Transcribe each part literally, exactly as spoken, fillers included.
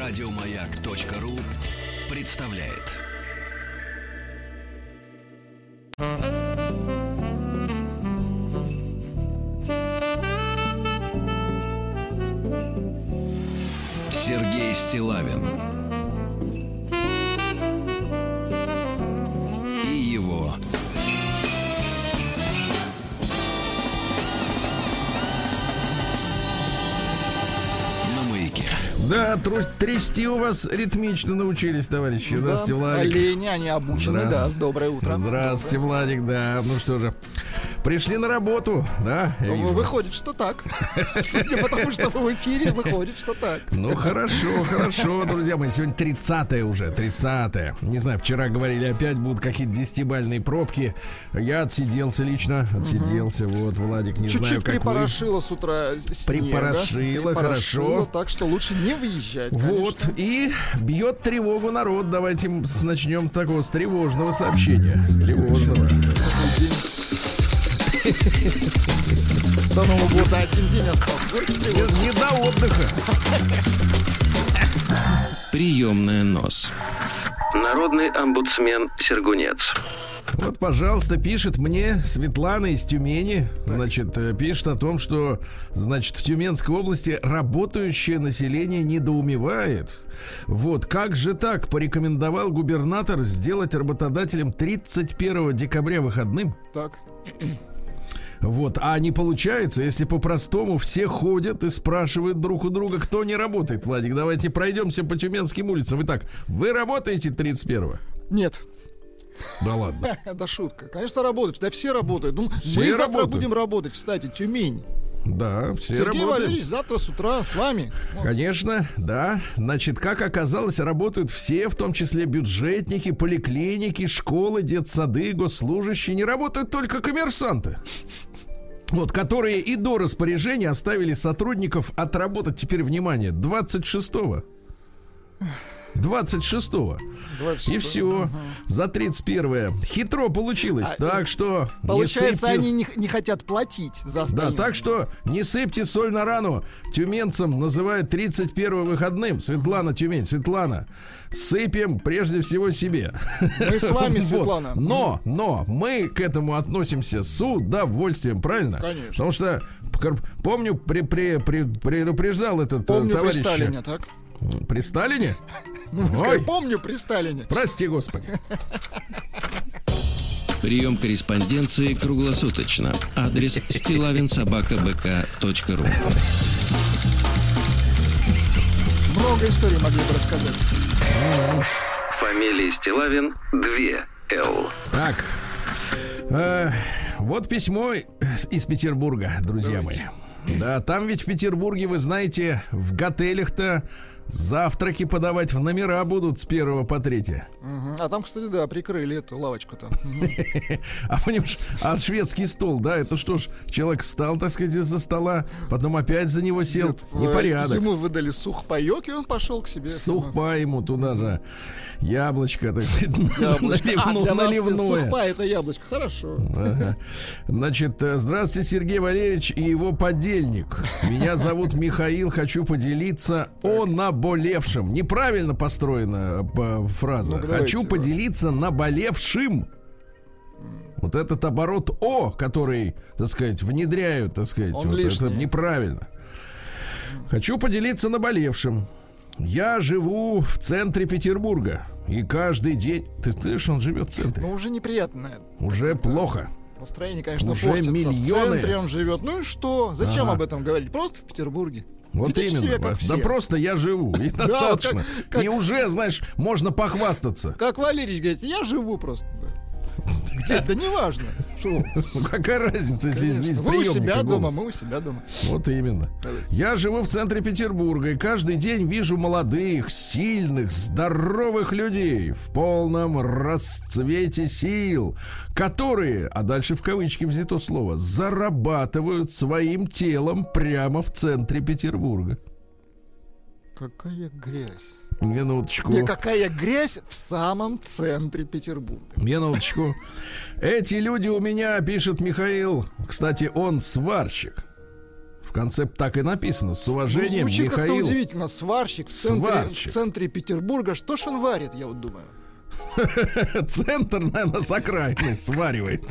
Радиомаяк.ру представляет. Сергей Стиллавин и его на Маяке. Да, трус, трясти у вас ритмично научились, товарищи. Да, Здравствуйте, Владик. олени, они обучены, да. Доброе утро. Здравствуйте, Доброе. Владик, да. Ну что же, пришли на работу, да? я вижу. Выходит, что так. Судя по тому, что вы в эфире, выходит, что так. Ну хорошо, хорошо, друзья мои. Сегодня тридцатое уже, тридцатое. Не знаю, вчера говорили, опять будут какие-то десятибалльные пробки. Я отсиделся лично, отсиделся. Угу. Вот, Владик, не Чуть-чуть знаю, как припорошило вы. с утра снега. Припорошило, хорошо. Так что лучше не выезжать, Вот, конечно. и бьет тревогу народ. Давайте начнем с такого, с тревожного сообщения. С тревожного. До Нового года один день остался. Не, не до отдыха. Приемная нос. Народный омбудсмен Сергунец. Вот, пожалуйста, пишет мне Светлана из Тюмени. Значит, пишет о том, что, значит, в Тюменской области работающее население недоумевает. Вот, как же так? Порекомендовал губернатор сделать работодателям тридцать первого декабря выходным. Так. Вот, а не получается, если по-простому все ходят и спрашивают друг у друга, кто не работает. Владик, давайте пройдемся по тюменским улицам. Итак, вы работаете тридцать первого? Нет. Да ладно. Да шутка. Конечно, работают. Да все работают. Ну, Все мы завтра работают. будем работать, кстати, Тюмень. Да, все Сергей работают. Валерьевич завтра с утра с вами. Конечно, да. Значит, как оказалось, работают все, в том числе бюджетники, поликлиники, школы, детсады, госслужащие. Не работают только коммерсанты. Вот, которые и до распоряжения оставили сотрудников отработать, теперь, внимание, двадцать шестого. двадцать шестого. двадцать И все. Угу. За тридцать первое. Хитро получилось. А, так что получается, не сыпьте... они не, не хотят платить за остальные. Да, так что не сыпьте соль на рану. Тюменцам называют тридцать первого выходным. Светлана, Тюмень, Светлана, сыпем прежде всего себе. Мы с вами, Светлана. Вот. Но, но мы к этому относимся с удовольствием, правильно? Конечно. Потому что помню, при, при, при, предупреждал этот помню товарищ. При Сталине, так? При Сталине? Ну, скажи, помню при Сталине. Прости, Господи. Прием корреспонденции круглосуточно. Адрес стиллавин собака бэ ка точка ру. Много историй могли бы рассказать. Фамилия Стиллавин две Л. Так, э, вот письмо из Петербурга, друзья мои. Да, там ведь в Петербурге, вы знаете, в готелях-то завтраки подавать в номера будут с первого по третье. Угу. А там, кстати, да, прикрыли эту лавочку-то. А понимаешь, а шведский стол, да, это что ж, человек встал, так сказать, из-за стола, потом опять за него сел. Непорядок. Ему выдали сухпайок, и он пошел к себе. Сухпа ему туда же. Яблочко, так сказать, наливное. Сухпа — это яблочко, хорошо. Значит, здравствуйте, Сергей Валерьевич и его подельник. Меня зовут Михаил, хочу поделиться о наболевшем. Неправильно построена фраза. Ну, хочу поделиться наболевшим. Вот этот оборот «о», который, так сказать, внедряют, так сказать, вот это неправильно. Хочу поделиться наболевшим. Я живу в центре Петербурга. И каждый день... Ты знаешь, он живет в центре. Ну, уже неприятно. Уже плохо. Настроение, конечно, уже портится. миллионы. В центре он живет. Ну и что? Зачем ага. об этом говорить? Просто в Петербурге. Вот Ведите именно. себя, как Да все. просто я живу. И Да, достаточно. вот как, как... И уже, знаешь, можно похвастаться. Как Валерий говорит, я живу просто. Где? Да неважно. Ну, какая разница, если здесь вы у себя голос. дома, мы у себя дома. Вот именно. Давайте. Я живу в центре Петербурга и каждый день вижу молодых, сильных, здоровых людей в полном расцвете сил, которые, а дальше в кавычки взято слово, зарабатывают своим телом прямо в центре Петербурга. Какая грязь. Минуточку. И какая грязь в самом центре Петербурга. Минуточку. Эти люди у меня, пишет Михаил, кстати, он сварщик. В конце так и написано. С уважением, ну, звучит Михаил. Как-то удивительно. Сварщик в центре, Сварщик. в центре Петербурга. Что ж он варит, я вот думаю. Центр, наверное, с окраины сваривает.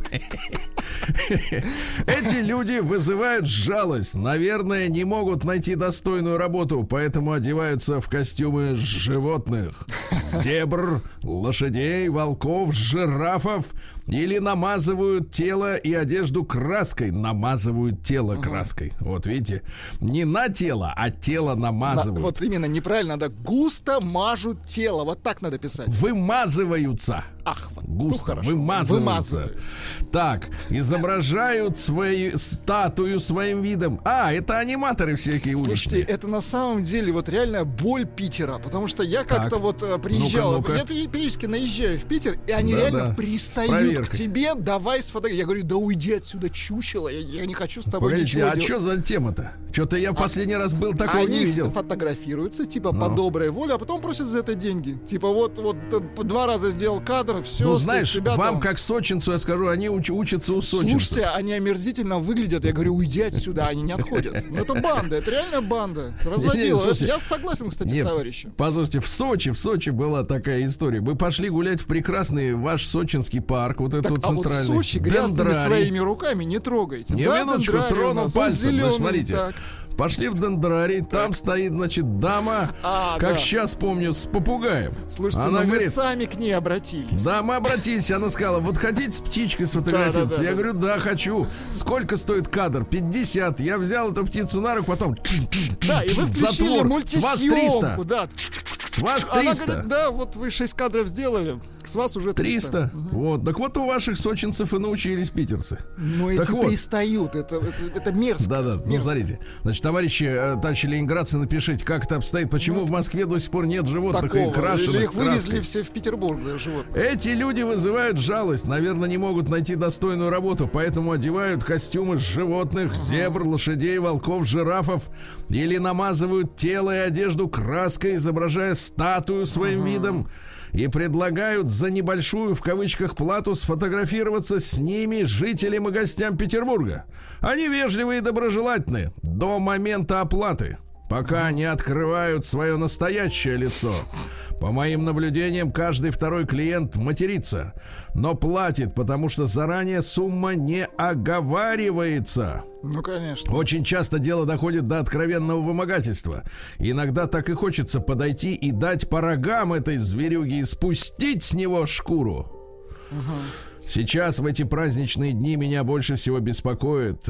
Эти люди вызывают жалость. Наверное, не могут найти достойную работу, поэтому одеваются в костюмы животных. Зебр, лошадей, волков, жирафов. Или намазывают тело и одежду краской. Намазывают тело uh-huh. краской. Вот видите, не на тело, а тело намазывают. На, вот именно, неправильно, надо густо мажут тело. Вот так надо писать. Вымазываются. Ах, вот, густо, ну, вымазываются. Вымазывают. Так, изображают свою статую своим видом. А, это аниматоры всякие уличные. Слушайте, это на самом деле вот реальная боль Питера. Потому что я как-то так. вот приезжал, ну-ка, ну-ка. я периодически наезжаю в Питер, и они да, реально да. пристают к тебе, давай сфотографируй. Я говорю, да уйди отсюда, чучело, я, я не хочу с тобой Погодите, ничего а делать. что за тема-то? Что-то я в а, последний раз был, такого они не видел. Фотографируются, типа, ну. по доброй воле, а потом просят за это деньги. Типа, вот, вот два раза сделал кадр, все. Ну, знаешь, вам, там... как сочинцу, я скажу, они уч- учатся у сочинцев. Слушайте, они омерзительно выглядят. Я говорю, уйди отсюда, они не отходят. Ну, это банда, это реально банда. Разводила. Я согласен, кстати, с товарищем. Послушайте, в Сочи, в Сочи была такая история. Мы пошли гулять в прекрасный ваш сочинский парк, вот этот вот центральный. А вот Сочи грязными своими руками не трогайте. Не, минуточку, трону пальцем. Вы смотрите. Пошли в дендрарий, там стоит, значит, дама, а, как да. сейчас помню, с попугаем. Слушайте, она говорит, мы сами к ней обратились. Да, мы обратились, она сказала, вот хотите с птичкой сфотографироваться? Да, да, да, я да. говорю, да, хочу. Сколько стоит кадр? пятьдесят. Я взял эту птицу на руку, потом да, и вы включили мультисъемку, да. С вас триста. Она говорит, да, вот вы шесть кадров сделали, с вас уже триста. триста. Угу. Вот, так вот у ваших сочинцев и научились питерцы. Ну эти вот. Пристают, это, это, это мерзко. Да-да, мерзко. Ну смотрите, значит, товарищи, товарищи ленинградцы, напишите, как это обстоит, почему ну, в Москве до сих пор нет животных такого, и крашеных. Или их вывезли краской. Все в Петербург, да, животных. Эти люди вызывают жалость, наверное, не могут найти достойную работу, поэтому одевают костюмы животных, зебр, лошадей, волков, жирафов, или намазывают тело и одежду краской, изображая статую своим uh-huh. видом, и предлагают за небольшую, в кавычках, плату сфотографироваться с ними, жителям и гостям Петербурга. Они вежливые и доброжелательные до момента оплаты, пока не открывают свое настоящее лицо. По моим наблюдениям, каждый второй клиент матерится, но платит, потому что заранее сумма не оговаривается. Ну, конечно. Очень часто дело доходит до откровенного вымогательства. Иногда так и хочется подойти и дать по рогам этой зверюги и спустить с него шкуру. Угу. Сейчас, в эти праздничные дни, меня больше всего беспокоит,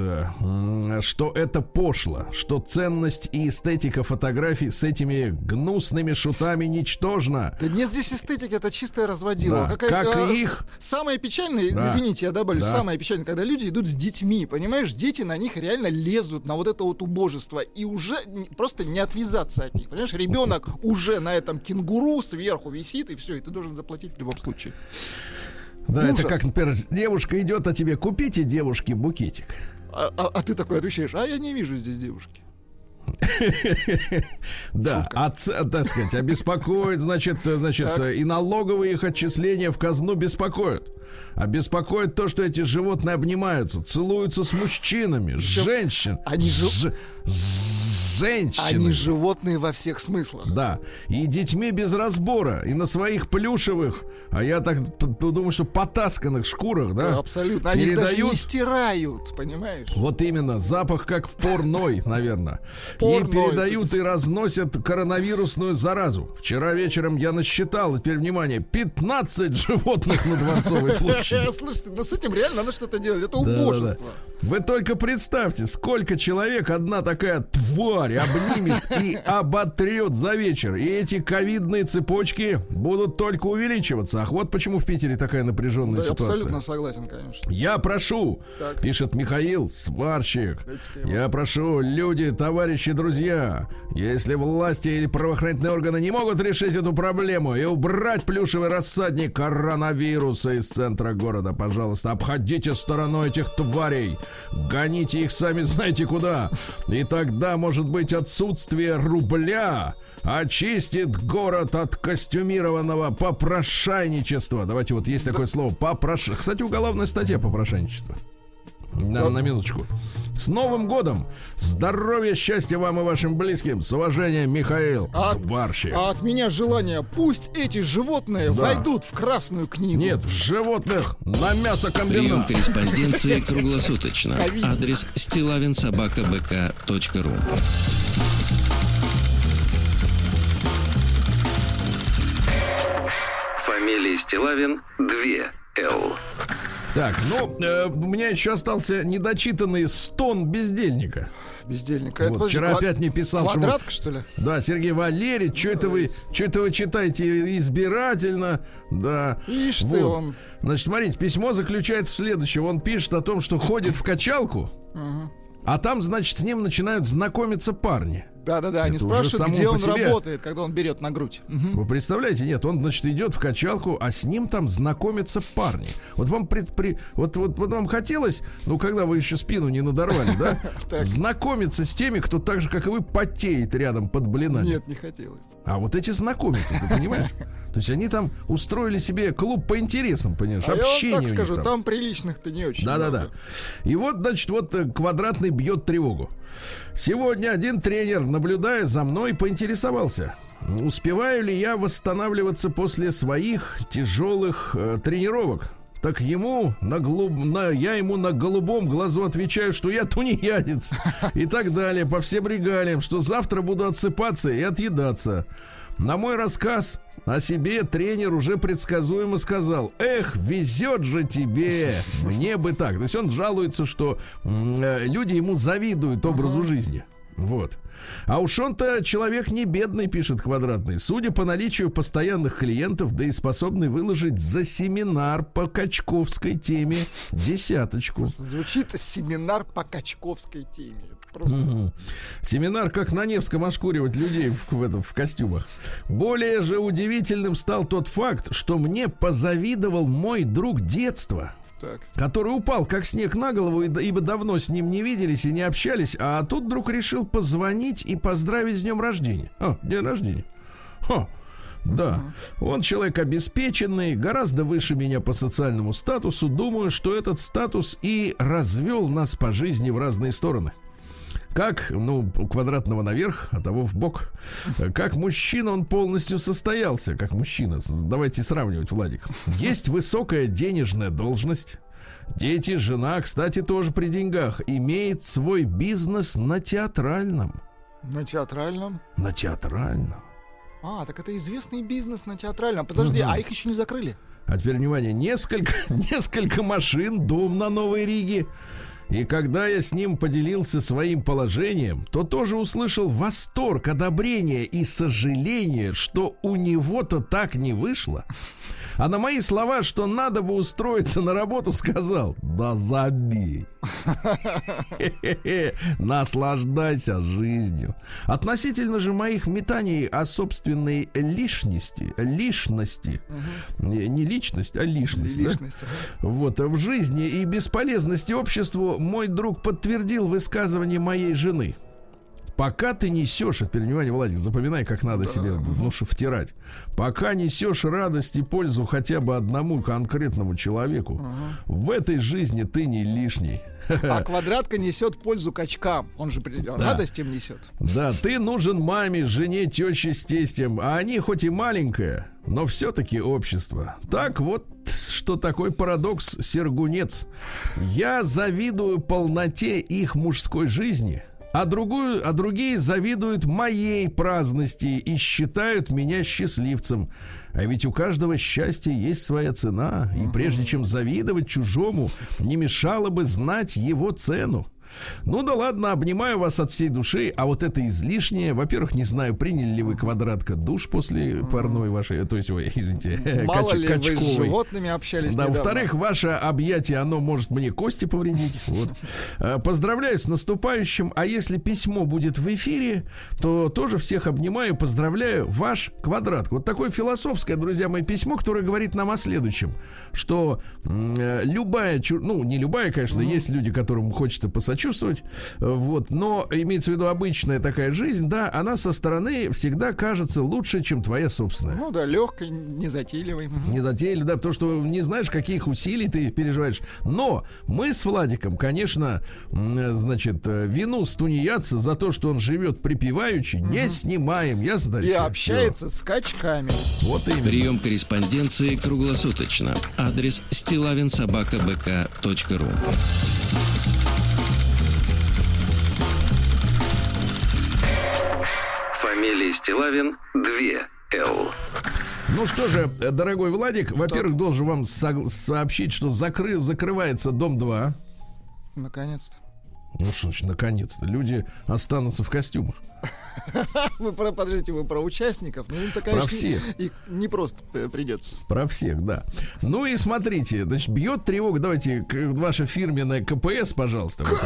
что это пошло, что ценность и эстетика фотографий с этими гнусными шутами ничтожна. Да нет здесь эстетики, это чистое разводило. Да, как а, их... Самое печальное, да. извините, я добавлю, да. самое печальное, когда люди идут с детьми, понимаешь, дети на них реально лезут, на вот это вот убожество, и уже просто не отвязаться от них. Понимаешь, ребенок уже на этом кенгуру сверху висит, и все, и ты должен заплатить в любом случае. Да, ужас. Это как, например, девушка идет, а тебе купите девушке букетик. А, а, а ты такой отвечаешь, а я не вижу здесь девушки. Да, а, так сказать, обеспокоит, значит, значит, и налоговые их отчисления в казну беспокоят. А беспокоит то, что эти животные обнимаются, целуются с мужчинами, с женщин, они ж... с женщинами. Они животные во всех смыслах. Да, и детьми без разбора, и на своих плюшевых, а я так думаю, что потасканных шкурах, да, да абсолютно. Они передают... даже не стирают, понимаешь? Вот именно, запах как в порной, наверное. Ей передают и разносят коронавирусную заразу. Вчера вечером я насчитал, теперь внимание, пятнадцать животных на Дворцовой площади. Слушайте, ну с этим реально надо что-то делать. Это убожество. Да, да, да. Вы только представьте, сколько человек одна такая тварь обнимет и оботрет за вечер. И эти ковидные цепочки будут только увеличиваться. Ах, вот почему в Питере такая напряженная да, ситуация. Абсолютно согласен, конечно. Я прошу, так. пишет Михаил Сварщик, я прошу, люди, товарищи, друзья, если власти или правоохранительные органы не могут решить эту проблему и убрать плюшевый рассадник коронавируса из центра города, пожалуйста, обходите стороной этих тварей, гоните их сами знаете куда, и тогда, может быть, отсутствие рубля очистит город от костюмированного попрошайничества. Давайте, вот есть такое слово попрош... Кстати, уголовная статья попрошайничество. На, на минуточку. С Новым годом! Здоровья, счастья вам и вашим близким. С уважением, Михаил А, Сварщик. а от меня желание, пусть эти животные Да. войдут в Красную книгу. Нет, животных на Прием мясокомбинат. корреспонденции круглосуточно. Ковид. Адрес стилавин собака бэ ка точка ру. Фамилия Стилавин два эл. Так, ну, э, у меня еще остался недочитанный стон бездельника. Бездельника. Вот, Это, подожди, вчера квад- опять мне писал, что... Квадратка, что ли? Да, Сергей Валерьевич, что это вы, что это вы читаете избирательно, да. Ишь ты, Вот. он. Значит, смотрите, письмо заключается в следующем. Он пишет о том, что ходит в качалку, а там, значит, с ним начинают знакомиться парни. Да-да-да, они Это уже спрашивают, само где по он себе. работает, когда он берет на грудь. Мгм. Вы представляете? Нет, он, значит, идет в качалку, а с ним там знакомятся парни. Вот вам пред, при, вот, вот, вот вам хотелось, ну, когда вы еще спину не надорвали, да, Так. знакомиться с теми, кто так же, как и вы, потеет рядом под блинами. Нет, не хотелось. А вот эти знакомятся, ты понимаешь? То есть они там устроили себе клуб по интересам, понимаешь, А я общение вам у так них скажу, там. там приличных-то не очень Да-да-да. много. И вот, значит, вот э, Квадратный бьет тревогу. Сегодня один тренер, наблюдая за мной, поинтересовался, успеваю ли я восстанавливаться после своих тяжелых э, тренировок. Так ему на голуб... на... я ему на голубом глазу отвечаю, что я тунеядец. И так далее, по всем регалиям, что завтра буду отсыпаться и отъедаться. На мой рассказ о себе тренер уже предсказуемо сказал: эх, везет же тебе, мне бы так. То есть он жалуется, что м, э, люди ему завидуют образу жизни. Вот. А уж он-то человек не бедный, пишет Квадратный. Судя по наличию постоянных клиентов, да и способный выложить за семинар по качковской теме десяточку. Звучит семинар по качковской теме. Это просто... Мгм. Семинар, как на Невском ошкуривать людей в, в, этом, в костюмах. Более же удивительным стал тот факт, что мне позавидовал мой друг детства, Так. который упал как снег на голову, и- ибо давно с ним не виделись и не общались, а тут вдруг решил позвонить и поздравить с днем рождения. О, день рождения. Ха. Да, он человек обеспеченный, гораздо выше меня по социальному статусу. Думаю, что этот статус и развел нас по жизни в разные стороны. Как, ну, у Квадратного наверх, а того в бок. Как мужчина он полностью состоялся. Как мужчина. Давайте сравнивать, Владик. Есть высокая денежная должность. Дети, жена, кстати, тоже при деньгах. Имеет свой бизнес на театральном. На театральном. На театральном. А, так это известный бизнес на театральном. Подожди, Мгм. а их еще не закрыли? А теперь, внимание, несколько, несколько машин, дом на Новой Риге. И когда я с ним поделился своим положением, то тоже услышал восторг, одобрение и сожаление, что у него-то так не вышло. А на мои слова, что надо бы устроиться на работу, сказал: да забей. Наслаждайся жизнью. Относительно же моих метаний о собственной лишности, лишности, не, не личность, а лишность, да? Лишность, ага. Вот, в жизни и бесполезности обществу мой друг подтвердил высказывание моей жены. Пока ты несешь, теперь, внимание, Владик, запоминай, как надо себе, ну, что втирать. Пока несешь радость и пользу хотя бы одному конкретному человеку, в этой жизни ты не лишний. А Квадратка несет пользу качкам. Он же при- радость им несет. Да, ты нужен маме, жене, теще с тестем, а они хоть и маленькое, но все-таки общество. Так вот, что такой парадокс, Сергунец. Я завидую полноте их мужской жизни, а, другую, а другие завидуют моей праздности и считают меня счастливцем. А ведь у каждого счастья есть своя цена, и прежде чем завидовать чужому, не мешало бы знать его цену. Ну да ладно, обнимаю вас от всей души. А вот это излишнее. Во-первых, не знаю, приняли ли вы, Квадратка, душ после парной вашей, то есть, ой, извините, Мало кач- ли вы с качковой. животными общались Да, недавно. во-вторых, ваше объятие, оно может мне кости повредить. Вот. А, Поздравляю с наступающим. А если письмо будет в эфире, то тоже всех обнимаю, поздравляю. Ваш Квадратка. Вот такое философское, друзья мои, письмо, которое говорит нам о следующем. Что м, э, любая, чу- ну, не любая, конечно, есть люди, которым хочется посочувствовать, почувствовать. Вот. Но имеется в виду обычная такая жизнь, да, она со стороны всегда кажется лучше, чем твоя собственная. Ну да, легкой, незатейливой. Незатейливой, да, потому что не знаешь, каких усилий ты переживаешь. Но мы с Владиком, конечно, значит, вину с тунеядца за то, что он живет припеваючи, угу. не снимаем, ясно? И общается Все. С качками. Вот именно. Прием корреспонденции круглосуточно. Адрес стилавин собака бэ ка точка ру. Фамилия Стилавин два эл. Ну что же, дорогой Владик, во-первых, должен вам со- сообщить, что закры- закрывается Дом два. Наконец-то. Ну что ж, наконец-то. Люди останутся в костюмах. Вы про, подождите, вы про участников? Ну, им-то, конечно, про всех. И не просто придется. Про всех, да. Ну и смотрите, значит, бьет тревога. Давайте ваша фирменная ка пэ эс, пожалуйста. ка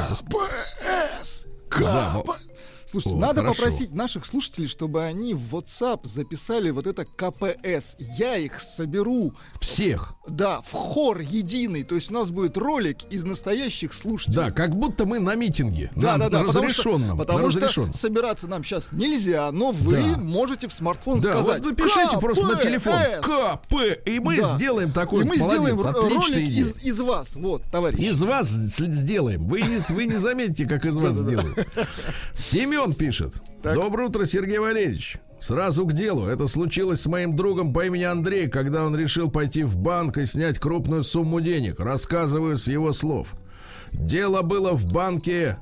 пэ эс! Да, Слушайте, О, надо хорошо. попросить наших слушателей, чтобы они в WhatsApp записали вот это ка пэ эс. Я их соберу. Всех? В, да, в хор единый. То есть у нас будет ролик из настоящих слушателей. Да, как будто мы на митинге. Да, на, да, да. На разрешенном. Потому, что, на потому что собираться нам сейчас нельзя, но вы да. можете в смартфон да, сказать. Да, вот напишите просто на телефон ка пэ, и мы да. сделаем такой, и мы молодец, сделаем отличная ролик идея. Из, из вас, вот, товарищ. Из вас сделаем. Вы не, вы не заметите, как из вас сделают. Семен пишет. Так. Доброе утро, Сергей Валерьевич. Сразу к делу. Это случилось с моим другом по имени Андрей, когда он решил пойти в банк и снять крупную сумму денег. Рассказываю с его слов. Дело было в банке,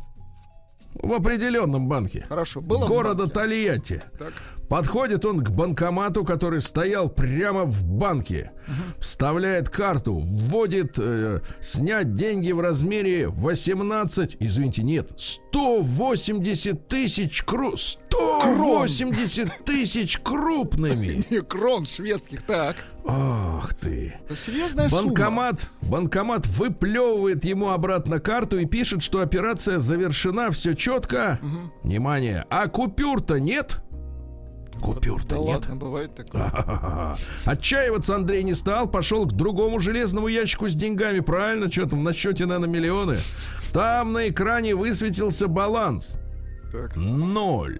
в определенном банке. Хорошо, было города в банке. Тольятти. Так. Подходит он к банкомату, который стоял прямо в банке. Угу. Вставляет карту, вводит э, снять деньги в размере восемнадцать, извините, нет, сто восемьдесят тысяч кру... сто восемьдесят тысяч крупными. Крон шведских, так. Ах ты. Это серьезная банкомат, сумма. Банкомат выплевывает ему обратно карту и пишет, что операция завершена, все четко. Угу. Внимание, а купюр-то нет. Купюр-то да нет. Ладно, бывает такое. А-ха-ха. Отчаиваться Андрей не стал, пошел к другому железному ящику с деньгами. Правильно, что там на счете, наверное, миллионы. Там на экране высветился баланс. Так. Ноль.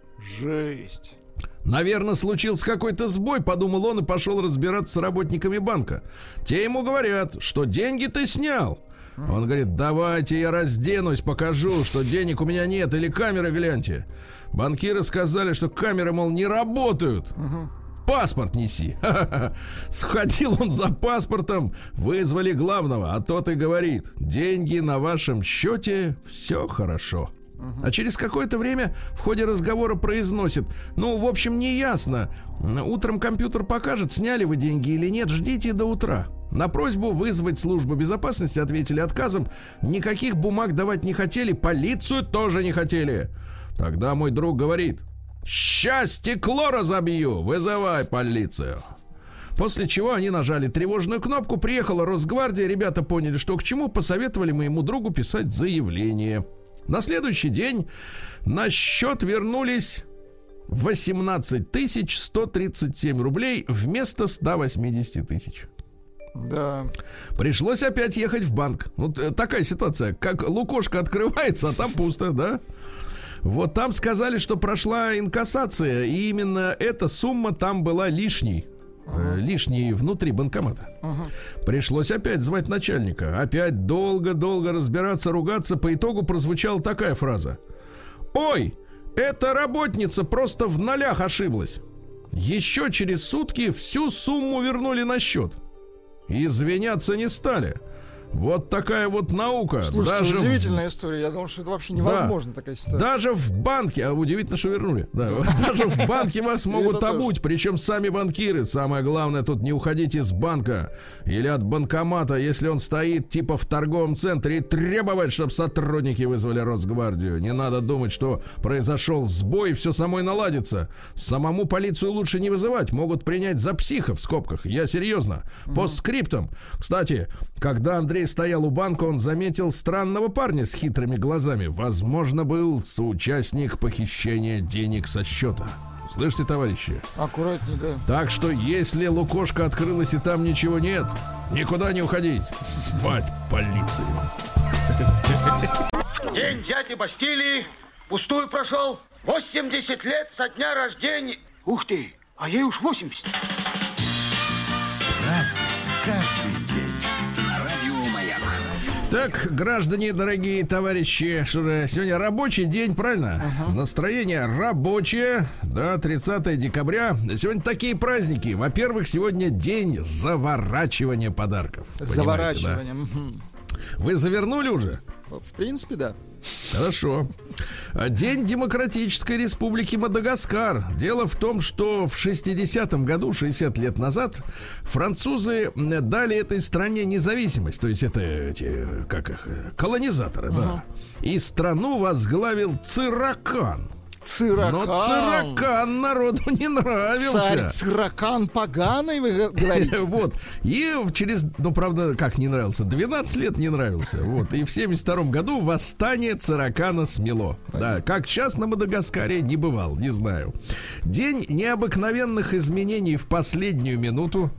Жесть. Наверное, случился какой-то сбой, подумал он и пошел разбираться с работниками банка. Те ему говорят, что деньги ты снял. Он говорит, давайте я разденусь, покажу, что денег у меня нет, или камеры гляньте. Банкиры сказали, что камеры, мол, не работают. Угу. Паспорт неси. Ха-ха-ха. Сходил он за паспортом, вызвали главного, а тот и говорит, деньги на вашем счете, все хорошо. Uh-huh. А через какое-то время в ходе разговора произносит: ну, в общем, не ясно. Утром компьютер покажет, сняли вы деньги или нет, ждите до утра. На просьбу вызвать службу безопасности ответили отказом. Никаких бумаг давать не хотели, полицию тоже не хотели. Тогда мой друг говорит: ща стекло разобью, вызывай полицию. После чего они нажали тревожную кнопку, приехала Росгвардия, ребята поняли, что к чему, посоветовали моему другу писать заявление. На следующий день на счет вернулись восемнадцать тысяч сто тридцать семь рублей вместо ста восьмидесяти тысяч. Да. Пришлось опять ехать в банк. Вот такая ситуация, как лукошко открывается, а там пусто, да? Вот там сказали, что прошла инкассация, и именно эта сумма там была лишней. Uh-huh. э, лишней внутри банкомата. Uh-huh. Пришлось опять звать начальника. Опять долго-долго разбираться, ругаться. По итогу прозвучала такая фраза: ой, эта работница просто в нолях ошиблась. Еще через сутки всю сумму вернули на счет. Извиняться не стали. Вот такая вот наука. Слушайте, даже удивительная в... история. Я думал, что это вообще невозможно, да. Такая ситуация. Даже в банке, а удивительно, что вернули. Да. Даже в банке вас могут обуть, причем сами банкиры. Самое главное, тут не уходить из банка или от банкомата, если он стоит типа в торговом центре, и требовать, чтобы сотрудники вызвали Росгвардию. Не надо думать, что произошел сбой и все само и наладится. Самому полицию лучше не вызывать. Могут принять за психа, в скобках. Я серьезно. Постскриптум. Кстати, когда Андрей стоял у банка, он заметил странного парня с хитрыми глазами. Возможно, был соучастник похищения денег со счета. Слышите, товарищи? Аккуратнее, да. Так что, если лукошко открылось и там ничего нет, никуда не уходить. Звать полицию. День взятия Бастилии пустую прошел. восемьдесят лет со дня рождения. Ух ты, а ей уж восемьдесят. Разный, каждый день. Радио Маяк. Так, граждане, дорогие товарищи, что же, сегодня рабочий день, правильно? Uh-huh. Настроение рабочее, да, тридцатое декабря. Сегодня такие праздники. Во-первых, сегодня день заворачивания подарков. Заворачивания. Да? Вы завернули уже? В принципе, да. Хорошо. День Демократической Республики Мадагаскар. Дело в том, что в шестидесятом году, шестьдесят лет назад, французы дали этой стране независимость. То есть это эти, как их, колонизаторы, uh-huh. да. И страну возглавил Циракан. Циракан. Но Циракан народу не нравился. Царь Циракан поганый, вы говорите? Вот. И через, ну, правда, как не нравился? двенадцать лет не нравился. Вот. И в семьдесят втором году восстание Циракана смело. Да, как сейчас на Мадагаскаре не бывал, не знаю. День необыкновенных изменений в последнюю минуту.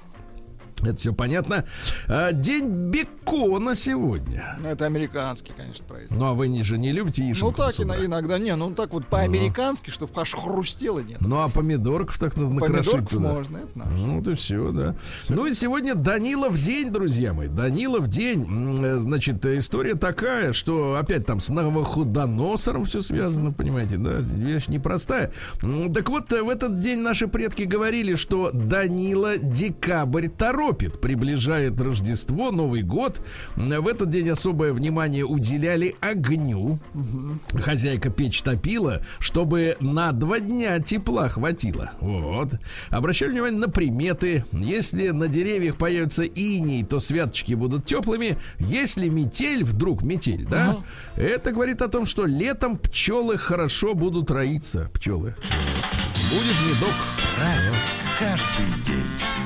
Это все понятно. День бекона сегодня. Ну, это американский, конечно, праздник. Ну, а вы не же не любите яишенку? Ну, так и иногда. Не, ну, так вот по-американски, чтобы аж хрустело нет. Ну, а помидорков так надо накрошить помидорков туда. Можно, это наше. Ну, это все, да. Все. Ну, и сегодня Данилов день, друзья мои. Данилов день. Значит, история такая, что опять там с Навуходоносором все связано, понимаете, да? Вещь непростая. Так вот, в этот день наши предки говорили, что Данила декабрь торопит. Приближает Рождество, Новый год. В этот день особое внимание уделяли огню. Угу. Хозяйка печь топила, чтобы на два дня тепла хватило. Вот. Обращали внимание на приметы. Если на деревьях появится иней, то святочки будут теплыми. Если метель, вдруг метель, да, угу. это говорит о том, что летом пчелы хорошо будут роиться. Пчелы. Будет медок. Праздник каждый день.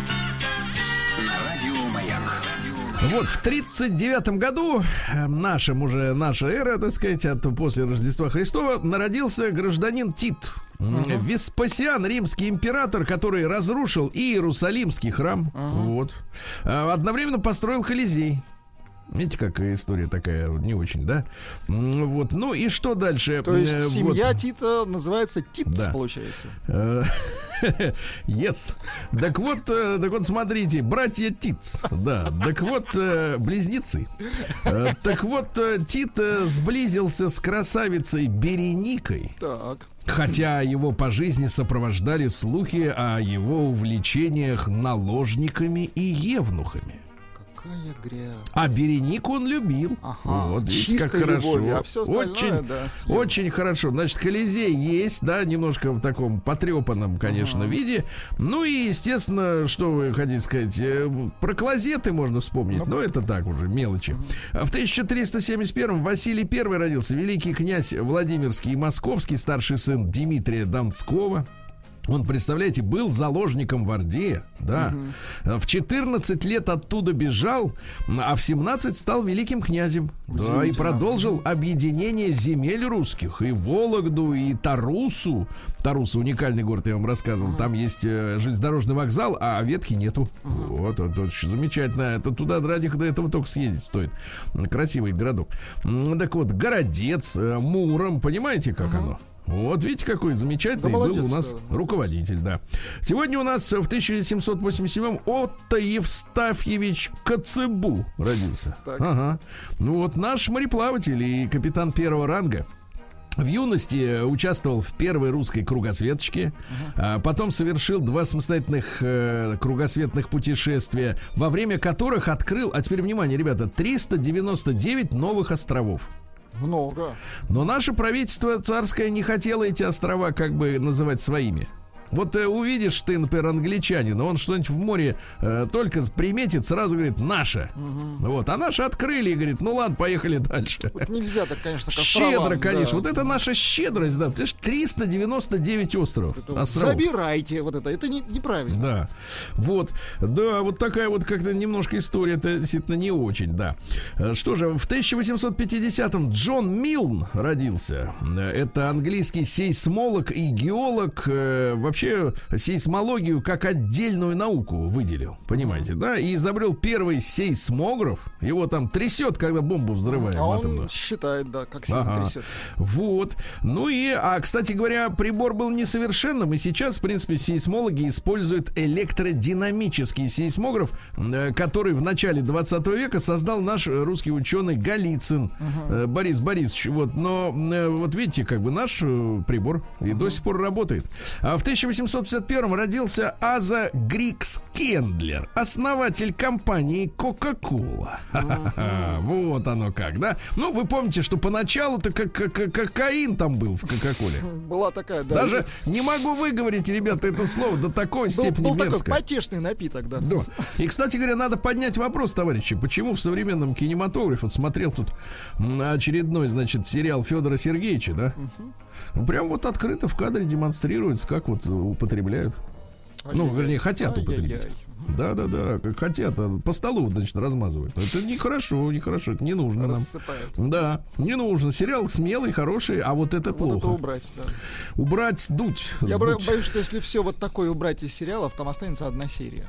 Вот в тридцать девятом году, нашем уже, наша эра, так сказать, от, после Рождества Христова, народился гражданин Тит. Uh-huh. Веспасиан, римский император, который разрушил Иерусалимский храм. Uh-huh. Вот. Одновременно построил Колизей. Видите, какая история такая, не очень, да? Вот, ну и что дальше? То есть вот. семья Тита называется Титс, да. Получается. Yes. Так вот, так вот, смотрите, братья Титс, да. Так вот, близнецы. Так вот, Тит сблизился с красавицей Береникой. Так. Хотя его по жизни сопровождали слухи о его увлечениях наложниками и евнухами. Какая грязь. А Беренику он любил. Ага, вот, видите, как хорошо. Любовью, а все очень, да, очень хорошо. Значит, Колизей есть, да, немножко в таком потрепанном, конечно, ага. виде. Ну и, естественно, что вы хотите сказать, про клозеты можно вспомнить, ну, но это так уже, мелочи. Ага. В тысяча триста семьдесят первом Василий Первый родился, великий князь Владимирский и Московский, старший сын Дмитрия Донского. Он, представляете, был заложником в Орде, да. Угу. В четырнадцать лет оттуда бежал, а в семнадцать стал великим князем. Да, и продолжил объединение земель русских. И Вологду, и Тарусу. Таруса уникальный город, я вам рассказывал. Угу. Там есть э, железнодорожный вокзал, а ветки нету. Угу. Вот, вот, вот, замечательно. Это туда ради до этого только съездить стоит. Красивый городок. Так вот, Городец, э, Муром, понимаете, как угу. оно? Вот, видите, какой замечательный да, молодец, был у нас да, руководитель, да. Сегодня у нас в тысяча семьсот восемьдесят седьмом Отто Евстафьевич Коцебу родился. Так. Ага. Ну вот наш мореплаватель и капитан первого ранга. В юности участвовал в первой русской кругосветочке, uh-huh. а потом совершил два самостоятельных э, кругосветных путешествия, во время которых открыл, а теперь внимание, ребята, триста девяносто девять новых островов. Много. Но наше правительство царское не хотело эти острова как бы называть своими. Вот э, увидишь ты, например, англичанина, он что-нибудь в море э, только приметит, сразу говорит «наше». Угу. Вот, а наши открыли и говорит, ну ладно, поехали дальше. Вот нельзя так, конечно, к островам. Щедро, конечно. Да. Вот это наша щедрость, да. Это триста девяносто девять островов. Это островов. Забирайте вот это, это не, неправильно. Да, вот, да, вот такая вот как-то немножко история, это действительно не очень, да. Что же, в тысяча восемьсот пятидесятом Джон Милн родился. Это английский сейсмолог и геолог, вообще вообще сейсмологию как отдельную науку выделил, понимаете, да? И изобрел первый сейсмограф. Его там трясет, когда бомбу взрываем. А он атомную. считает, да, как сильно Ага. трясет. Вот. Ну и, а, кстати говоря, прибор был несовершенным, и сейчас, в принципе, сейсмологи используют электродинамический сейсмограф, э, который в начале двадцатого века создал наш русский ученый Голицын, uh-huh. э, Борис Борисович. Вот, но э, вот видите, как бы наш э, прибор и uh-huh. до сих пор работает. А в тысяча восемьсот пятьдесят первом родился Аса Грикс Кендлер, основатель компании Coca-Cola. Uh-huh. Вот оно как, да? Ну, вы помните, что поначалу-то как, как, как кокаин там был в Кока-Коле. Была такая, да. Даже не могу выговорить, ребята, это слово до такой был, степени был мерзкое. такой потешный напиток, да. Да. И, кстати говоря, надо поднять вопрос, товарищи, почему в современном кинематографе, вот смотрел тут очередной, значит, сериал Федора Сергеевича, да? Угу. Прям вот открыто в кадре демонстрируется, как вот употребляют. Ай-яй-яй. Ну, вернее, хотят Ай-яй-яй. употребить. Да-да-да, как хотят, по столу, значит, размазывают. Это нехорошо, нехорошо, это не нужно Рассыпают. нам. Да, не нужно. Сериал смелый, хороший, а вот это вот плохо. Это убрать, да. Убрать, дуть. Я сдуть. боюсь, что если все вот такое убрать из сериалов, там останется одна серия.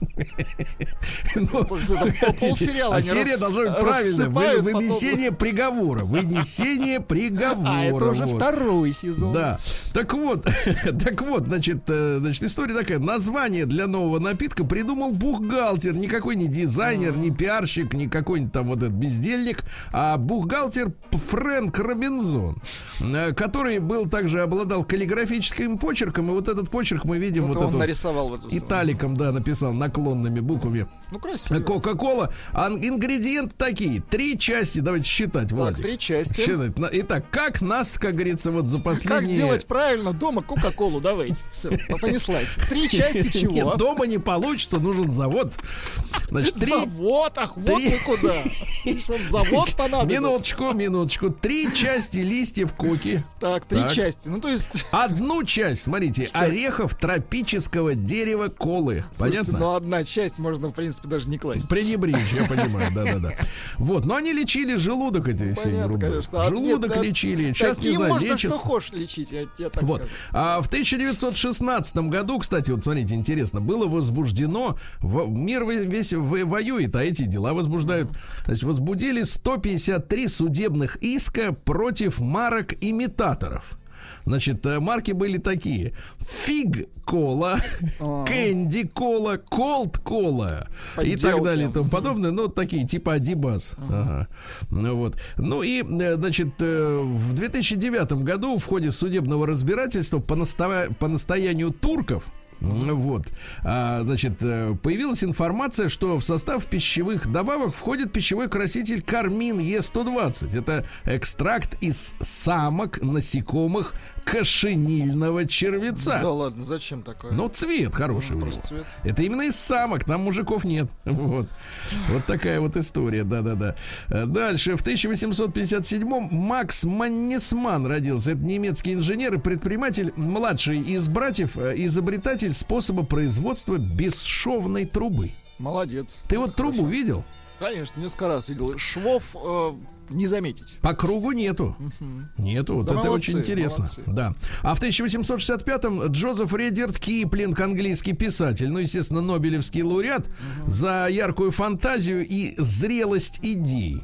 А серия должна быть правильная. Вынесение приговора. Вынесение приговора. А это уже второй сезон. Да. Так вот, так вот, значит, значит, история такая. Название для нового напитка придумал бухгалтер. Никакой не дизайнер, не пиарщик, не какой-нибудь там вот этот бездельник, а бухгалтер Фрэнк Робинзон, который был также обладал каллиграфическим почерком. И вот этот почерк мы видим вот, вот он нарисовал вот италиком, да, написал наклонными буквами. Ну, красиво. Кока-кола. А ингредиенты такие. Три части. Давайте считать, Владик. Так, три части. Считать. Итак, как нас, как говорится, вот за последние... Как сделать правильно дома Кока-колу? Давайте. Все, понеслась. Три части чего? Нет, дома не получится. Нужен завод. Значит, три... Завод? Ах, вот три... вы куда. Что, завод понадобился? Минуточку, минуточку. Три части листьев коки. Так, три так. части. Ну, то есть... Одну часть, смотрите, что? Орехов тропического дерева колы. Слушайте, понятно? Ну, одна часть можно, в принципе, даже не класть. Пренебречь, я понимаю, да-да-да. Вот, но они лечили желудок, эти ну, все ерунды. Желудок нет, лечили, сейчас не знаю, можно лечат. что хочешь лечить, я, я так вот. А в тысяча девятьсот шестнадцатом году, кстати, вот смотрите, интересно, было возбуждено, в, мир весь воюет, а эти дела возбуждают. Значит, возбудили сто пятьдесят три судебных иска против марок-имитаторов. Значит, марки были такие: Фиг-кола, Кэнди-кола, Колд-кола и так далее и тому подобное. Ну, такие типа Адибас. Ага. Ну, вот. Ну и, значит, в две тысячи девятом году в ходе судебного разбирательства по, настоя... по настоянию турков, вот, а, значит, появилась информация, что в состав пищевых добавок входит пищевой краситель Кармин Е сто двадцать. Это экстракт из самок насекомых кошенильного червеца. Да ладно, зачем такое? Ну, цвет хороший ну, у него. Цвет. Это именно из самок, там мужиков нет. Вот. Вот такая вот история, да-да-да. Дальше, в тысяча восемьсот пятьдесят седьмом Макс Маннесман родился. Это немецкий инженер и предприниматель, младший из братьев, изобретатель способа производства бесшовной трубы. Молодец. Ты вот трубу видел? Конечно, несколько раз видел. Швов э, не заметить. По кругу нету. Uh-huh. Нету. Вот да это молодцы, очень интересно. Молодцы. Да. А в тысяча восемьсот шестьдесят пятом Джозеф Редьярд Киплинг, английский писатель, ну, естественно, Нобелевский лауреат, uh-huh. за яркую фантазию и зрелость идей.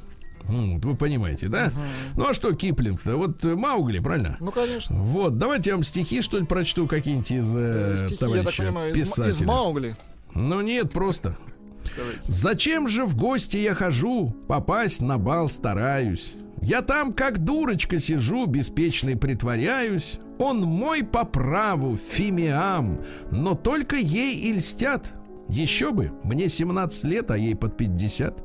Вы понимаете, да? Uh-huh. Ну а что Киплинг-то? Вот Маугли, правильно? Ну, конечно. Вот, давайте я вам стихи, что ли, прочту какие-нибудь из э, стихи, товарища я так понимаю, писателя. Из, из Маугли. Ну нет, просто. Давайте. Зачем же в гости я хожу? Попасть на бал стараюсь. Я там, как дурочка, сижу, беспечный притворяюсь. Он мой по праву, фимиам, но только ей и льстят. Еще бы, мне семнадцать лет, а ей под пятьдесят.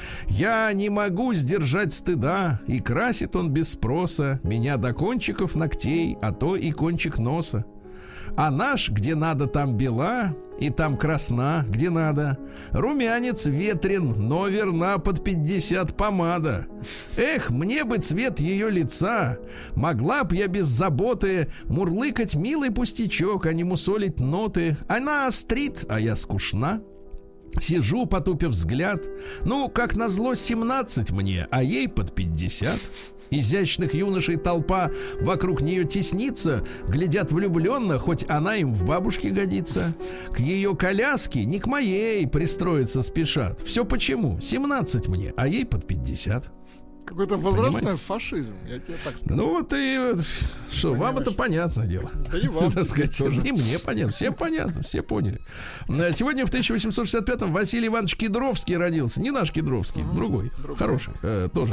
Я не могу сдержать стыда, и красит он без спроса меня до кончиков ногтей, а то и кончик носа. А наш, где надо, там бела, и там красна, где надо. Румянец ветрен, но верна под пятьдесят помада. Эх, мне бы цвет ее лица. Могла б я без заботы мурлыкать милый пустячок, а не мусолить ноты. Она острит, а я скучна. Сижу, потупив взгляд. Ну, как назло, семнадцать мне, а ей под пятьдесят. Изящных юношей толпа вокруг нее теснится, глядят влюбленно, хоть она им в бабушке годится. К ее коляске, не к моей, пристроиться спешат. Все почему? семнадцать мне, а ей под пятьдесят. Какой-то возрастной Понимаете? фашизм, я тебе так скажу. Ну вот и что, вам это понятное дело. Да и вам, так сказать, тоже. и мне понятно, всем понятно, все поняли. Сегодня в тысяча восемьсот шестьдесят пятом Василий Иванович Кедровский родился. Не наш Кедровский, угу. другой, другой, хороший, э, тоже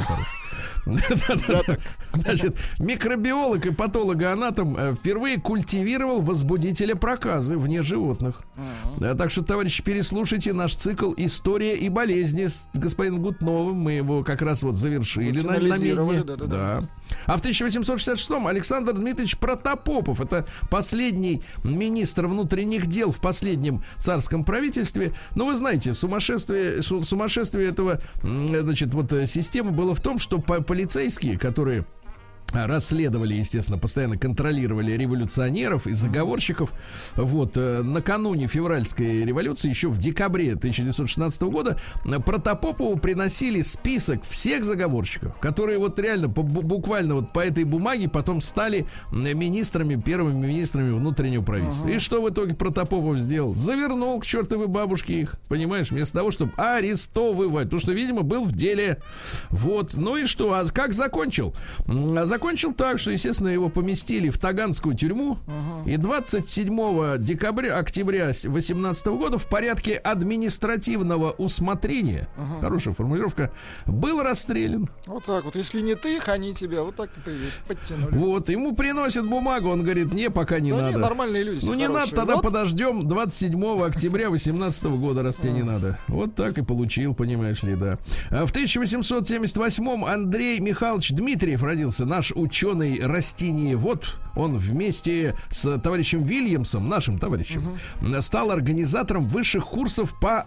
хороший. Значит, микробиолог и патологоанатом впервые культивировал возбудителя проказы вне животных. Так что, товарищи, переслушайте наш цикл «История и болезни» с господином Гутновым. Мы его как раз вот завершили. Или на, на медне. Да, да, да. Да. А в тысяча восемьсот шестьдесят шестом Александр Дмитриевич Протопопов, это последний министр внутренних дел в последнем царском правительстве. Но вы знаете, сумасшествие, сумасшествие этого, значит, вот системы было в том, что полицейские, которые расследовали, естественно, постоянно контролировали революционеров и заговорщиков. Вот, накануне февральской революции, еще в декабре тысяча девятьсот шестнадцатого года, Протопопову приносили список всех заговорщиков, которые вот реально, буквально вот по этой бумаге потом стали министрами, первыми министрами внутреннего правительства. Uh-huh. И что в итоге Протопопов сделал? Завернул к чертовой бабушке их, понимаешь, вместо того, чтобы арестовывать. Потому что, видимо, был в деле. Вот, ну и что? А как закончил? Закончил так, что, естественно, его поместили в Таганскую тюрьму. Uh-huh. И двадцать седьмого декабря, октября восемнадцатого года в порядке административного усмотрения, uh-huh. хорошая формулировка, был расстрелян. Вот так вот. Если не ты их, они тебя вот так и подтянули. Вот. Ему приносят бумагу, он говорит, не, пока не да надо. Не, нормальные люди. Ну не хорошие. надо, тогда вот. Подождем двадцать седьмого октября восемнадцатого года, раз тебе uh-huh. не надо. Вот так и получил, понимаешь ли, да. А в тысяча восемьсот семьдесят восьмом Андрей Михайлович Дмитриев родился, наш ученый растениевод. Он вместе с товарищем Вильямсом, нашим товарищем, uh-huh. стал организатором высших курсов по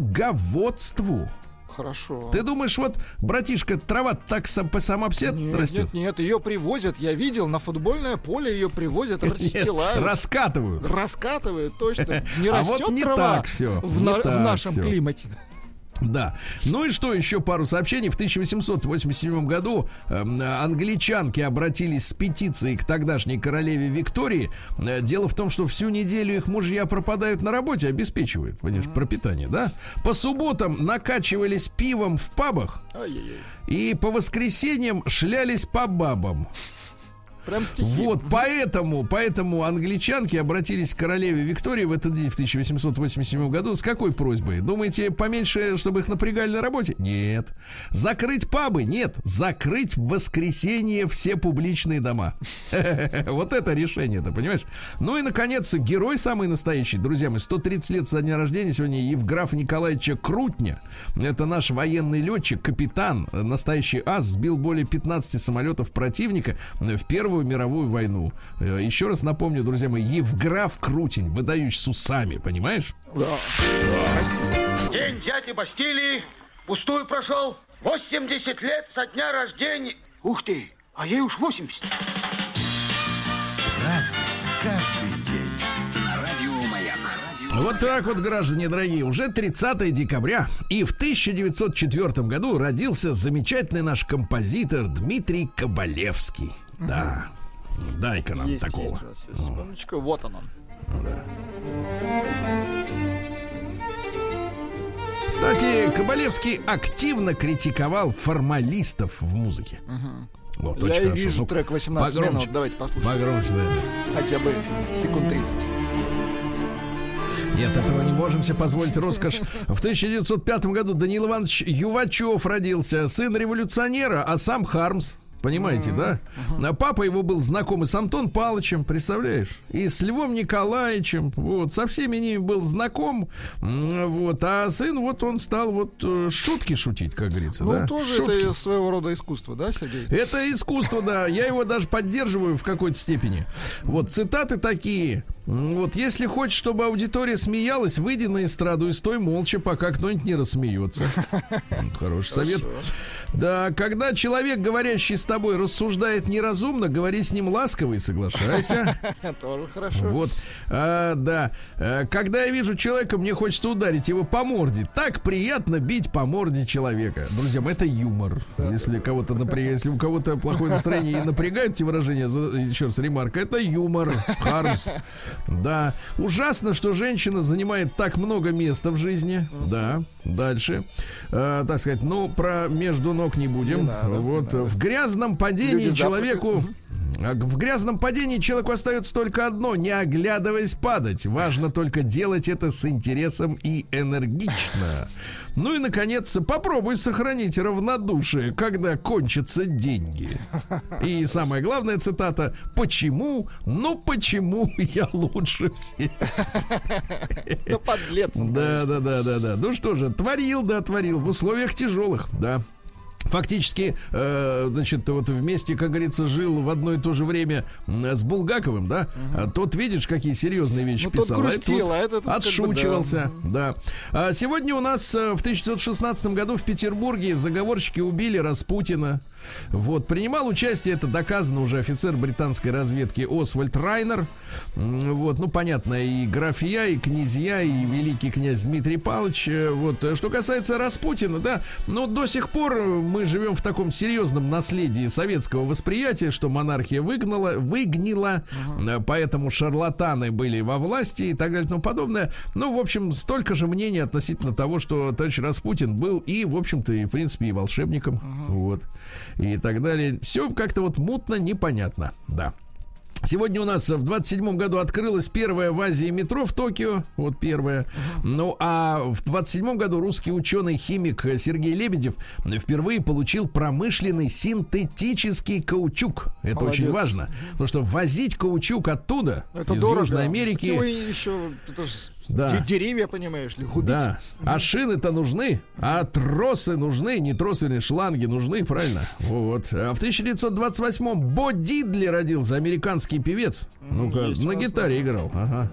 луговодству. Хорошо. Ты думаешь, вот, братишка, трава так сам, сама все нет, растет? Нет, нет, ее привозят, я видел, на футбольное поле ее привозят, расстилают. Раскатывают. Раскатывают, точно. Не а растет вот не трава так все. В, на, в нашем все. климате. Да. Ну и что, еще пару сообщений. В тысяча восемьсот восемьдесят седьмом году э, англичанки обратились с петицией к тогдашней королеве Виктории. Э, дело в том, что всю неделю их мужья пропадают на работе, обеспечивают, понимаешь, mm-hmm. пропитание, да? По субботам накачивались пивом в пабах. Ай-яй-яй. И по воскресеньям шлялись по бабам. Прям стихи. Вот, поэтому, поэтому англичанки обратились к королеве Виктории в этот день, в тысяча восемьсот восемьдесят седьмом году, с какой просьбой? Думаете, поменьше, чтобы их напрягали на работе? Нет. Закрыть пабы? Нет. Закрыть в воскресенье все публичные дома. Вот это решение-то, понимаешь? Ну и, наконец, герой самый настоящий. Друзья мои, сто тридцать лет со дня рождения сегодня Евграф Николаевича Крутня. Это наш военный летчик, капитан, настоящий ас, сбил более пятнадцати самолетов противника в первую мировую войну. Еще раз напомню, друзья мои, Евграф Крутень, выдающий с усами, понимаешь? Да. Да. День дяди Бастилии пустую прошел. восемьдесят лет со дня рождения. Ух ты, а ей уж восемьдесят. Разный, каждый день. На радио Маяк. Вот так вот, граждане дорогие, уже тридцатого декабря, и в тысяча девятьсот четвёртом году родился замечательный наш композитор Дмитрий Кабалевский. Да, дай-ка нам есть, такого. Есть, есть. Вот он он. Да. Кстати, Кабалевский активно критиковал формалистов в музыке. Угу. Вот, я и хорошо. вижу Ну, трек восемнадцать погромче, минут. Давайте послушаем. Погромче, да. Хотя бы секунд тридцать. Нет, этого не можем себе позволить, роскошь. В тысяча девятьсот пятом году Даниил Иванович Ювачев родился, сын революционера, а сам Хармс. Понимаете, uh-huh. да? Uh-huh. Папа его был знакомый с Антоном Павловичем, представляешь? И с Львом Николаевичем. Вот, со всеми ними был знаком. Вот, а сын, вот он стал вот шутки шутить, как говорится. Ну, да? тоже шутки. Это своего рода искусство, да, Сергей? Это искусство, да. Я его даже поддерживаю в какой-то степени. Вот, цитаты такие. Вот, если хочешь, чтобы аудитория смеялась, выйди на эстраду и стой молча, пока кто-нибудь не рассмеется. Хороший совет. Да, когда человек, говорящий с тобой рассуждает неразумно, говори с ним ласково и соглашайся. Тоже хорошо. Вот, а, да. А, когда я вижу человека, мне хочется ударить его по морде. Так приятно бить по морде человека. Друзья, это юмор. Да, если да, кого-то да. напрягает, если у кого-то плохое настроение и напрягают эти выражения, еще раз ремарка, это юмор. Хармс. Да. Ужасно, что женщина занимает так много места в жизни. Да. Дальше. А, так сказать, ну, про между ног не будем. Не надо, вот. Не надо. В грязном падении Люди человеку... В грязном падении человеку остается только одно: не оглядываясь падать. Важно только делать это с интересом и энергично. Ну и, наконец, попробуй сохранить равнодушие, когда кончатся деньги. И самая главная цитата: почему? Ну почему я лучше всех? Да подлец. Да, да, да, да, да. Ну что же, творил, да, творил в условиях тяжелых, да. Фактически, э, значит, вот вместе, как говорится, жил в одно и то же время с Булгаковым, да? Uh-huh. Тот, видишь, какие серьезные вещи ну, писал. Тот грустил, а этот отшучивался, как бы, да. да. А сегодня у нас в тысяча девятьсот шестнадцатом году в Петербурге заговорщики убили Распутина. Вот, принимал участие, это доказано, уже офицер британской разведки Освальд Райнер. Вот, ну, понятно, и графья, и князья, и великий князь Дмитрий Павлович. Вот, что касается Распутина, да, ну, до сих пор мы живем в таком серьезном наследии советского восприятия, что монархия выгнала, выгнила, uh-huh. поэтому шарлатаны были во власти и так далее и тому подобное. Ну, в общем, столько же мнений относительно того, что товарищ Распутин был и, в общем-то, и, в принципе, и волшебником. Uh-huh. Вот. И так далее. Все как-то вот мутно, непонятно. Да. Сегодня у нас в двадцать седьмом году открылось первое в Азии метро в Токио. Вот первое. Uh-huh. Ну, а в двадцать седьмом году русский ученый-химик Сергей Лебедев впервые получил промышленный синтетический каучук. Это Молодец. Очень важно. Uh-huh. Потому что возить каучук оттуда, это из дорого. Южной Америки... Его еще... Это ж... Да. Деревья, понимаешь ли, губить. Да. А шины-то нужны, а тросы нужны, не тросы, или шланги нужны, правильно? Вот. А в тысяча девятьсот двадцать восьмом Бо Дидли родился, американский певец. Ну-ка, Есть на гитаре знаю. Играл. Ага.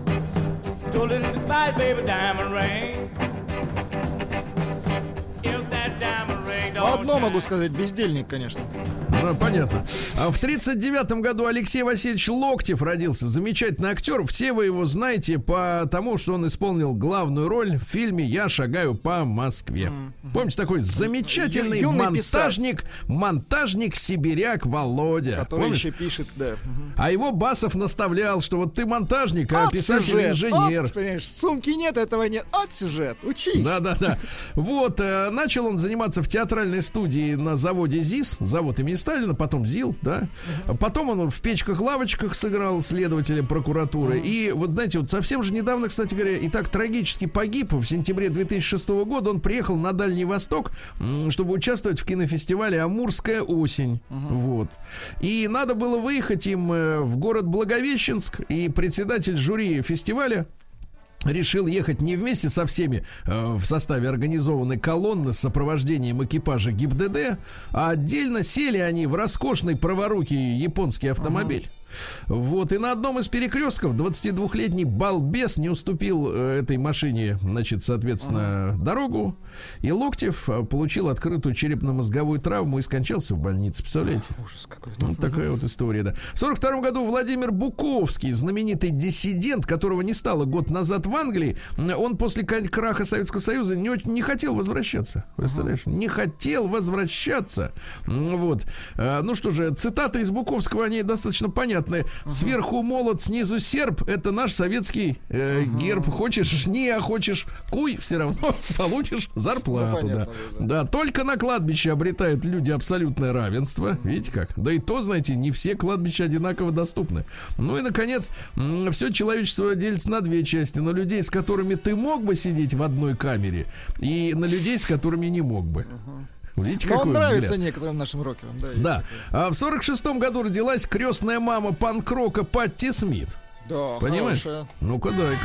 Одно могу сказать, бездельник, конечно. Ну, понятно. А в тридцать девятом году Алексей Васильевич Локтев родился. Замечательный актер. Все вы его знаете по тому, что он исполнил главную роль в фильме «Я шагаю по Москве». Mm-hmm. Помните, такой замечательный Ю- монтажник, монтажник сибиряк Володя. Который Помнишь? Еще пишет, да. Mm-hmm. А его Басов наставлял, что вот ты монтажник, а писатель-инженер. От, понимаешь, сумки нет, этого нет. От сюжет, учись. Да-да-да. Вот, э, начал он заниматься в театральной студии на заводе ЗИС, завод имени Сталина, потом ЗИЛ, да. Uh-huh. Потом он в печках-лавочках сыграл следователя прокуратуры. Uh-huh. И вот, знаете, вот совсем же недавно, кстати говоря, и так трагически погиб. В сентябре две тысячи шестого года он приехал на Дальний Восток, чтобы участвовать в кинофестивале «Амурская осень». Uh-huh. Вот. И надо было выехать им в город Благовещенск, и председатель жюри фестиваля решил ехать не вместе со всеми э, в составе организованной колонны с сопровождением экипажа ГИБДД, а отдельно сели они в роскошный праворукий японский автомобиль. Ага. Вот, и на одном из перекрестков двадцатидвухлетний балбес не уступил э, этой машине, значит, соответственно, ага. дорогу, и Локтев получил открытую черепно-мозговую травму и скончался в больнице, представляете? Ужас какой. Вот такая вот история, да. В сорок втором году Владимир Буковский, знаменитый диссидент, которого не стало год назад в Англии, он после краха Советского Союза не, очень, не хотел возвращаться, представляешь? Ага. Не хотел возвращаться. Вот. А, ну что же, цитаты из Буковского, они достаточно понятны. Uh-huh. Сверху молот, снизу серп. Это наш советский э, uh-huh. герб. Хочешь жни, а хочешь куй, все равно получишь зарплату. Ну, понятно, да. Да. Да, только на кладбище обретают люди абсолютное равенство. Uh-huh. Видите как? Да и то, знаете, не все кладбища одинаково доступны. Ну и, наконец, все человечество делится на две части. На людей, с которыми ты мог бы сидеть в одной камере, и на людей, с которыми не мог бы. Uh-huh. Видите, но какой он нравится взгляд? Некоторым нашим рокерам. Да. Да. А в сорок шестом году родилась крестная мама панк-рока Патти Смит. Да, понимаешь? Хорошая. Ну-ка, дай-ка.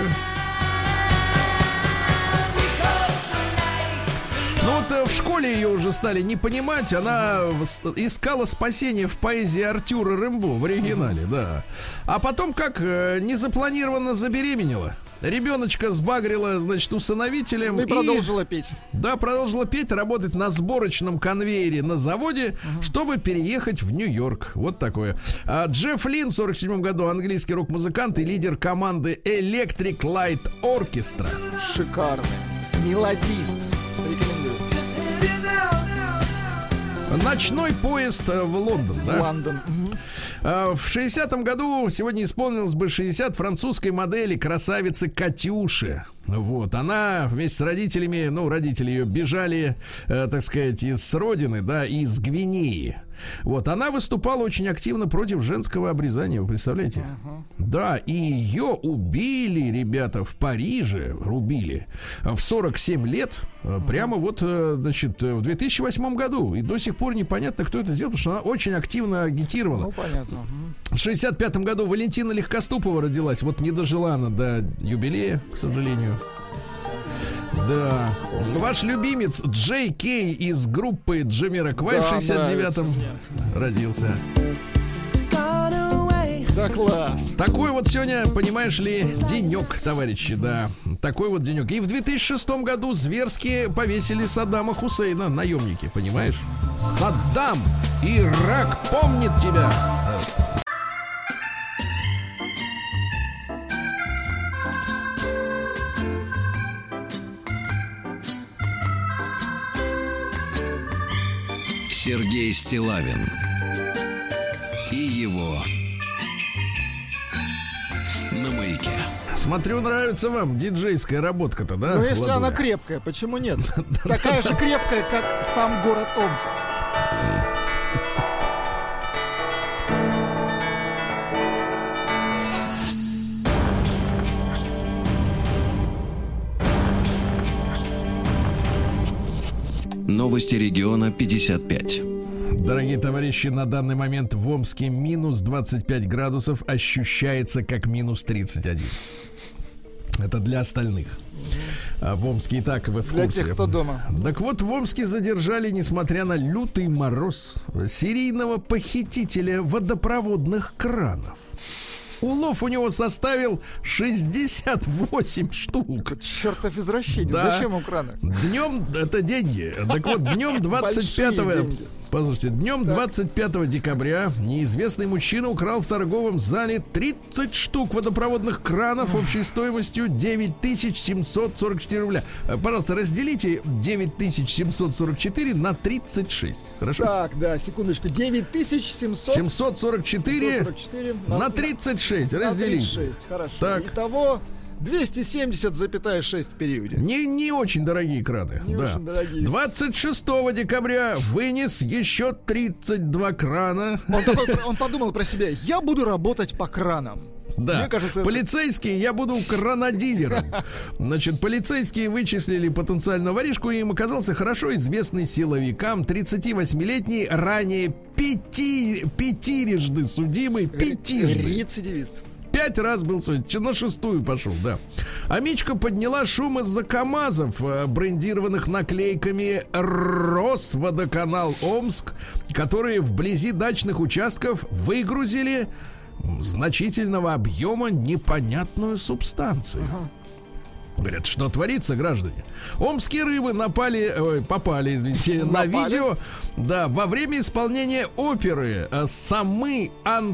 Ну вот в школе ее уже стали не понимать. Она искала спасение в поэзии Артюра Рембо в оригинале, да. А потом как незапланированно забеременела. ребеночка сбагрила, значит, усыновителем. Ну и продолжила петь. Да, продолжила петь, работать на сборочном конвейере на заводе, uh-huh. чтобы переехать в Нью-Йорк. Вот такое. А Джефф Лин в сорок седьмом году, английский рок-музыкант и лидер команды Electric Light Orchestra. Шикарный. Мелодист. Рекомендую. Ночной поезд в Лондон, да? Лондон. В шестидесятом году сегодня исполнилось бы шестьдесят французской модели красавицы Катюши. Вот, она вместе с родителями, ну, родители ее бежали, э, так сказать, из родины, да, из Гвинеи. Вот, она выступала очень активно против женского обрезания, вы представляете? Uh-huh. Да, и ее убили, ребята, в Париже, рубили в сорок семь лет, uh-huh. прямо вот, значит, в две тысячи восьмом году. И до сих пор непонятно, кто это сделал, потому что она очень активно агитировала. Ну, понятно. Uh-huh. В шестьдесят пятом году Валентина Легкоступова родилась. Вот не дожила она до юбилея, к сожалению. Да. Ваш любимец Джей Кей из группы Джамироквай, да, в шестьдесят девятом родился. Да, класс. Такой вот сегодня, понимаешь ли, денек, товарищи, да. Такой вот денек. И в две тысячи шестом году зверски повесили Саддама Хусейна, наемники, понимаешь? Саддам, Ирак помнит тебя. Сергей Стиллавин и его на маяке. Смотрю, нравится вам диджейская работка-то, да? Ну, если Ладуля? Она крепкая, почему нет? Такая же крепкая, как сам город Омск. Новости региона пятьдесят пять. Дорогие товарищи, на данный момент в Омске минус двадцать пять градусов, ощущается как минус тридцать один. Это для остальных. А в Омске и так вы в курсе. Для тех, кто дома. Так вот, в Омске задержали, несмотря на лютый мороз, серийного похитителя водопроводных кранов. Улов у него составил шестьдесят восемь штук. Чертов извращенец. Да. Зачем ему краны? Днем, это деньги. Так вот, днем двадцать пятого... Послушайте, днем двадцать пятого декабря неизвестный мужчина украл в торговом зале тридцать штук водопроводных кранов общей стоимостью девять тысяч семьсот сорок четыре рубля. Пожалуйста, разделите девять тысяч семьсот сорок четыре на тридцать шесть. Хорошо? Так, да, секундочку. девять тысяч семьсот сорок четыре на тридцать шесть. Разделите. тридцать шесть, хорошо. Так. Итого двести семьдесят целых шесть в периоде. Не, не очень дорогие краны. Не да. очень дорогие. двадцать шестого декабря вынес еще тридцать два крана. Он, такой, он подумал про себя: я буду работать по кранам. Да, мне кажется, полицейские, это... я буду кранодилером. Значит, полицейские вычислили потенциального воришку, и им оказался хорошо известный силовикам тридцативосьмилетний, ранее пяти, пятирежды судимый, пятижды. Рецидивист. Пять раз был судим, на шестую пошел, да. Амичка подняла шум из-за КАМАЗов, брендированных наклейками «Росводоканал Омск», которые вблизи дачных участков выгрузили значительного объема непонятную субстанцию. Ага. Говорят, что творится, граждане? Омские рыбы напали, ой, попали, извините, на видео, да, во время исполнения оперы «Самы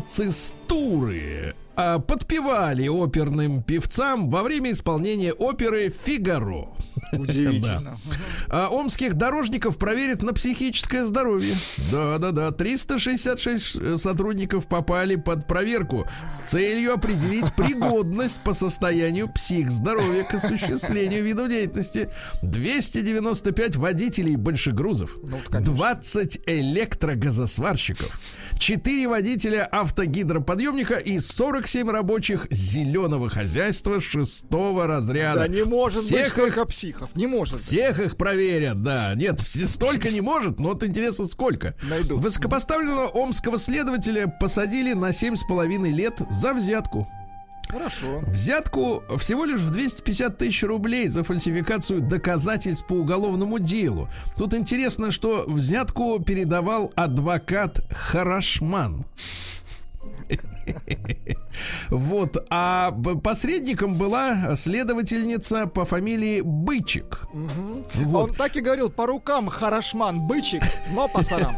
Анцистуры». Подпевали оперным певцам во время исполнения оперы «Фигаро». Удивительно. Да. Омских дорожников проверят на психическое здоровье. Да-да-да. триста шестьдесят шесть сотрудников попали под проверку с целью определить пригодность по состоянию психздоровья к осуществлению видов деятельности. двести девяносто пять водителей большегрузов, ну, двадцать электрогазосварщиков, четыре водителя автогидроподъемника и сорок семь рабочих зеленого хозяйства шестого разряда. Да не может всех быть столько психов. Не может. Всех быть. Их проверят, да. Нет, столько не может, но вот интересно, сколько. Найду. Высокопоставленного омского следователя посадили на семь с половиной лет за взятку. Хорошо. Взятку всего лишь в двести пятьдесят тысяч рублей за фальсификацию доказательств по уголовному делу. Тут интересно, что взятку передавал адвокат Харашман. Вот. А посредником была следовательница по фамилии Бычик. Угу. Вот. Он так и говорил: по рукам Харашман Бычик, но по сарам.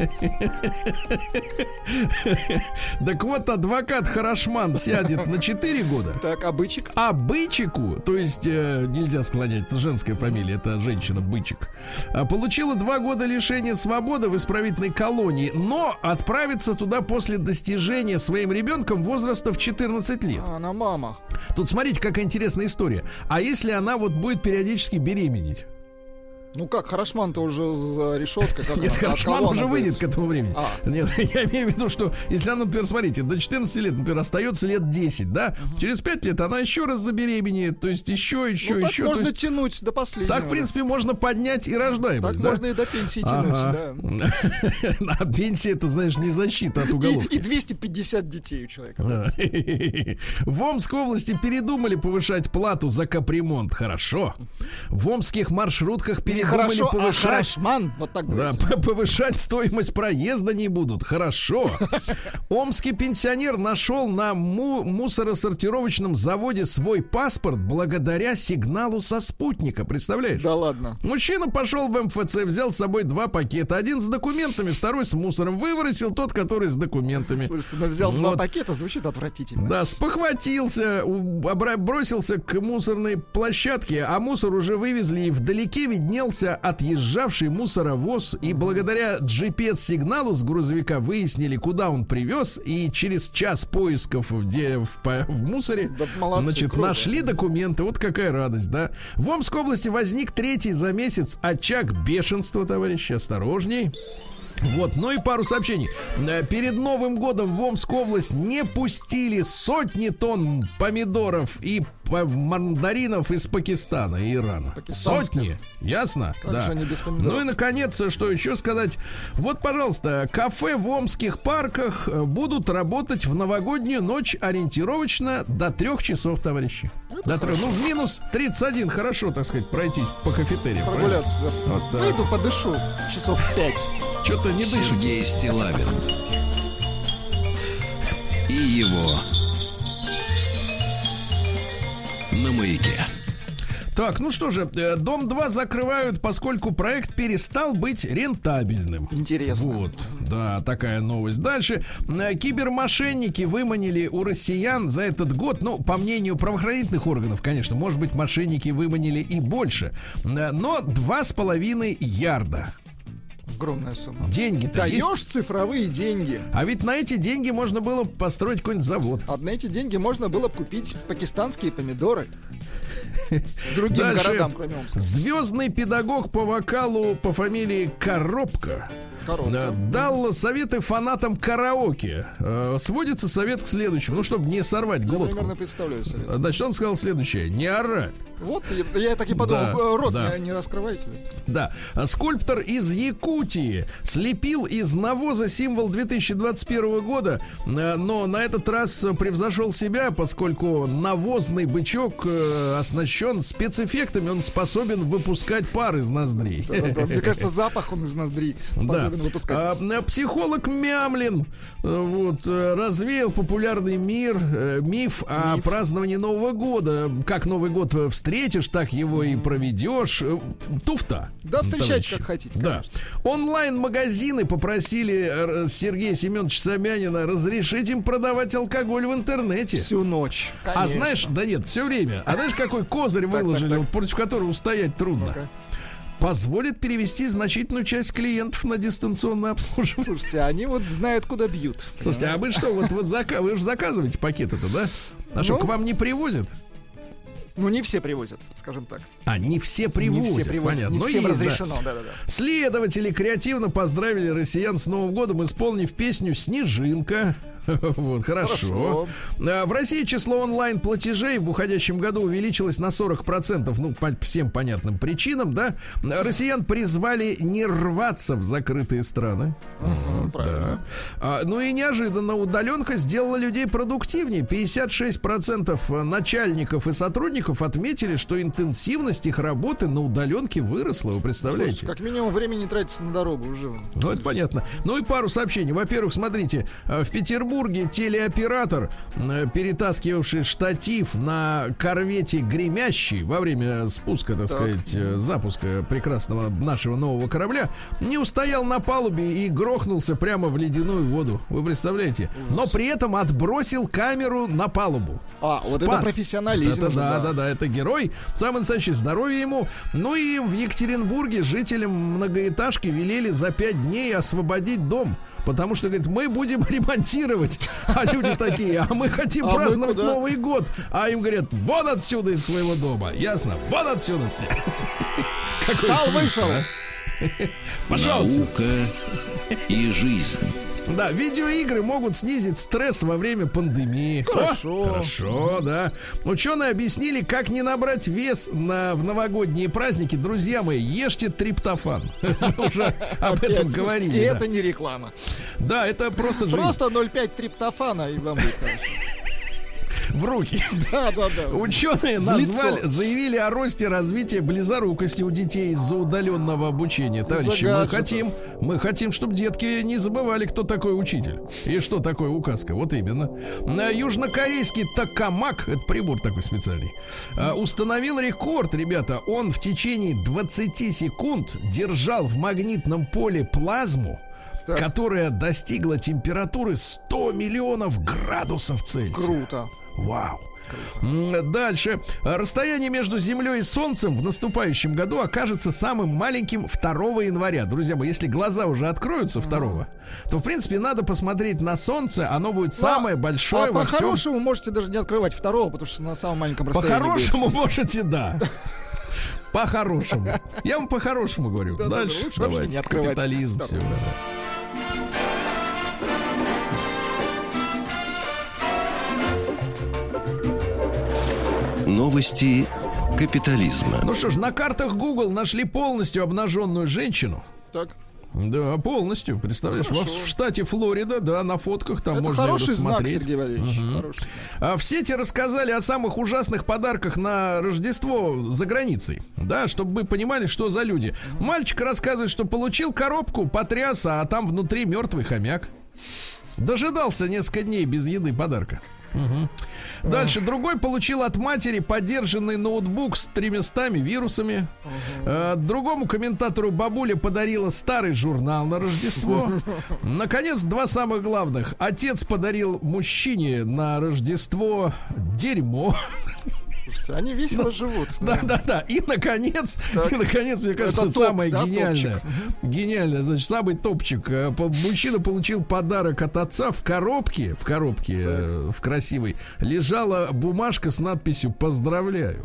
Так вот, адвокат Харашман сядет на четыре года. Так, а Бычик? А Бычику, то есть э, нельзя склонять, это женская фамилия, это женщина Бычик, э, получила два года лишения свободы в исправительной колонии, но отправится туда после достижения своим ребенком возраста в четырнадцать лет. А, она мама. Тут смотрите, какая интересная история. А если она вот будет периодически беременеть? Ну как, Харашман-то уже за решеткой. Как Нет, Харашман уже выйдет к этому времени. А. Нет, я имею в виду, что если она, например, смотрите, до четырнадцати лет, например, остается лет десять, да? Uh-huh. Через пять лет она еще раз забеременеет, то есть еще, еще, ну, еще. Так можно есть, тянуть до последнего. Так, в принципе, можно поднять и рождаемость. Так да? можно и до пенсии тянуть, ага. Да. А пенсия, это, знаешь, не защита от уголовки. И, и двести пятьдесят детей у человека. В Омской области передумали повышать плату за капремонт. Хорошо. В омских маршрутках передумали повышать. Харашман, вот так да, повышать стоимость проезда не будут. Хорошо. Омский пенсионер нашел на му- мусоросортировочном заводе свой паспорт благодаря сигналу со спутника. Представляешь? Да ладно. Мужчина пошел в эм эф цэ, взял с собой два пакета. Один с документами, второй с мусором. Выбросил тот, который с документами. Слушайте, но взял вот. два пакета, звучит отвратительно. Да, спохватился, обра- бросился к мусорной площадке, а мусор уже вывезли, и вдалеке виднелся отъезжавший мусоровоз, и благодаря джи пи эс-сигналу с грузовика выяснили, куда он привез, и через час поисков в, де, в, в мусоре, да, молодцы, значит, круто. Нашли документы. Вот какая радость, да? В Омской области возник третий за месяц очаг бешенства, товарищи, осторожней. Вот, ну и пару сообщений. Перед Новым годом в Омскую область не пустили сотни тонн помидоров и мандаринов из Пакистана и Ирана. Сотни, ясно? Как да. же они без помидоров? Ну и, наконец, что еще сказать? Вот, пожалуйста, кафе в омских парках будут работать в новогоднюю ночь ориентировочно до трех часов, товарищи. Это до трех. Ну, в минус тридцать один. Хорошо, так сказать, пройтись по кафетериям. Прогуляться, да. Вот, выйду, подышу часов пять. Что-то не дышит. Сергей Стиллавин и его на Маяке. Так, ну что же, Дом два закрывают, поскольку проект перестал быть рентабельным. Интересно. Вот, да, такая новость. Дальше. Кибермошенники выманили у россиян за этот год, ну, по мнению правоохранительных органов, конечно, может быть, мошенники выманили и больше, но два с половиной ярда. Огромная сумма. Деньги-то даешь есть? Цифровые деньги. А ведь на эти деньги можно было построить какой-нибудь завод. А на эти деньги можно было бы купить пакистанские помидоры другим Дальше. городам, кроме Омска. Звездный педагог по вокалу по фамилии Коробка, Коробка. дал советы фанатам караоке. Сводится совет к следующему, ну, чтобы не сорвать глотку. Я примерно представляю совет. Значит, он сказал следующее: не орать. Вот, я, я так и подумал, да, рот да. не, не раскрывайте. Да. Скульптор из Якутии слепил из навоза символ две тысячи двадцать первого года, но на этот раз превзошел себя, поскольку навозный бычок оснащен спецэффектами, он способен выпускать пар из ноздрей. Да, да, мне кажется, запах он из ноздрей способен да. выпускать. А, психолог Мямлин вот, развеял популярный мир, миф о миф. праздновании Нового года. Как Новый год встретишь, так его и проведешь. Туфта. Да, встречайте, товарищи. как хотите. Да. Онлайн-магазины попросили Сергея Семеновича Собянина разрешить им продавать алкоголь в интернете. Всю ночь. Конечно. А знаешь, да нет, все время. А знаешь, какой козырь выложили, против которого устоять трудно? Позволит перевести значительную часть клиентов на дистанционное обслуживание. Слушайте, они вот знают, куда бьют. Слушайте, а вы что, вот, вот зака- вы же заказываете пакет это, да? А ну, что, к вам не привозят? Ну, не все привозят, скажем так. А, не все привозят, не все привозят. понятно. Не Но всем есть, разрешено, да. да-да-да. Следователи креативно поздравили россиян с Новым годом, исполнив песню «Снежинка». Вот, хорошо. хорошо. В России число онлайн-платежей в уходящем году увеличилось на сорок процентов, ну, по всем понятным причинам, да. Россиян призвали не рваться в закрытые страны. Угу, да. а, ну и неожиданно удаленка сделала людей продуктивнее. пятьдесят шесть процентов начальников и сотрудников отметили, что интенсивность их работы на удаленке выросла. Вы представляете? Слушайте, как минимум времени тратится на дорогу уже. Ну, это понятно. Ну и пару сообщений. Во-первых, смотрите, в Петербурге Екатеринбурге телеоператор, э, перетаскивавший штатив на корвете «Гремящий» во время спуска, так, так. сказать, э, запуска прекрасного нашего нового корабля, не устоял на палубе и грохнулся прямо в ледяную воду. Вы представляете? Но при этом отбросил камеру на палубу. А, Спас. вот это профессионализм. Это, уже, да, да, да, да, это герой. Самое настоящее здоровье ему. Ну и в Екатеринбурге жителям многоэтажки велели за пять дней освободить дом. Потому что, говорит, мы будем ремонтировать. А люди такие, а мы хотим а праздновать мы Новый год. А им говорят, вон отсюда из своего дома. Ясно? Вон отсюда все. Встал, вышел. Пошел. Наука и жизнь. Да, видеоигры могут снизить стресс во время пандемии. Хорошо. О, хорошо, да. Ученые объяснили, как не набрать вес на, в новогодние праздники. Друзья мои, ешьте триптофан. Уже об этом говорили. И это не реклама. Да, это просто жизнь. Просто ноль целых пять триптофана, и вам будет хорошо. В руки. Да, да, да. Ученые назвали, заявили о росте развития близорукости у детей из-за удаленного обучения. Товарищи, мы хотим, мы хотим, чтобы детки не забывали, кто такой учитель и что такое указка. Вот именно. Южнокорейский токамак, это прибор такой специальный, установил рекорд, ребята. Он в течение двадцати секунд держал в магнитном поле плазму, так, которая достигла температуры сто миллионов градусов Цельсия. Круто. Вау. Круто. Дальше. Расстояние между Землей и Солнцем в наступающем году окажется самым маленьким второго января. Друзья мои, если глаза уже откроются второго, то, в принципе, надо посмотреть на Солнце. Оно будет самое большое а во всем. По-хорошему можете даже не открывать второго, потому что на самом маленьком расстоянии. По-хорошему можете, да. По-хорошему. Я вам по-хорошему говорю. Да, дальше. Да, давайте. Не открывать. Капитализм. Все, да. Новости капитализма. Ну что ж, на картах Google нашли полностью обнаженную женщину. Так. Да, полностью, представляешь, во, в штате Флорида, да, на фотках там это можно хороший рассмотреть. знак, Сергей Валерьевич, угу. Хороший. А в сети рассказали о самых ужасных подарках на Рождество за границей, да, чтобы вы понимали, что за люди. Угу. Мальчик рассказывает, что получил коробку, потряс, а там внутри мертвый хомяк. Дожидался несколько дней без еды подарка. Угу. Дальше uh. другой получил от матери подержанный ноутбук с тремястами вирусами. Uh-huh. а, Другому комментатору бабуля подарила старый журнал на Рождество. Наконец, два самых главных. Отец подарил мужчине на Рождество дерьмо. Слушайте, они весело Но, живут. Да, да, да. И наконец, и наконец, мне кажется, топ, самое да, гениальное. Топчик. Гениальное, значит, самый топчик. Мужчина получил подарок от отца в коробке, в коробке, так, в красивой, лежала бумажка с надписью «Поздравляю».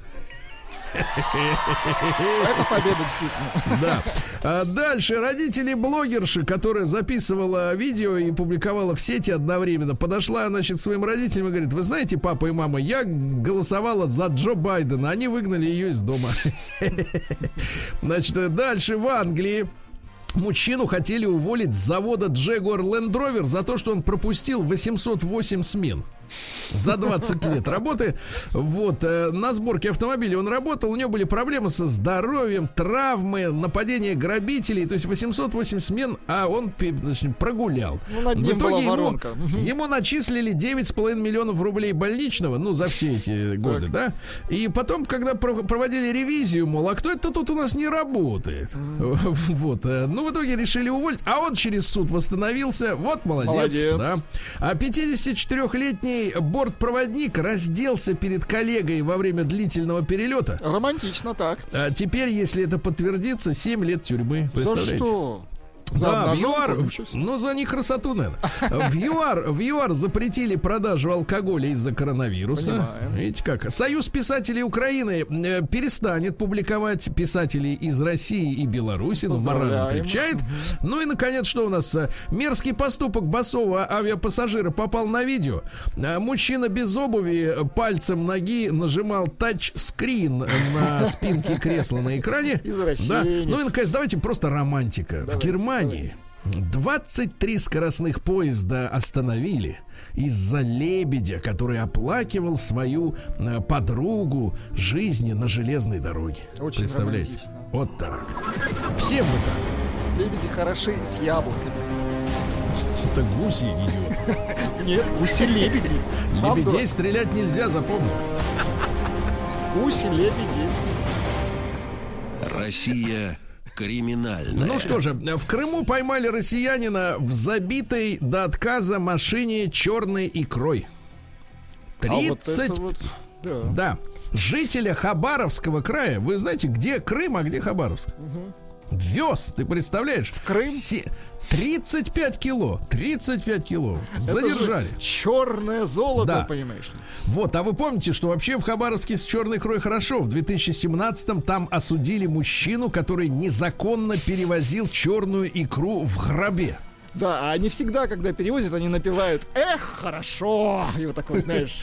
Это победа, действительно. Да. А дальше родители блогерши, которая записывала видео и публиковала в сети одновременно, подошла, значит, к своим родителям и говорит: вы знаете, папа и мама, я голосовала за Джо Байдена, они выгнали ее из дома. Значит, дальше в Англии мужчину хотели уволить с завода Jaguar Land Rover за то, что он пропустил восемьсот восемь смен. За двадцать лет работы. Вот, э, на сборке автомобиля он работал. У него были проблемы со здоровьем, травмы, нападения грабителей. То есть восемьсот восемь смен, а он, значит, прогулял. Ну, в итоге ему, ему начислили девять с половиной миллионов рублей больничного. Ну, за все эти годы, так, да. И потом, когда проводили ревизию, мол, а кто это тут у нас не работает? Mm. Вот, э, ну, в итоге решили уволить. А он через суд восстановился. Вот, молодец, молодец. Да. А пятидесятичетырёхлетний бортпроводник разделся перед коллегой во время длительного перелета. Романтично, так. А теперь, если это подтвердится, семь лет тюрьмы. Представляете? За что? За да, в ЮАР, ну, за них красоту, наверное. В ЮАР, в ЮАР запретили продажу алкоголя из-за коронавируса. Понимаем. Видите как? Союз писателей Украины перестанет публиковать писателей из России и Беларуси. Ну, маразм крепчает. Угу. Ну и, наконец, что у нас? Мерзкий поступок басового авиапассажира попал на видео. Мужчина без обуви пальцем ноги нажимал тач-скрин на спинке кресла на экране. Да. Ну и, наконец, давайте просто романтика. Давайте. В Германии двадцать три скоростных поезда остановили из-за лебедя, который оплакивал свою э, подругу жизни на железной дороге. Очень представляете? Романтично. Вот так. Всем бы так. Лебеди хороши с яблоками. Это гуси, идиот. Нет, гуси-лебеди. Лебедей стрелять нельзя, запомни. Гуси-лебеди. Россия криминальная. Ну что же, в Крыму поймали россиянина в забитой до отказа машине черной икрой. тридцать... А вот вот, да. Да. Жителя Хабаровского края, вы знаете, где Крым, а где Хабаровск? Угу. Вез, ты представляешь? В Крым? Се- тридцать пять кило. тридцать пять кило. Задержали. Черное золото, да. Понимаешь? Вот, а вы помните, что вообще в Хабаровске с черной икрой хорошо. В две тысячи семнадцатом там осудили мужчину, который незаконно перевозил черную икру в гробе. Да, а они всегда, когда перевозят, они напевают «Эх, хорошо!» И вот такой, знаешь,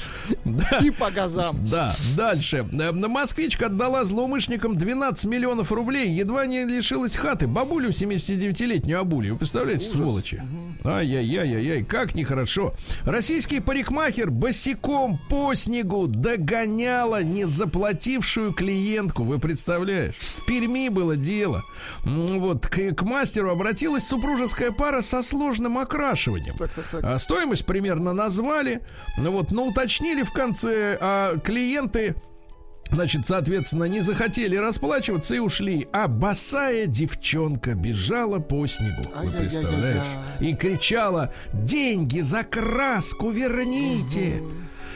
и по газам. Да, дальше. Москвичка отдала злоумышленникам двенадцать миллионов рублей, едва не лишилась хаты. Бабулю семидесятидевятилетнюю Абулию. Вы представляете, ужас. Сволочи? Угу. Ай-яй-яй-яй, как нехорошо. Российский парикмахер босиком по снегу догоняла незаплатившую клиентку. Вы представляешь? В Перми было дело. Вот, к, к мастеру обратилась супружеская пара со сложным окрашиванием. Так, так, так. А, стоимость примерно назвали, ну вот, но уточнили в конце, а клиенты, значит, соответственно, не захотели расплачиваться и ушли. А босая девчонка бежала по снегу, вы представляешь? И кричала: деньги за краску верните! Угу.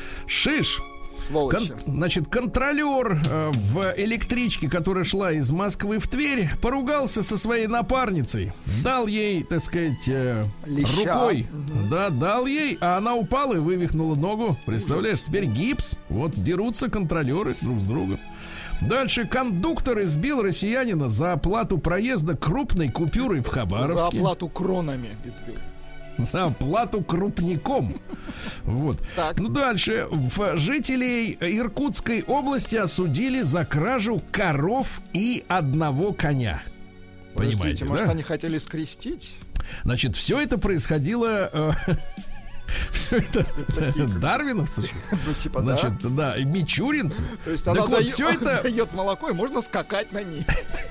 Шиш! Кон, значит, контролер э, в электричке, которая шла из Москвы в Тверь, поругался со своей напарницей. Дал ей, так сказать, э, рукой. Угу. Да, дал ей, а она упала и вывихнула ногу. Представляешь, теперь гипс. Вот дерутся контролеры друг с другом. Дальше кондуктор избил россиянина за оплату проезда крупной купюрой в Хабаровске. За оплату кронами избил. За оплату крупником. Вот. Так. Ну, дальше. В жителей Иркутской области осудили за кражу коров и одного коня. Подождите, понимаете, может, да? они хотели скрестить? Значит, все это происходило... Э, все это дарвиновцы, ну, типа, значит, да, да, мичуринцы. То есть она дает, все это... дает молоко, и можно скакать на ней.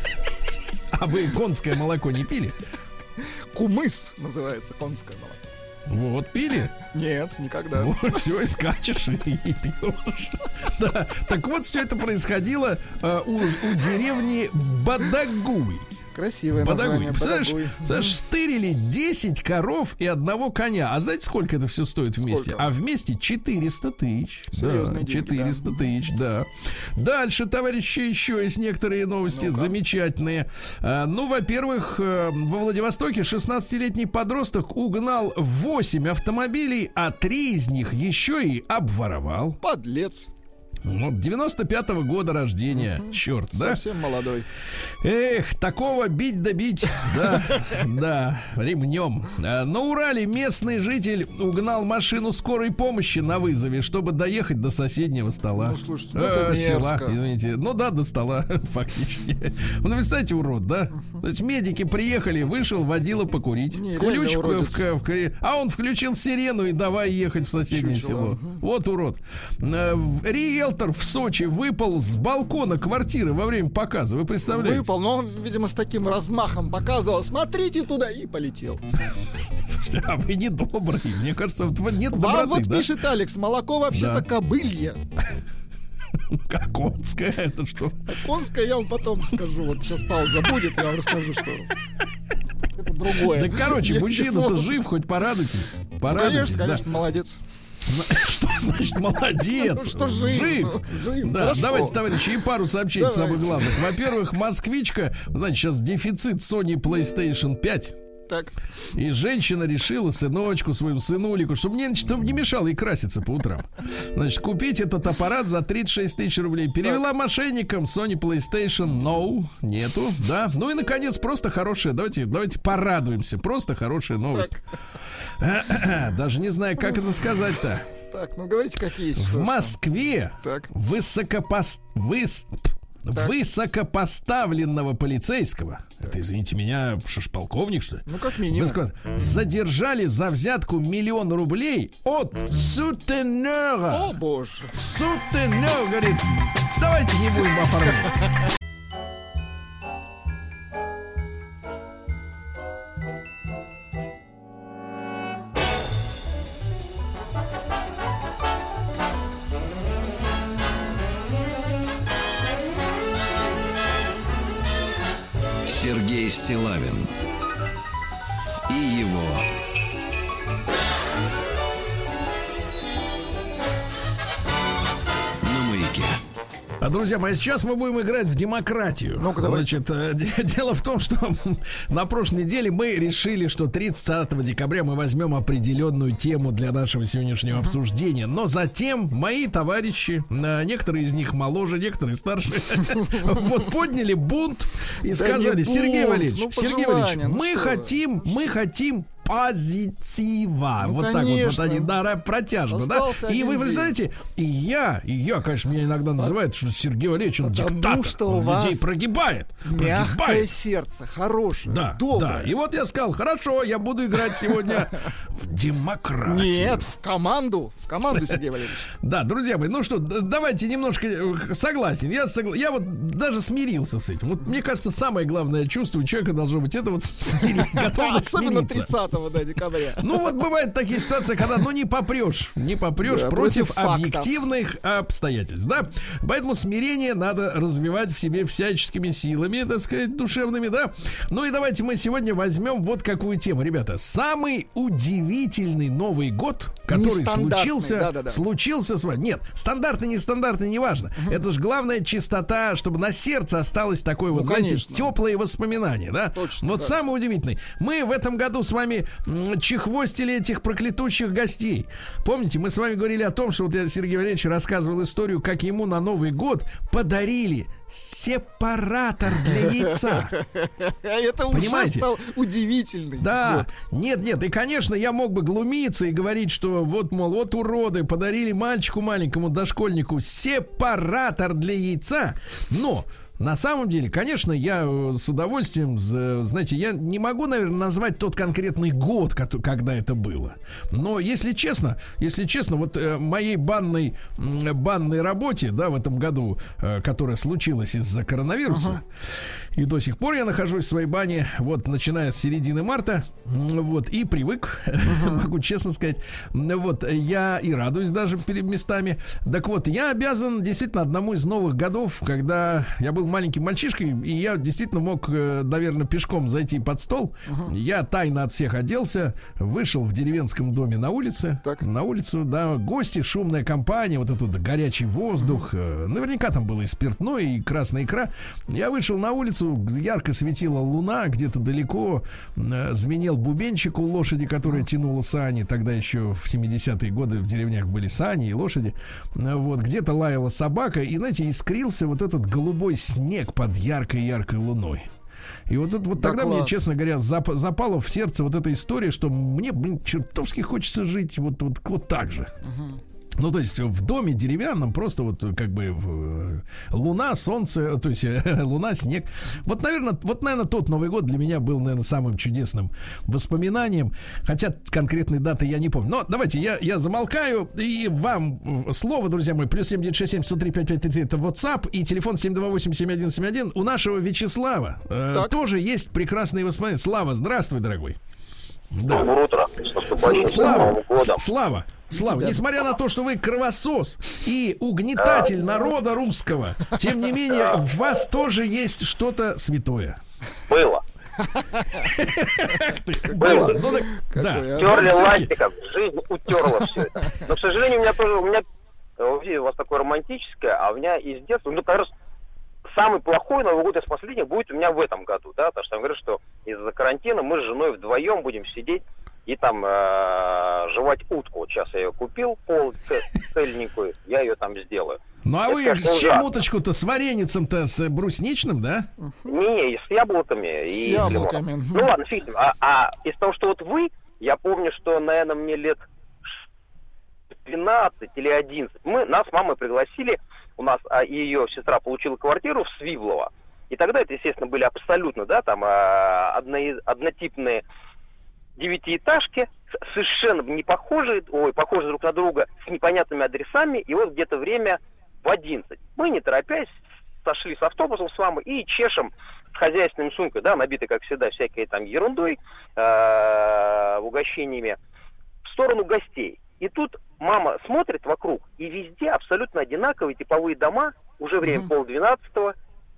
А вы конское молоко не пили? Кумыс называется, конское молоко. Вот, пили? Нет, никогда. Ну, все, и скачешь, и, и пьешь. Да. Так вот, все это происходило э, у, у деревни Бадагуй. Красивое Бадагуй. название. Представляешь, Бадагуй. представляешь, стырили десять коров и одного коня. А знаете, сколько это все стоит вместе? Сколько? А вместе четыреста тысяч. Серьезные Да, деньги, четыреста да. тысяч, да. Дальше, товарищи, еще есть некоторые новости Ну-ка. замечательные. А, ну, во-первых, э, во Владивостоке шестнадцатилетний подросток угнал восемь автомобилей, а три из них еще и обворовал. Подлец. Вот, девяносто пятого года рождения. Угу. Черт, да? Совсем молодой. Эх, такого бить да бить, да, да, ремнем. На Урале местный житель угнал машину скорой помощи на вызове, чтобы доехать до соседнего стола. Ну, слушайте, ну это мерзко. Села, извините. Ну да, до стола, фактически. Ну, представьте, урод, да? То есть медики приехали, вышел, водила покурить. Не, Ключку в, в, в, а он включил сирену и давай ехать в соседнее Чучело. село. Угу. Вот урод. Риэлтор в Сочи выпал с балкона квартиры во время показа. Вы представляете? Выпал, но он, видимо, с таким размахом показывал. Смотрите туда, и полетел. Слушайте, а вы не добрый. Мне кажется, вот нет Вам доброты, вот да? пишет Алекс, молоко вообще-то Да. кобылье. Как конское, это что? А конское я вам потом скажу. Вот сейчас пауза будет, я вам расскажу, что это другое. Да, короче, Я- мужчина-то жив, хоть порадуйтесь. Ну, Порадуйтесь, конечно, да. конечно, молодец. Что значит молодец? Ну, что жив? Жив. Жив, Да, хорошо. давайте, товарищи, и пару сообщений Давайте. самых главных. Во-первых, москвичка, знаете, сейчас дефицит Sony PlayStation пять. Так. И женщина решила сыночку, своему сынулику, чтобы не, чтобы не мешало ей краситься по утрам. Значит, купить этот аппарат за тридцать шесть тысяч рублей. Перевела мошенникам Sony PlayStation No. Нету, да. Ну и, наконец, просто хорошая. Давайте, давайте порадуемся. Просто хорошая новость. Даже не знаю, как это сказать-то. Так, ну говорите, какие есть. В Москве Так. высокопост... выс... высокопоставленного полицейского, это, извините меня, что ж, полковник, что ли? Ну, как минимум. Высоко... задержали за взятку миллион рублей от сутенера. О, боже. Сутенер говорит, давайте не будем оформлять. Сергей Стиллавин и его на Маяке. А, друзья мои, сейчас мы будем играть в демократию. Ну-ка, давайте. Значит, дело в том, что на прошлой неделе мы решили, что тридцатого декабря мы возьмем определенную тему для нашего сегодняшнего uh-huh. обсуждения. Но затем мои товарищи, некоторые из них моложе, некоторые старше, вот подняли бунт и сказали: Сергей Валерьевич, Сергей Валерьевич, мы хотим, мы хотим позитива. Ну, вот конечно. так вот, вот они, да, протяжно, Остался да? И вы день. представляете, и я, и я, конечно, меня иногда называют, что Сергей Валерьевич, он Потому диктатор, что он у вас людей прогибает. Мягкое прогибает. сердце, хорошее, Да, доброе. да. И вот я сказал: хорошо, я буду играть сегодня в демократию. Нет, в команду, в команду, Сергей Валерьевич. Да, друзья мои, ну что, д- давайте немножко согласен. Я, согла... я вот даже смирился с этим. Вот мне кажется, самое главное чувство у человека должно быть это вот смирение, готовность Особенно смириться. тридцатого да, декабря. Ну вот бывают такие ситуации, когда ну не попрешь, не попрешь Да, против, против объективных обстоятельств, да. Поэтому смирение надо развивать в себе всяческими силами, так сказать, душевными, да. Ну и давайте мы сегодня возьмем вот какую тему, ребята. Самый удивительный Новый год, который Нестандартный, случился, да-да-да. случился с вами. Нет, стандартный, нестандартный, неважно. Uh-huh. Это же главная чистота, чтобы на сердце осталось такое Ну, вот, знаете, конечно. теплые воспоминания, да. Точно, вот да. самый удивительный. Мы в этом году с вами м, чехвостили этих проклятущих гостей. Помните, мы с вами говорили о том, что вот я, Сергей Валерьевич, рассказывал историю, как ему на Новый год подарили сепаратор для яйца. Это уже Понимаете? стал удивительный. Да, Вот. нет, нет, и, конечно, я мог бы глумиться и говорить, что вот, мол, вот уроды, подарили мальчику маленькому, дошкольнику сепаратор для яйца, но... На самом деле, конечно, я с удовольствием, знаете, я не могу, наверное, назвать тот конкретный год, когда это было. Но, если честно, если честно, вот моей банной, банной работе, да, в этом году, которая случилась из-за коронавируса, uh-huh. и до сих пор я нахожусь в своей бане, вот, начиная с середины марта, вот, и привык, uh-huh. могу честно сказать, вот, я и радуюсь даже перед местами. Так вот, я обязан действительно одному из новых годов, когда я был маленьким мальчишкой, и я действительно мог, наверное, пешком зайти под стол. Uh-huh. Я тайно от всех оделся, вышел в деревенском доме на улице, так. на улицу, да, гости, шумная компания, вот этот горячий воздух, uh-huh. наверняка там было и спиртное, и красная икра. Я вышел на улицу, ярко светила луна, где-то далеко э, звенел бубенчик у лошади, которая uh-huh. тянула сани. Тогда еще в семидесятые годы в деревнях были сани и лошади. Вот, где-то лаяла собака, и, знаете, искрился вот этот голубой снег под яркой-яркой луной. И вот, вот да, тогда класс. Мне, честно говоря, зап- запала в сердце вот эта история, что мне, блин, чертовски хочется жить вот, вот, вот так же. Uh-huh. Ну, то есть в доме деревянном просто вот как бы в, луна, солнце, то есть луна, снег. Вот, наверное, вот, наверное, тот Новый год для меня был, наверное, самым чудесным воспоминанием. Хотя конкретной даты я не помню. Но давайте я, я замолкаю. И вам слово, друзья мои. Плюс семь девять шесть семь сто три пять пять три это WhatsApp. И телефон семь два восемь семь один семь один. У нашего Вячеслава э, тоже есть прекрасные воспоминания. Слава, здравствуй, дорогой. Да. Доброе утро. Слава, Слава, Слава, несмотря на то, что вы кровосос и угнетатель да. народа русского, тем не менее, да. в вас тоже есть что-то святое. Было. Было. Терли ластиком, жизнь утерла все это. Но, к сожалению, у меня тоже, у меня, у вас такое романтическое, а у меня из детства, ну, кажется, самый плохой Новый год из последних будет у меня в этом году, да, потому что я говорю, что из-за карантина мы с женой вдвоем будем сидеть и там э, жевать утку. Вот сейчас я ее купил, пол цельненькую, я ее там сделаю. Ну а это, вы конечно, с чем ужасно. Уточку-то? С вареницем-то, с брусничным, да? Не, с яблоками. С и яблоками. Лимоном. Ну ладно, фиг. А, а из того, что вот вы, я помню, что, наверное, мне лет двенадцать или одиннадцать, мы, нас с мамой пригласили, у нас а, ее сестра получила квартиру в Свивлово. И тогда это, естественно, были абсолютно, да, там а, одно, однотипные девятиэтажки, совершенно не похожие, ой, похожие друг на друга, с непонятными адресами, и вот где-то время в одиннадцать. Мы, не торопясь, сошли с автобусом с мамой и чешем с хозяйственной сумкой, да, набитой, как всегда, всякой там ерундой, э, угощениями, в сторону гостей. И тут мама смотрит вокруг, и везде абсолютно одинаковые типовые дома, уже время mm-hmm. полдвенадцатого,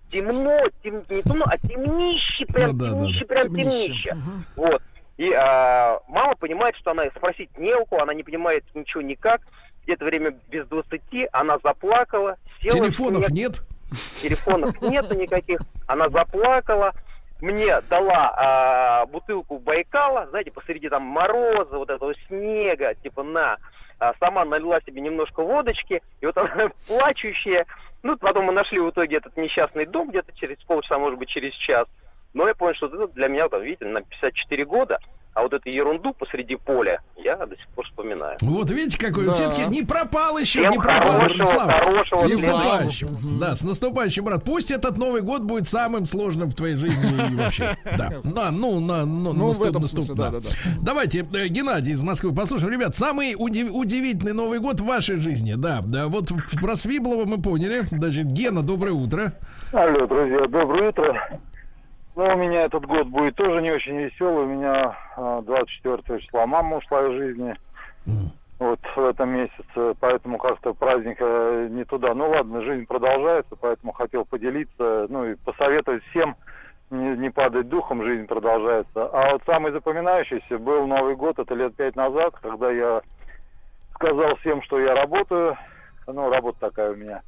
темно, тем, не темно, а темнище, прям ну, да, темнище, да, прям темнище. темнище. Угу. Вот. И а, мама понимает, что она спросить не у кого, она не понимает ничего никак. Где-то время без двадцати она заплакала. Села, Телефонов нет? Телефонов нету никаких. Она заплакала. Мне дала а, бутылку Байкала, знаете, посреди там мороза, вот этого снега, типа на. А, сама налила себе немножко водочки, и вот она плачущая. Ну, потом мы нашли в итоге этот несчастный дом где-то через полчаса, может быть, через час. Но я понял, что это для меня, там, видите, на пятьдесят четыре года, а вот эту ерунду посреди поля я до сих пор вспоминаю. Вот видите, какой да. все-таки не пропал еще, Всем не пропал, хорошего, Слава. хорошего С дня. наступающим. Угу. Да, с наступающим, брат. Пусть этот Новый год будет самым сложным в твоей жизни и вообще. Да, да, ну, на, ну, Ну, наступ, в этом наступ, смысле, да. да, да, да. Давайте, э, Геннадий из Москвы послушаем. Ребят, самый удив, удивительный Новый год в вашей жизни. Да, да, вот про Свиблова мы поняли. Значит, Гена, доброе утро. Алло, друзья, доброе утро. Ну, у меня этот год будет тоже не очень веселый. У меня двадцать четвёртого числа мама ушла из жизни. Mm. Вот в этом месяце. Поэтому как-то праздника не туда. Ну ладно, жизнь продолжается, поэтому хотел поделиться. Ну и посоветовать всем не, не падать духом, жизнь продолжается. А вот самый запоминающийся был Новый год, это лет пять назад, когда я сказал всем, что я работаю. Ну, работа такая у меня.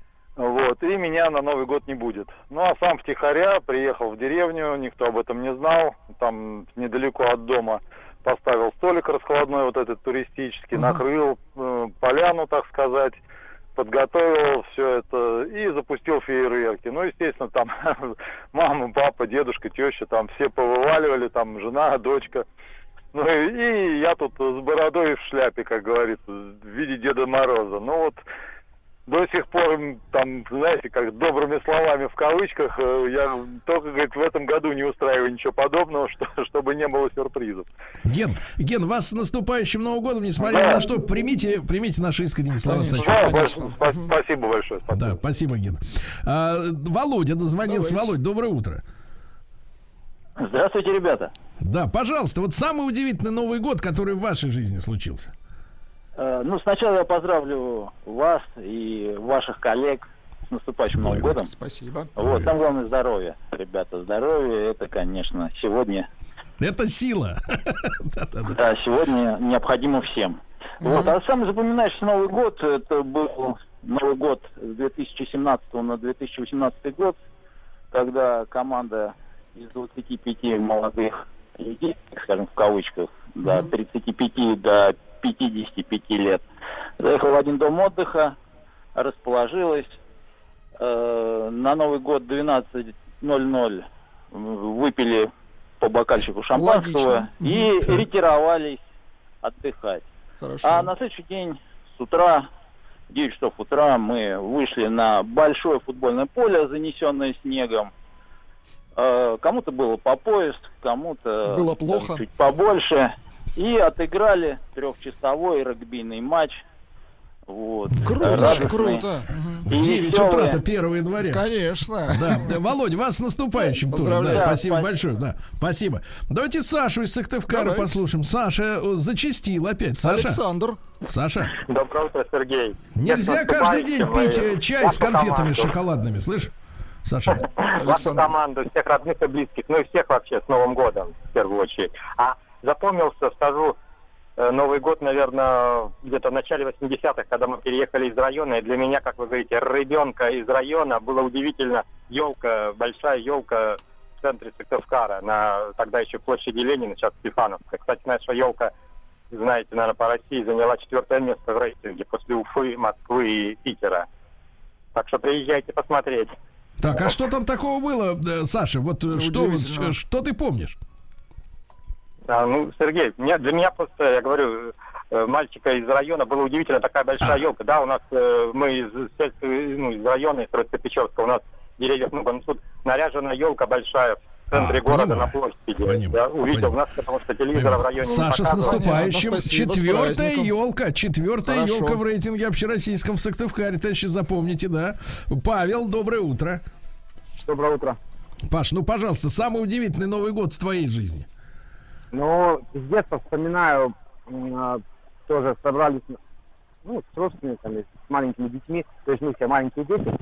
Вот, и меня на Новый год не будет. Ну, а сам втихаря приехал в деревню, никто об этом не знал. Там недалеко от дома поставил столик раскладной, вот этот туристический, uh-huh. накрыл э, поляну, так сказать, подготовил все это и запустил фейерверки. Ну, естественно, там мама, папа, дедушка, теща, там все повываливали, там жена, дочка. Ну, и, и я тут с бородой в шляпе, как говорится, в виде Деда Мороза. Ну, вот... До сих пор, там, знаете, как добрыми словами в кавычках, я только, говорит, в этом году не устраиваю ничего подобного, что, чтобы не было сюрпризов. Ген, Ген, вас с наступающим Новым годом, несмотря да. на что, примите, примите наши искренние слова сочувствия. Да, спасибо, спасибо большое. Спасибо. Да, спасибо, Ген. А, Володя дозвонился. Давайте. Володь, доброе утро. Здравствуйте, ребята. Да, пожалуйста, вот самый удивительный Новый год, который в вашей жизни случился. Ну, сначала я поздравлю вас и ваших коллег с наступающим Новым годом. Спасибо. Вот, там главное здоровье, ребята. Здоровье, это, конечно, сегодня... Это сила. Да, сегодня необходимо всем. Вот, а самый запоминающийся Новый год, это был Новый год с две тысячи семнадцатого на две тысячи восемнадцатый год, когда команда из двадцати пяти молодых людей, скажем, в кавычках, до тридцати пяти, до пятидесяти пяти лет. Заехала в один дом отдыха, расположилась. Э, на Новый год двенадцать ноль ноль выпили по бокальчику шампанского. Логично. И mm-hmm. ретировались отдыхать. Хорошо. А на следующий день с утра, в девять часов утра, мы вышли на большое футбольное поле, занесенное снегом. Э, кому-то было по пояс, кому-то было плохо. Чуть побольше. И отыграли трехчасовой регбийный матч. Вот. Круто, радостный. Круто. В девять утра-то первого января. Конечно. Да, да, Володь, вас с наступающим тоже. Да, спасибо, спасибо большое. Да, спасибо. Давайте Сашу из Сыктывкара Давайте. послушаем. Саша зачастил опять. Саша. Александр. Саша. Доброе утро, Сергей. Нельзя каждый день пить и... чай с конфетами шоколадными, слышь? Саша. Вашу команду, всех родных и близких, ну и всех вообще с Новым годом, в первую очередь. А запомнился, скажу, Новый год, наверное, где-то в начале восьмидесятых, когда мы переехали из района, и для меня, как вы говорите, ребенка из района, было удивительно, елка, большая елка в центре Сыктывкара, на тогда еще площади Ленина, сейчас Стефановская. Кстати, наша елка, знаете, наверное, по России заняла четвертое место в рейтинге после Уфы, Москвы и Питера. Так что приезжайте посмотреть. Так, а что там такого было, Саша? Вот что, что ты помнишь? А, ну, Сергей, мне, для меня просто, я говорю, мальчика из района была удивительно такая большая а. елка. Да, у нас э, мы из, ну, из района, из Троицко-Печерска, у нас деревьев много, но тут наряжена елка большая в центре а, города понимаю. на площади. Я увидел, у нас, потому что телевизора в районе Саша, не с наступающим. Понятно, спасибо, Четвертая елка. Четвертая Хорошо. елка в рейтинге общероссийском в Сыктывкаре. Товарищи, запомните, да. Павел, доброе утро. Доброе утро. Паш, ну, пожалуйста, самый удивительный Новый год в твоей жизни. Ну, с детства вспоминаю, э, тоже собрались, ну, с родственниками, с маленькими детьми, то есть мы все маленькие дети,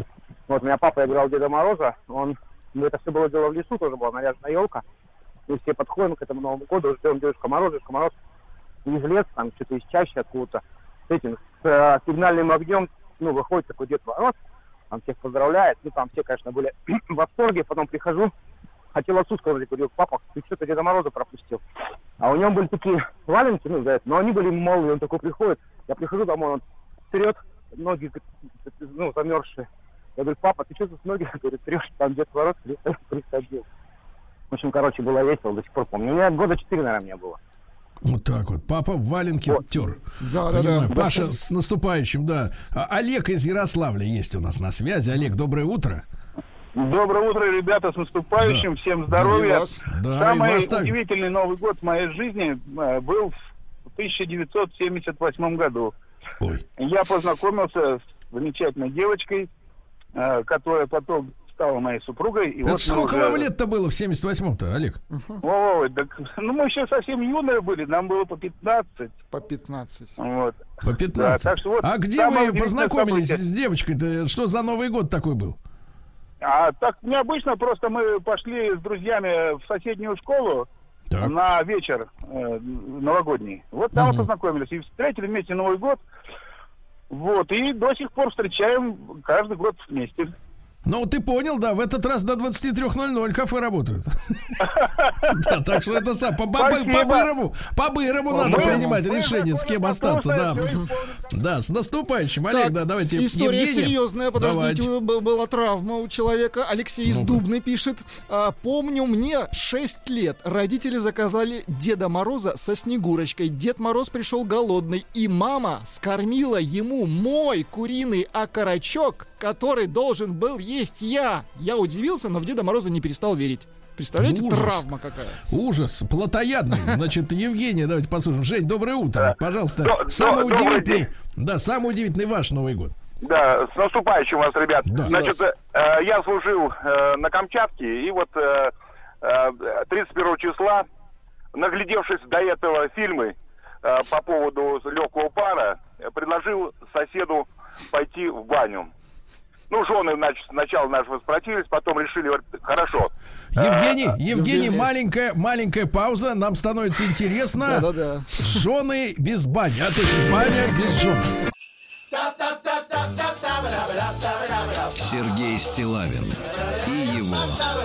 Вот, у меня папа играл Деда Мороза, он, ну, это все было дело в лесу, тоже была наряжена елка. Мы все подходим к этому Новому году, ждем Дедушка Мороз, Дедушка Мороз из леса, там что-то из чаще откуда-то, с этим, с э, сигнальным огнем, ну, выходит такой Дед Мороз, там всех поздравляет, ну, там все, конечно, были в восторге, потом прихожу, хотел отцу сказать, говорю, папа, ты что-то Деда Мороза пропустил. А у него были такие валенки, ну, да, но они были малые, он такой приходит, я прихожу домой, он трет, ноги, ну, замерзшие. Я говорю, папа, ты что тут ноги, говорит, трешь, там Дед Мороз приходил. В общем, короче, было весело, до сих пор помню. У меня года четыре, наверное, мне было. Вот так вот. Папа в валенке вот. Тер. Да, да, да. Паша, с наступающим, да. А Олег из Ярославля есть у нас на связи. Олег, доброе утро. Доброе утро, ребята, с наступающим. Да. Всем здоровья. Да, Самый удивительный Новый год в моей жизни был в тысяча девятьсот семьдесят восьмом году. Ой. Я познакомился с замечательной девочкой, которая потом стала моей супругой. И Это вот сколько уже... вам лет-то было в семьдесят восьмом-то, Олег? Ой, так, ну мы еще совсем юные были, нам было по пятнадцать. По пятнадцать. Вот. По пятнадцать. Да, так что вот а где вы познакомились событие. С девочкой-то? Что за Новый год такой был? А так необычно, просто мы пошли с друзьями в соседнюю школу так. на вечер э, новогодний. Вот там угу. мы познакомились и встретили вместе Новый год. Вот, и до сих пор встречаем каждый год вместе. Ну, ты понял, да, в этот раз до двадцати трёх ноль-ноль кафе работают. Да, так что это сам, по-бырому, по-бырому надо принимать решение, с кем остаться, да. Да, с наступающим, Олег, да, давайте. История серьезная, подождите, была травма у человека. Алексей из Дубны пишет. Помню, мне шесть лет. Родители заказали Деда Мороза со Снегурочкой. Дед Мороз пришел голодный, и мама скормила ему мой куриный окорочок, который должен был есть я. Я удивился, но в Деда Мороза не перестал верить. Представляете, ужас. Травма какая. Ужас, плотоядный. Значит, Евгения, давайте послушаем. Жень, доброе утро. Да. Пожалуйста, до, самый до, удивительный, да, самый удивительный ваш Новый год. Да, с наступающим вас, ребят. Да. Значит, э, я служил э, на Камчатке, и вот э, э, тридцать первого числа, наглядевшись до этого фильмы э, по поводу легкого пара, предложил соседу пойти в баню. Ну, жены, значит, сначала наши воспротивились, потом решили, хорошо. Евгений, а, Евгений, маленькая, маленькая пауза, нам становится интересно. Да-да-да. Жены без бани, а то есть баня без жен. Сергей Стиллавин и его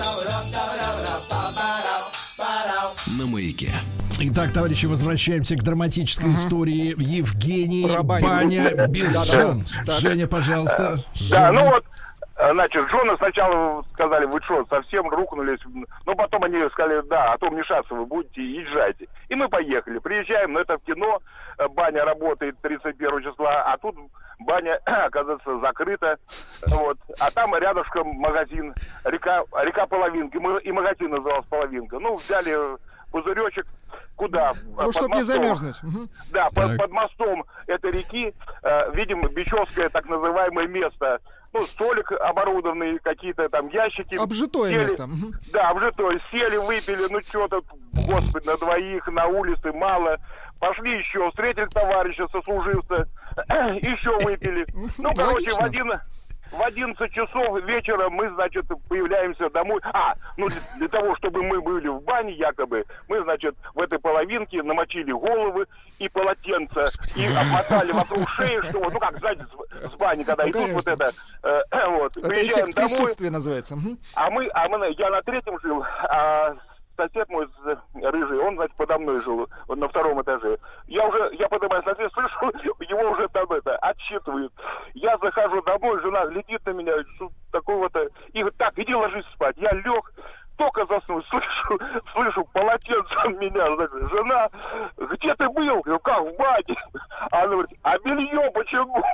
на Маяке. Итак, товарищи, возвращаемся к драматической uh-huh. истории Евгений Баня без жен. Женя, пожалуйста. Да, Женя. Ну вот, значит, жены сначала сказали, вы что, совсем рухнулись. Но потом они сказали, да, а то мешаться вы будете, езжайте. И мы поехали. Приезжаем, но это в кино. Баня работает тридцать первого числа, а тут баня, оказывается, закрыта. Вот. А там рядышком магазин, река, река Половинка. И магазин назывался Половинка. Ну, взяли пузыречек. Куда? Ну, чтобы не замерзнуть. Да, под, под мостом этой реки э, видим Бичевское так называемое место. Ну, столик оборудованный, какие-то там ящики. Обжитое сели, место. Да, обжитое. Сели, выпили, ну что-то, господи, на двоих, на улице мало. Пошли еще, встретили товарища, сослуживца, еще выпили. Ну, короче, в один... В одиннадцать часов вечера мы, значит, появляемся домой. А, ну для, для того, чтобы мы были в бане, якобы, мы, значит, в этой половинке намочили головы и полотенца, и обмотали вокруг шеи, что, ну как, знаете, с, с бани, когда ну, идут конечно. Вот это, э, вот, это приезжаем домой. Присутствие называется. А мы, а мы, я на третьем жил, а сосед мой рыжий, он, значит, подо мной жил, он на втором этаже. Я уже, я поднимаюсь на свет, слышу, его уже там это, отсчитывают. Я захожу домой, жена глядит на меня, что такого-то, и говорит, так, иди ложись спать. Я лег, только заснул, слышу, слышу, полотенцем меня, значит, жена, где ты был? Я говорю, как, в бане? Она говорит, а белье почему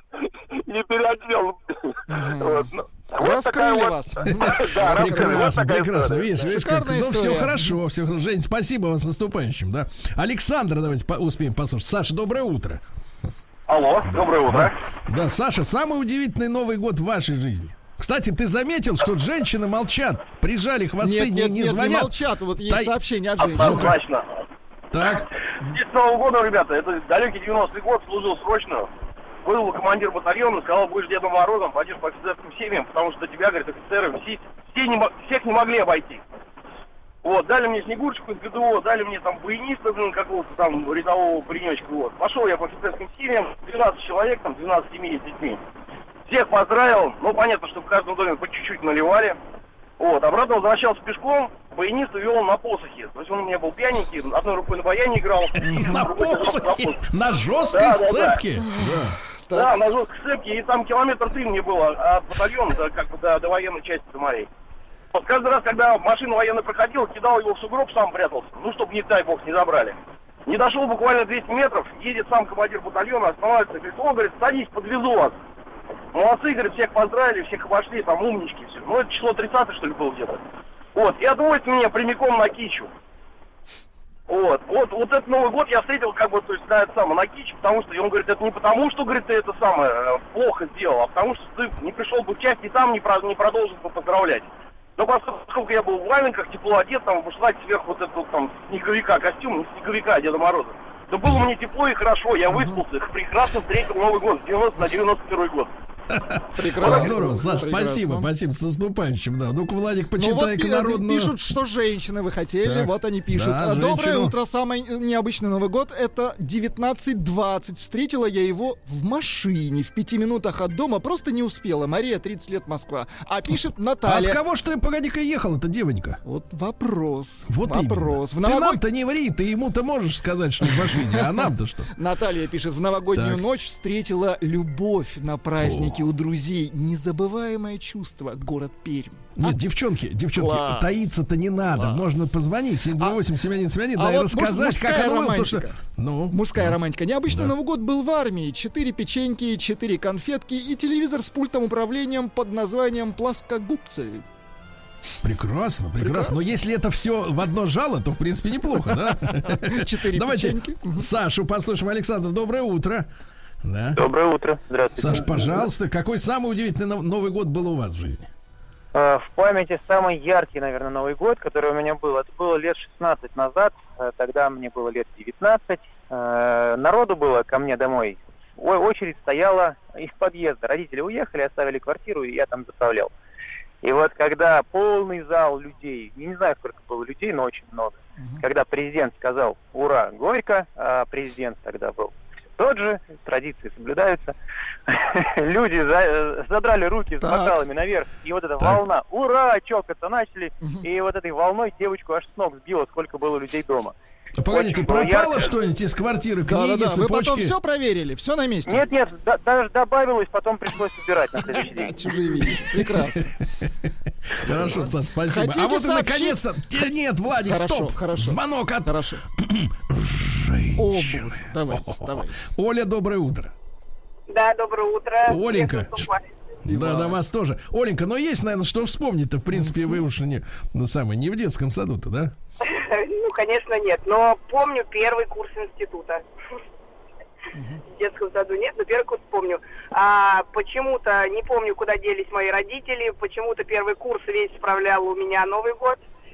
не переодел? Вот, ну. Раскрыли вот вас. Да, прекрасно, прекрасно. Видишь, видишь, как, ну, все хорошо, все хорошо. Жень, спасибо вам, с наступающим, да. Александра, давайте по- успеем послушать. Саша, доброе утро. Алло, доброе утро. Да, да, Саша, самый удивительный Новый год в вашей жизни. Кстати, ты заметил, что женщины молчат, прижали хвосты, нет, не, нет, не нет, звонят? Не молчат, вот есть Та... сообщение от женщин. Однозначно. Так. С Нового года, ребята, это далекий девяностый год, служил срочно. был командир батальона, сказал, будешь Дедом Морозом, пойдешь по офицерским семьям, потому что до тебя, говорит, офицеры все, все не, всех не могли обойти. Вот, дали мне Снегурочку из ГДО, дали мне там баяниста, блин, какого-то там рядового паренечка, вот. Пошел я по офицерским семьям, двенадцать человек, там, двенадцать семей с детьми. Всех поздравил, ну, понятно, что в каждом доме по чуть-чуть наливали. Вот, обратно возвращался пешком, баянист увел на посохе. То есть он у меня был пьяненький, одной рукой на баяне играл. На посохе? На жесткой сцепке? Да, на жесткой сцепке, и там километр три мне было от батальона, как бы до военной части до морей. Вот каждый раз, когда машина военная проходила, кидал его в сугроб, сам прятался. Ну, чтобы, не дай бог, не забрали. Не дошел буквально двести метров, едет сам командир батальона, останавливается, говорит, о, говорит, садись, подвезу вас. Молодцы, говорит, всех поздравили, всех обошли, там умнички, все. Ну, это число тридцатое, что ли, было где-то. Вот, и отвозит меня прямиком на Кичу. Вот, вот, вот этот Новый год я встретил, как бы, то есть, на это самое, на Кичу, потому что, и он говорит, это не потому, что, говорит, ты это самое, плохо сделал, а потому что ты не пришел бы в часть и там не, про, не продолжил бы поздравлять. Но поскольку я был в валенках, тепло одет, там, обушлать сверху вот этот, там, снеговика, костюм, не снеговика, Деда Мороза. Да было мне тепло и хорошо, я выспался, прекрасно встретил Новый год с девяностого на девяносто второй год. Прекрасно. Здорово, Саш, спасибо, спасибо, с наступающим, да. Ну-ка, Владик, почитай-ка ну, вот народную. Пишут, что женщины вы хотели, так. Вот они пишут. Да, Доброе женщину. утро, самый необычный Новый год, это девятнадцать двадцать. Встретила я его в машине, в пяти минутах от дома, просто не успела. Мария, тридцать лет, Москва. А пишет Наталья. А от кого ж ты, погоди-ка, ехал-то, девонька? Вот вопрос. Вот вопрос. Именно. В новогод... Ты нам-то не ври, ты ему-то можешь сказать, что в машине, а нам-то что? Наталья пишет, в новогоднюю так. ночь встретила любовь на празднике О. у друзей. Незабываемое чувство. Город Пермь. Нет, а? девчонки, девчонки, Класс. таиться-то не надо. Класс. Можно позвонить семь два восемь семь один семь один, а да, вот и рассказать, как оно было. Что... Ну, мужская да. романтика. Необычный да. Новый год был в армии. Четыре печеньки, четыре конфетки и телевизор с пультом управлением под названием плоскогубцы. Прекрасно, прекрасно, прекрасно. Но если это все в одно жало, то в принципе неплохо, да? Четыре печеньки. Давайте Сашу послушаем. Александр, доброе утро. Да. Доброе утро. Здравствуйте. Саш, пожалуйста, какой самый удивительный Новый год был у вас в жизни? В памяти самый яркий, наверное, Новый год, который у меня был, это было лет шестнадцать назад, тогда мне было лет девятнадцать. Народу было ко мне домой. Очередь стояла из подъезда. Родители уехали, оставили квартиру, и я там заправлял. И вот когда полный зал людей, не знаю, сколько было людей, но очень много, угу. когда президент сказал «Ура, Горько», а президент тогда был тот же, традиции соблюдаются. Люди за, задрали руки с бокалами наверх, и вот эта так. волна, ура, чокаться начали, угу. и вот этой волной девочку аж с ног сбило, сколько было людей дома. Погодите, пропало что-нибудь из квартиры, книги, да, да, да. цепочки? Вы потом все проверили, все на месте? Нет, нет, да, даже добавилось, потом пришлось убирать на следующий день. Чужие виды, прекрасно. Хорошо, Саш, спасибо. А вот и наконец-то... Нет, Владик, стоп, звонок от... Хорошо. Женщины. Давайте, давайте. Оля, доброе утро. Да, доброе утро. Оленька. Да, да, вас тоже. Оленька, но есть, наверное, что вспомнить-то. В принципе, вы уж не, ну, самое, не в детском саду-то, да? Ну, конечно, нет. Но помню первый курс института. В детском саду нет, но первый курс помню. А почему-то не помню, куда делись мои родители. Почему-то первый курс весь справлял у меня Новый год.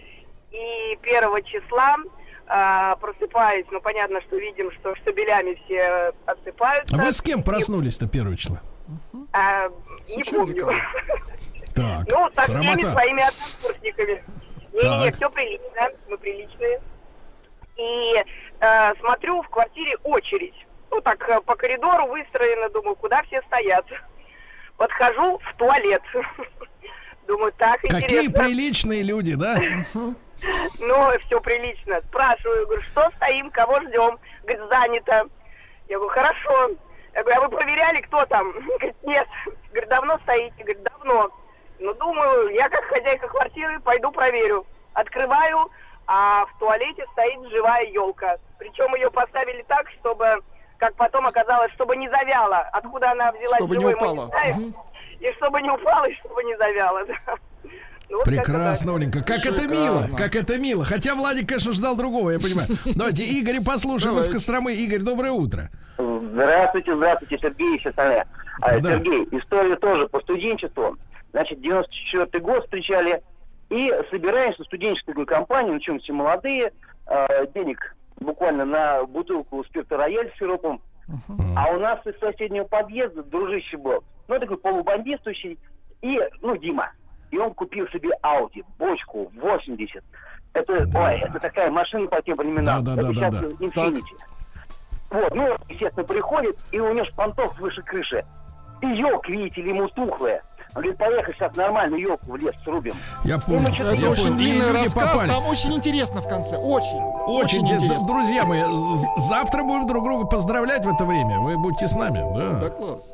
И первого числа а, просыпаюсь, ну, понятно, что видим, что штабелями все отсыпаются. А вы с кем проснулись-то первого числа? А, не помню. Так, ну, со срамота. всеми своими однокурсниками. Не-не-не, все прилично, мы приличные. И э, смотрю, в квартире очередь. Ну, так, по коридору выстроена, думаю, куда все стоят. Подхожу в туалет. Думаю, так интересно. Какие приличные люди, да? Ну, все прилично. Спрашиваю, говорю, что стоим, кого ждем? Говорит, занято. Я говорю, хорошо. Я говорю, а вы проверяли, кто там? Говорит, нет. Говорит, давно стоите? Говорит, давно. Ну, думаю, я как хозяйка квартиры пойду проверю. Открываю, а в туалете стоит живая елка. Причем ее поставили так, чтобы, как потом оказалось, чтобы не завяла. Откуда она взялась чтобы живой, не упала. мы не знаем. Угу. И чтобы не упала, и чтобы не завяла. Да. Ну, вот прекрасно, Оленька. Как Шикарно. это мило, как это мило. Хотя Владик, конечно, ждал другого, я понимаю. Давайте Игоря послушаем из Костромы. Игорь, доброе утро. Здравствуйте, здравствуйте, Сергей и все остальные. Да. Сергей, история тоже по студенчеству. Значит, девяносто четвёртый год встречали. И собираемся в студенческую компанию, ну, все молодые, э, денег буквально на бутылку спирта рояль с сиропом Uh-huh. А у нас из соседнего подъезда дружище был, ну, такой полубандитствующий, и, ну, Дима. И он купил себе Audi, бочку, восемьдесят. Это, да. ой, это такая машина по тем временам. Да, да, это да, сейчас да, да. Infiniti. Вот, ну, естественно, приходит, и у него шпантов выше крыши. И елка, видите ли, ему тухлая. Он говорит, поехали сейчас нормальную елку в лес срубим. Я помню. Это я очень понял. длинный люди рассказ, попали. там очень интересно в конце. Очень. Очень, очень интересно. Друзья мои, завтра будем друг друга поздравлять в это время. Вы будьте с нами. Да, да класс.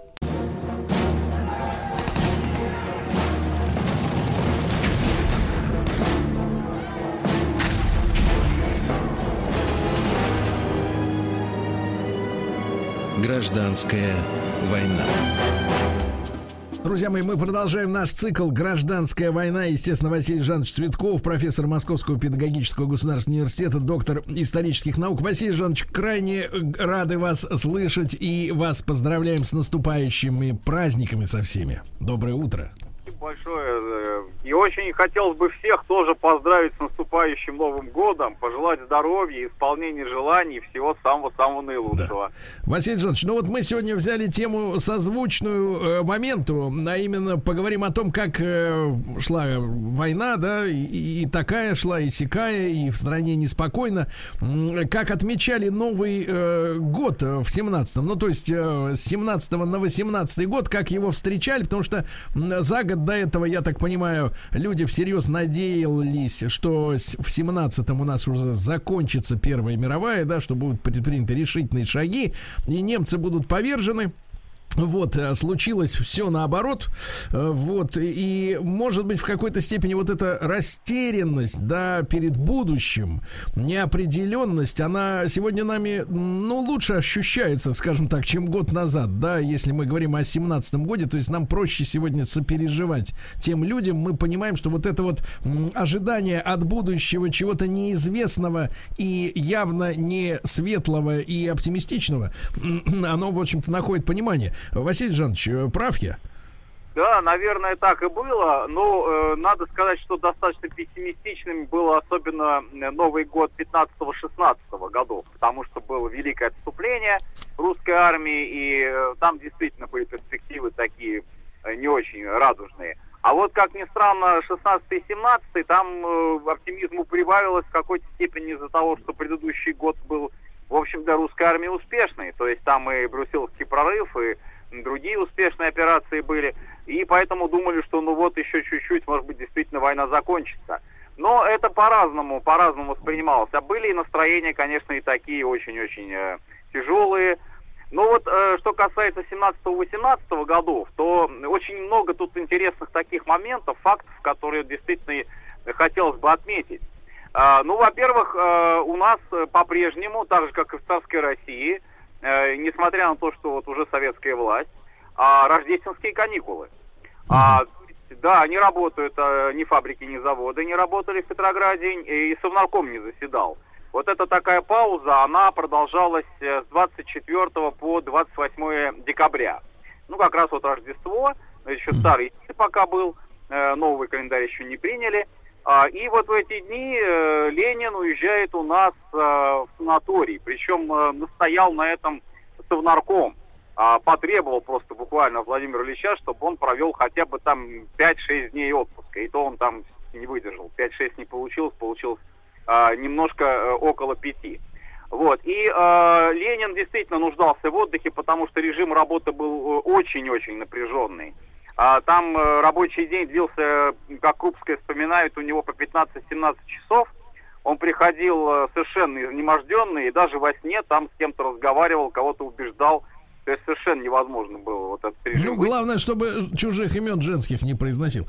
Гражданская война. Друзья мои, мы продолжаем наш цикл «Гражданская война». Естественно, Василий Жанович Цветков, профессор Московского педагогического государственного университета, доктор исторических наук. Василий Жанович, крайне рады вас слышать и вас поздравляем с наступающими праздниками со всеми. Доброе утро. Большое. И очень хотелось бы всех тоже поздравить с наступающим Новым годом, пожелать здоровья, исполнения желаний, всего самого-самого наилучшего. Да. Василий Жанович, ну вот мы сегодня взяли тему созвучную э, моменту, а именно поговорим о том, как э, шла война, да, и, и такая шла, и сякая, и в стране неспокойно. Как отмечали Новый э, год в семнадцатом, ну то есть э, с семнадцатого на восемнадцатый год, как его встречали, потому что за год до этого, я так понимаю, люди всерьез надеялись, что в семнадцатом у нас уже закончится Первая мировая, да, что будут предприняты решительные шаги, и немцы будут повержены. Вот, случилось все наоборот. Вот, и, может быть, в какой-то степени вот эта растерянность, да, перед будущим, неопределенность, она сегодня нами, ну, лучше ощущается, скажем так, чем год назад, да, если мы говорим о семнадцатом годе, то есть нам проще сегодня сопереживать тем людям, мы понимаем, что вот это вот ожидание от будущего чего-то неизвестного и явно не светлого и оптимистичного, оно, в общем-то, находит понимание. Василий Жанович, прав я? Да, наверное, так и было. Но э, надо сказать, что достаточно пессимистичным был особенно Новый год пятнадцатого-шестнадцатого годов, потому что было великое отступление русской армии, и э, там действительно были перспективы такие э, не очень радужные. А вот, как ни странно, шестнадцатый и семнадцатый, там э, оптимизму прибавилось в какой-то степени из-за того, что предыдущий год был, в общем, для русской армии успешный. То есть там и Брюссельский прорыв, и другие успешные операции были. И поэтому думали, что ну вот еще чуть-чуть, может быть, действительно война закончится. Но это по-разному, по-разному воспринималось. А были и настроения, конечно, и такие очень-очень э, тяжелые. Но вот э, что касается семнадцатого-восемнадцатого годов, то очень много тут интересных таких моментов, фактов, которые действительно хотелось бы отметить. Uh, ну, во-первых, uh, у нас по-прежнему, так же, как и в царской России, uh, несмотря на то, что вот уже советская власть, uh, рождественские каникулы. Uh, да, не работают uh, ни фабрики, ни заводы, не работали в Петрограде, и Совнарком не заседал. Вот эта такая пауза, она продолжалась с двадцать четвёртого по двадцать восьмое декабря. Ну, как раз вот Рождество, еще старый стиль пока был, uh, новый календарь еще не приняли. А, и вот в эти дни э, Ленин уезжает у нас э, в санаторий, причем э, настоял на этом Совнарком, э, потребовал просто буквально Владимира Ильича, чтобы он провел хотя бы там пять-шесть дней отпуска, и то он там не выдержал, пять-шесть не получилось, получилось э, немножко э, около пяти. Вот, и э, Ленин действительно нуждался в отдыхе, потому что режим работы был очень-очень напряженный. А, там э, рабочий день длился, как Крупская вспоминает, у него по пятнадцать-семнадцать часов. Он приходил э, совершенно изнеможденный, и даже во сне там с кем-то разговаривал, кого-то убеждал. То есть совершенно невозможно было вот этот режим. Ну, главное, чтобы чужих имен женских не произносил.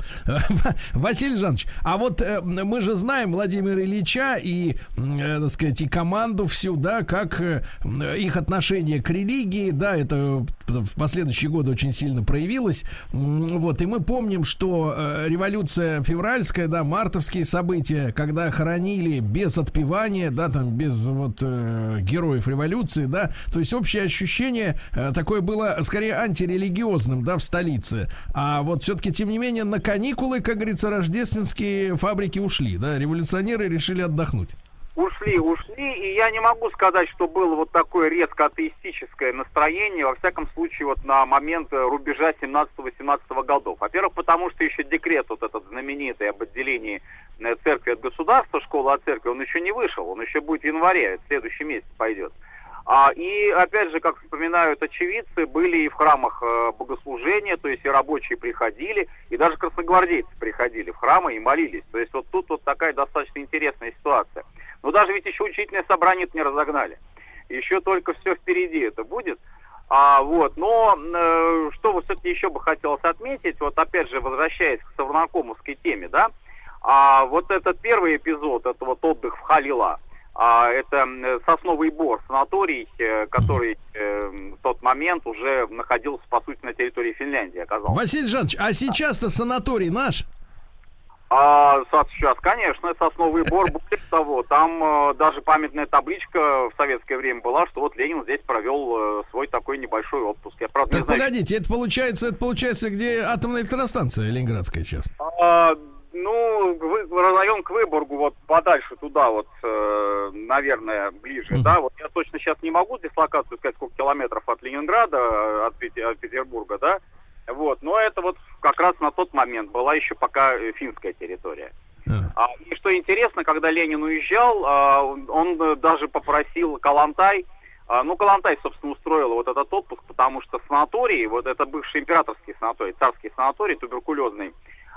Василий Жанович, а вот э, мы же знаем Владимира Ильича и, э, так сказать, и команду всю, да, как э, их отношение к религии, да, это в последующие годы очень сильно проявилось. Вот, и мы помним, что э, революция февральская, да, мартовские события, когда хоронили без отпевания, да, там, без вот э, героев революции, да, то есть общее ощущение такое было скорее антирелигиозным, да, в столице. А вот все-таки, тем не менее, на каникулы, как говорится, рождественские фабрики ушли, да, революционеры решили отдохнуть. ушли, ушли, и я не могу сказать, что было вот такое резко атеистическое настроение, во всяком случае, вот на момент рубежа семнадцатого-восемнадцатого годов. Во-первых, потому что еще декрет вот этот знаменитый об отделении церкви от государства, школы от церкви, он еще не вышел, он еще будет в январе, в следующий месяц пойдет. А, и, опять же, как вспоминают очевидцы, были и в храмах э, богослужения, то есть и рабочие приходили, и даже красногвардейцы приходили в храмы и молились. То есть вот тут вот такая достаточно интересная ситуация. Но даже ведь еще учительное собрание не разогнали. Еще только все впереди это будет. А, вот, но э, что вот все-таки еще бы хотелось отметить, вот опять же, возвращаясь к совнаркомовской теме, да, а, вот этот первый эпизод, это вот отдых в Халила, а, это Сосновый Бор, санаторий, который э, в тот момент уже находился, по сути, на территории Финляндии, оказался. Василий Жанович, а сейчас-то санаторий наш? А, сейчас, конечно, Сосновый Бор, более того, там э, даже памятная табличка в советское время была, что вот Ленин здесь провел э, свой такой небольшой отпуск. Я, правда, так не знаю, погодите, это получается, это получается, где атомная электростанция ленинградская сейчас? А, ну, район к Выборгу, вот подальше туда, вот, э, наверное, ближе, uh-huh. да, вот я точно сейчас не могу дислокацию сказать, сколько километров от Ленинграда, от, от Петербурга, да, вот, но это вот как раз на тот момент была еще пока финская территория. Uh-huh. А, и что интересно, когда Ленин уезжал, а, он даже попросил Калантай, а, ну, Калантай, собственно, устроил вот этот отпуск, потому что санаторий, вот это бывший императорский санаторий, царский санаторий, туберкулезный,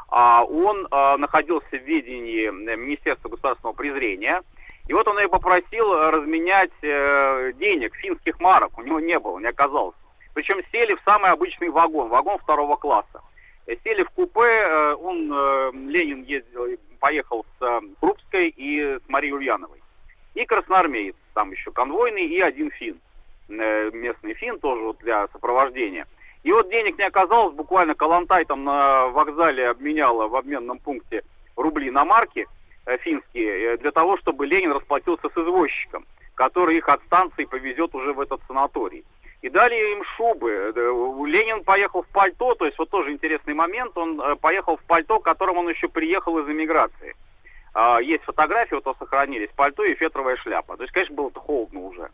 он а, находился в ведении Министерства государственного презрения. И вот он ее попросил разменять э, денег, финских марок. У него не было, не оказалось. Причем сели в самый обычный вагон, вагон второго класса. Сели в купе, э, он, э, Ленин ездил, поехал с э, Крупской и с Марией Ульяновой. И красноармеец, там еще конвойный, и один фин. Э, местный фин тоже вот для сопровождения. И вот денег не оказалось, буквально Калантай там на вокзале обменяла в обменном пункте рубли на марки э, финские, э, для того, чтобы Ленин расплатился с извозчиком, который их от станции повезет уже в этот санаторий. И дали им шубы. Ленин поехал в пальто, то есть вот тоже интересный момент, он э, поехал в пальто, которым он еще приехал из эмиграции. Э, есть фотографии, вот сохранились, пальто и фетровая шляпа. То есть, конечно, было-то холодно уже.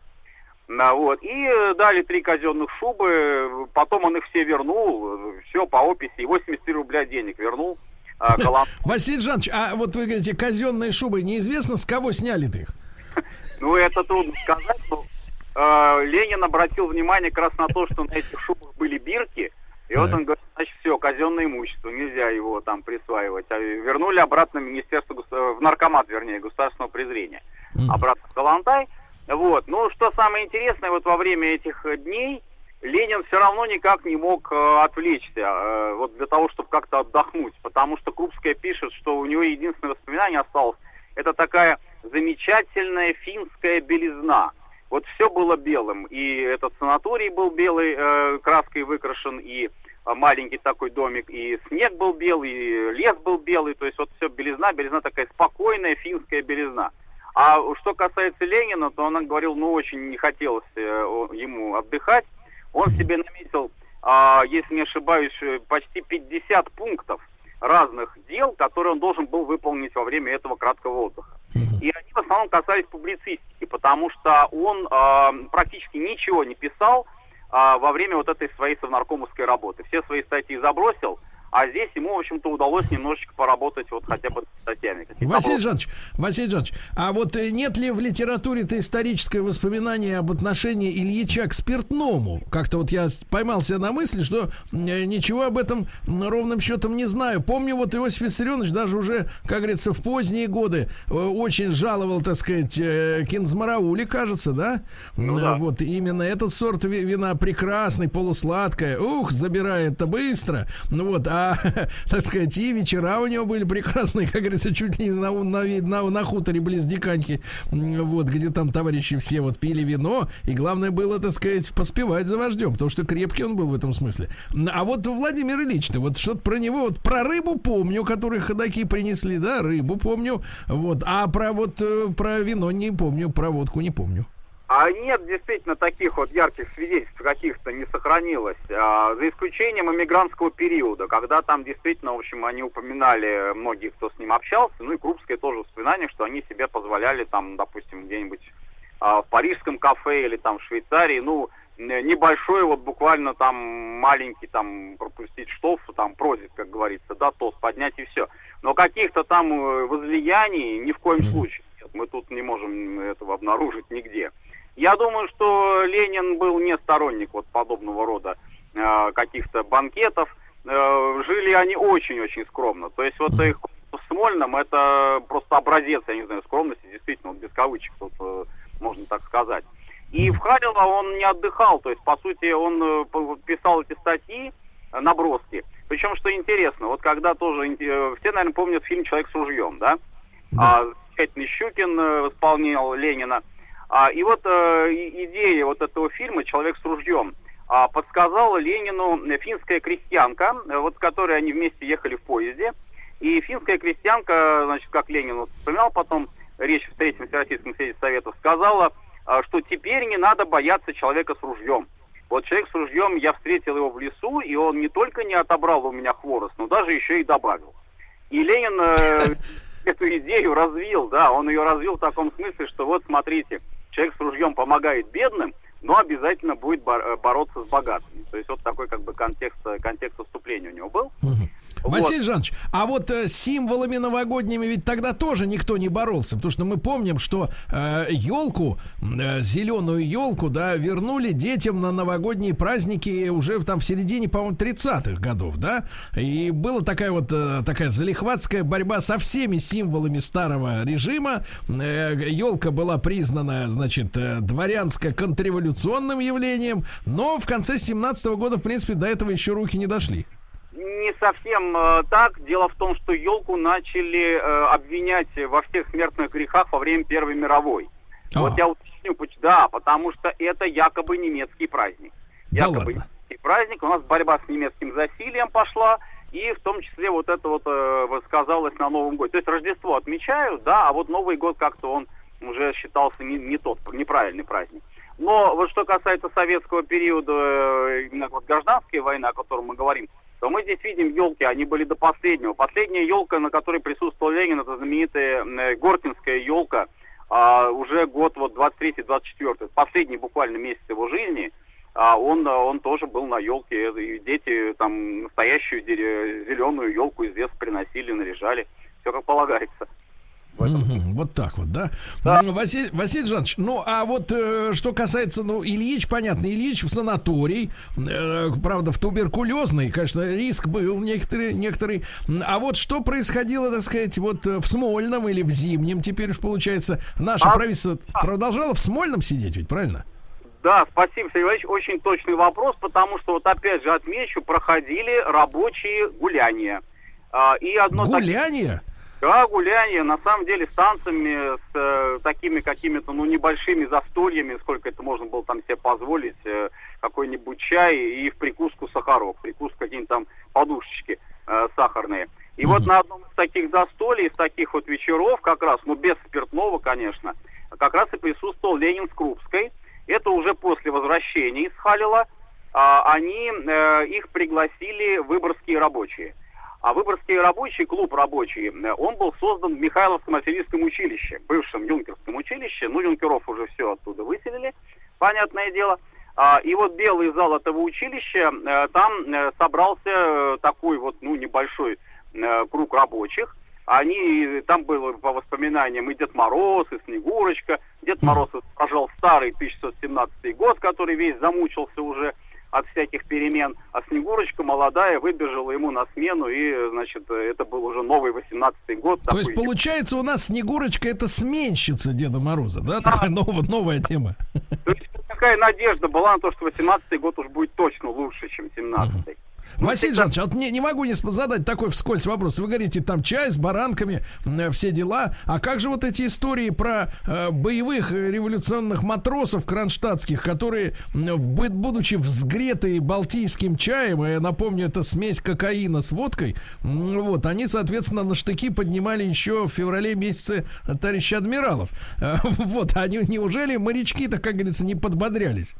А, вот. И дали три казенных шубы, потом он их все вернул, все по описи, восемьдесят три рубля денег вернул. А, Калан... Василий Жанович, а вот вы говорите, казенные шубы, неизвестно, с кого сняли-то их? Ну, это трудно сказать, но э, Ленин обратил внимание как раз на то, что на этих шубах были бирки, и вот он говорит, значит, все, казенное имущество, нельзя его там присваивать. А вернули обратно в Министерство, в наркомат, вернее, государственного презрения. Обратно в Калантай. Вот. Ну, что самое интересное, вот во время этих дней Ленин все равно никак не мог э, отвлечься, э, вот для того, чтобы как-то отдохнуть, потому что Крупская пишет, что у него единственное воспоминание осталось, это такая замечательная финская белизна. Вот все было белым, и этот санаторий был белой э, краской выкрашен, и э, маленький такой домик, и снег был белый, и лес был белый, то есть вот все белизна, белизна такая спокойная финская белизна. А что касается Ленина, то он говорил, ну, очень не хотелось э, ему отдыхать. Он себе наметил, э, если не ошибаюсь, почти пятьдесят пунктов разных дел, которые он должен был выполнить во время этого краткого отдыха. И они в основном касались публицистики, потому что он э, практически ничего не писал э, во время вот этой своей совнаркомовской работы. Все свои статьи забросил, а здесь ему, в общем-то, удалось немножечко поработать вот хотя бы с статьями. Василий Жанович, Василий Жанович, а вот нет ли в литературе-то историческое воспоминание об отношении Ильича к спиртному? Как-то вот я поймался на мысли, что ничего об этом ровным счетом не знаю. Помню, вот Иосиф Виссарионович даже уже, как говорится, в поздние годы очень жаловал, так сказать, кинзмараули, кажется, да? Ну, да. Вот именно этот сорт вина прекрасный, полусладкое. Ух, забирает-то быстро. Ну вот, а так сказать, и вечера у него были прекрасные, как говорится, чуть ли на, на, на, на хуторе близ Диканьки, вот, где там товарищи все вот пили вино, и главное было, так сказать, поспевать за вождем, потому что крепкий он был в этом смысле. А вот Владимир Ильич-то, вот что-то про него, вот про рыбу помню, которые ходаки принесли, да, рыбу помню, вот, а про вот, про вино не помню, про водку не помню. А нет, действительно, таких вот ярких свидетельств каких-то не сохранилось. А, за исключением эмигрантского периода, когда там действительно, в общем, они упоминали многие, кто с ним общался, ну и Крупское тоже воспоминание, что они себе позволяли там, допустим, где-нибудь а, в парижском кафе или там в Швейцарии, ну, небольшой, вот буквально там маленький, там, пропустить штоф, там, прозит, как говорится, да, тост поднять и все. Но каких-то там возлияний ни в коем случае нет. Мы тут не можем этого обнаружить нигде. Я думаю, что Ленин был не сторонник вот подобного рода э, каких-то банкетов. Э, жили они очень-очень скромно. То есть вот их в Смольном это просто образец, я не знаю, скромности, действительно, вот без кавычек тут э, можно так сказать. И в Халило он не отдыхал, то есть, по сути, он э, писал эти статьи, э, наброски. Причем, что интересно, вот когда тоже, э, все, наверное, помнят фильм «Человек с ружьем», да? Да. А, замечательный Щукин э, исполнял Ленина. А, и вот э, идея вот этого фильма «Человек с ружьем» а, подсказала Ленину финская крестьянка, вот с которой они вместе ехали в поезде. И финская крестьянка, значит, как Ленин вот вспоминал потом, речь в Третьем Всероссийском съезде Советов, сказала, а, что теперь не надо бояться человека с ружьем. Вот человек с ружьем, я встретил его в лесу, и он не только не отобрал у меня хворост, но даже еще и добавил. И Ленин э, эту идею развил, да, он ее развил в таком смысле, что вот смотрите, человек с ружьем помогает бедным, но обязательно будет бор- бороться с богатыми. То есть вот такой как бы контекст, контекст выступления у него был. Вот. Василий Жанович, а вот э, символами новогодними ведь тогда тоже никто не боролся, потому что мы помним, что э, елку, э, зеленую елку, да, вернули детям на новогодние праздники уже в, там в середине, по-моему, тридцатых годов, да, и была такая вот э, такая залихватская борьба со всеми символами старого режима. Э, елка была признана, значит, э, дворянско-контрреволюционным явлением, но в конце семнадцатого года, в принципе, до этого еще руки не дошли. Не совсем э, так. Дело в том, что елку начали э, обвинять во всех смертных грехах во время Первой мировой. А. Вот я уточню, да, потому что это якобы немецкий праздник. Да якобы ладно. Немецкий праздник. У нас борьба с немецким засильем пошла, и в том числе вот это вот э, сказалось на Новом годе. То есть Рождество отмечают, да, а вот Новый год как-то он уже считался не, не тот, неправильный праздник. Но вот что касается советского периода, именно вот гражданской войны, о котором мы говорим, то мы здесь видим елки, они были до последнего. Последняя елка, на которой присутствовал Ленин, это знаменитая Горкинская елка, а, уже год вот двадцать третий двадцать четвёртый, последний буквально месяц его жизни, а, он, он тоже был на елке, и дети там настоящую зеленую елку из леса приносили, наряжали, все как полагается. Mm-hmm. Вот так вот, да? да. Василий, Василий Жанович, ну а вот э, что касается, ну, Ильич, понятно, Ильич в санаторий, э, правда, в туберкулезный, конечно, риск был некоторый, некоторый. А вот что происходило, так сказать, вот в Смольном или в Зимнем, теперь уж получается, наше а, правительство а. продолжало в Смольном сидеть, ведь правильно? Да, спасибо, Сергей Иванович, очень точный вопрос, потому что вот опять же отмечу, проходили рабочие гуляния. А, и одно гуляния? Так... Да, гуляние, на самом деле, с танцами, с э, такими какими-то, ну, небольшими застольями, сколько это можно было там себе позволить, э, какой-нибудь чай и в прикуску сахарок, прикуску какие-нибудь там подушечки э, сахарные. И mm-hmm. вот на одном из таких застолий, из таких вот вечеров, как раз, ну, без спиртного, конечно, как раз и присутствовал Ленин с Крупской. Это уже после возвращения из Халила, э, они, э, их пригласили выборгские рабочие. А Выборгский рабочий, клуб рабочий, он был создан в Михайловском артиллерийском училище, бывшем юнкерском училище. Ну, юнкеров уже все оттуда выселили, понятное дело. И вот белый зал этого училища, там собрался такой вот, ну, небольшой круг рабочих. Они, там было по воспоминаниям и Дед Мороз, и Снегурочка. Дед Мороз изображал старый тысяча девятьсот семнадцатый год, который весь замучился уже от всяких перемен, а Снегурочка молодая выбежала ему на смену, и, значит, это был уже новый восемнадцатый год. То есть, получается, у нас Снегурочка — это сменщица Деда Мороза, да? да. Такая новая, новая тема. То есть, какая надежда была на то, что восемнадцатый год уж будет точно лучше, чем семнадцатый. Василий Жанович, вот не, не могу не задать такой вскользь вопрос. Вы говорите, там чай с баранками, э, все дела. А как же вот эти истории про э, боевых революционных матросов кронштадтских, которые, э, будучи взгреты балтийским чаем, я напомню, это смесь кокаина с водкой, э, вот, они, соответственно, на штыки поднимали еще в феврале месяце товарища адмиралов. Э, вот, они, неужели морячки-то, как говорится, не подбодрялись?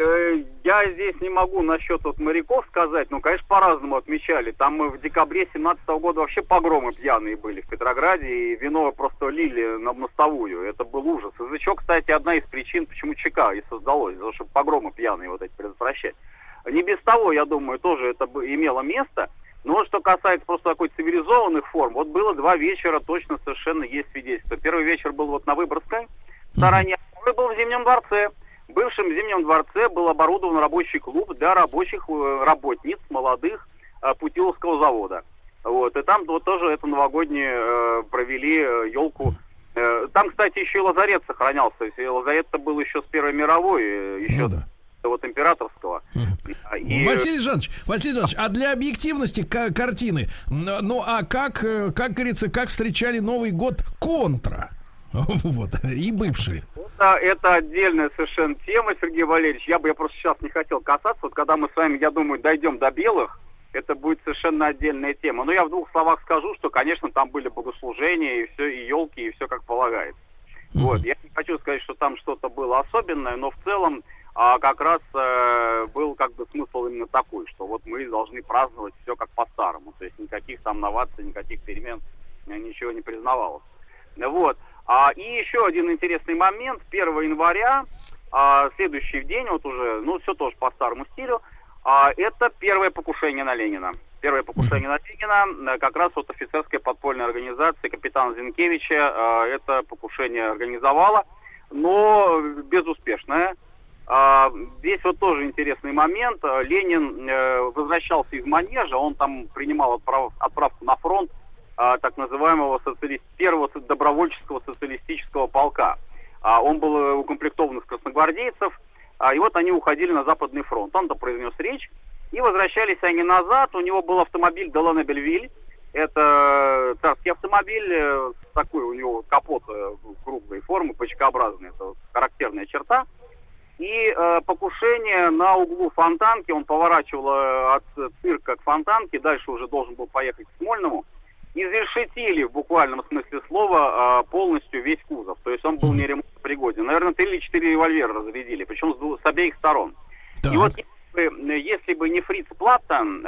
Я здесь не могу насчет вот моряков сказать, но, конечно, по-разному отмечали. Там мы в декабре семнадцатого года вообще погромы пьяные были в Петрограде, и вино просто лили на мостовую. Это был ужас. Из-за чего, кстати, одна из причин, почему ЧК и создалось, потому что погромы пьяные вот эти предотвращать. Не без того, я думаю, тоже это имело место. Но что касается просто такой цивилизованных форм, вот было два вечера, точно совершенно есть свидетельство. Первый вечер был вот на Выборгской стороне, а второй был в Зимнем дворце. В бывшем Зимнем дворце был оборудован рабочий клуб для рабочих работниц, молодых Путиловского завода. Вот. И там вот тоже это новогоднее э, провели э, елку. Э, там, кстати, еще и лазарет сохранялся. Лазарет-то был еще с Первой мировой, э, еще ну, да. вот императорского. И... Василий Жанович, Василий Жанович, а для объективности к- картины, ну а как, как говорится, как встречали Новый год контра? Вот, и бывшие. Это, это отдельная совершенно тема, Сергей Валерьевич. Я бы я просто сейчас не хотел касаться. Вот когда мы с вами, я думаю, дойдем до белых, это будет совершенно отдельная тема. Но я в двух словах скажу, что, конечно, там были богослужения, и все, и елки, и все как полагается. Uh-huh. Вот. Я не хочу сказать, что там что-то было особенное, но в целом а, как раз а, был как бы смысл именно такой, что вот мы должны праздновать все как по-старому. То есть никаких там новаций, никаких перемен, ничего не признавалось. Вот. А, и еще один интересный момент. первого января, а, следующий день, вот уже, ну, все тоже по старому стилю, а, это первое покушение на Ленина. Первое покушение на Ленина, как раз вот офицерская подпольная организация капитана Зинкевича а, это покушение организовала, но безуспешное. А, здесь вот тоже интересный момент. Ленин а, возвращался из манежа, он там принимал отправ, отправку на фронт, А, так называемого социали... первого добровольческого социалистического полка. А, он был укомплектован из красногвардейцев, а, и вот они уходили на Западный фронт. Он-то произнес речь, и возвращались они назад. У него был автомобиль Делана Бельвиль, это царский автомобиль, с такой у него капот круглой формы, почкообразный, это характерная черта. И э, покушение на углу Фонтанки, он поворачивал э, от цирка к Фонтанке, дальше уже должен был поехать к Смольному. Изрешетили в буквальном смысле слова полностью весь кузов. То есть он был не ремонтопригоден. Наверное, три или четыре револьвера разрядили, причем с, с обеих сторон. Так. И вот если бы, если бы не Фриц Платтон,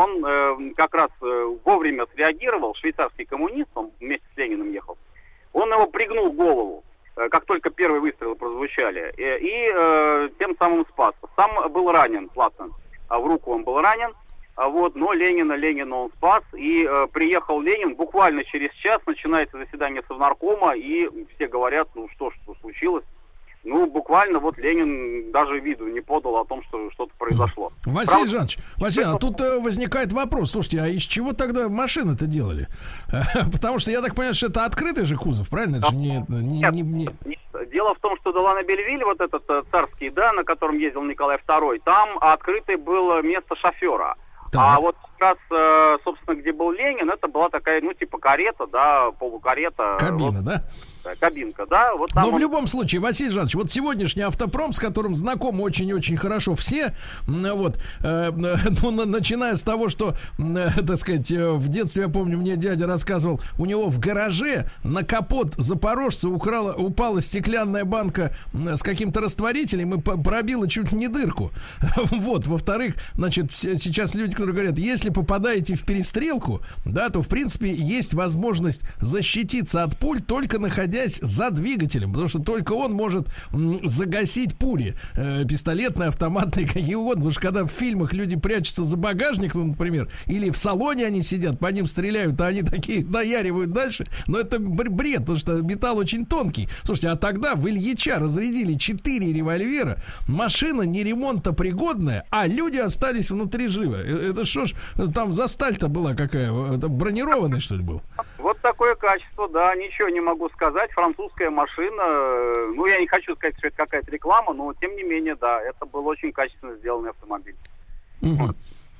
он как раз вовремя среагировал, швейцарский коммунист, он вместе с Лениным ехал, он его пригнул голову, как только первые выстрелы прозвучали, и, и тем самым спас. Сам был ранен Платтон, в руку он был ранен. Вот, но Ленина, Ленина он спас, и э, приехал Ленин, буквально через час начинается заседание Совнаркома, и все говорят, ну что, что случилось? Ну, буквально вот Ленин даже виду не подал о том, что что-то произошло. Василий Правда? Жанович, Василий, а тут э, возникает вопрос, слушайте, а из чего тогда машины-то делали? Потому что я так понимаю, что это открытый же кузов, правильно? Это же не, не, нет, не, не... Нет. Дело в том, что Делана Бельвиль, вот этот царский, да, на котором ездил Николай второй, там открытое было место шофера. Так. А вот как раз, собственно, где был Ленин, это была такая, ну, типа карета, да, полукарета. Кабина, вот, да? Кабинка, да. Вот там Но он... в любом случае, Василий Жанович, вот сегодняшний автопром, с которым знакомы очень-очень хорошо все, вот, э, ну, начиная с того, что, э, так сказать, в детстве, я помню, мне дядя рассказывал, у него в гараже на капот запорожца украла, упала стеклянная банка с каким-то растворителем и пробила чуть ли не дырку. Вот, во-вторых, значит, сейчас люди, которые говорят, если попадаете в перестрелку, да, то, в принципе, есть возможность защититься от пуль, только находясь за двигателем, потому что только он может м, загасить пули, э, пистолетные, автоматные, какие угодно, потому что когда в фильмах люди прячутся за багажник, ну, например, или в салоне они сидят, по ним стреляют, а они такие наяривают дальше, но это бред, потому что металл очень тонкий. Слушайте, а тогда в Ильича разрядили четыре револьвера, машина не ремонтопригодная, а люди остались внутри живы. Это что ж, там за сталь-то была какая? Это бронированный, что ли, был? Вот такое качество, да, ничего не могу сказать. Французская машина, ну, я не хочу сказать, что это какая-то реклама, но, тем не менее, да, это был очень качественно сделанный автомобиль. Угу.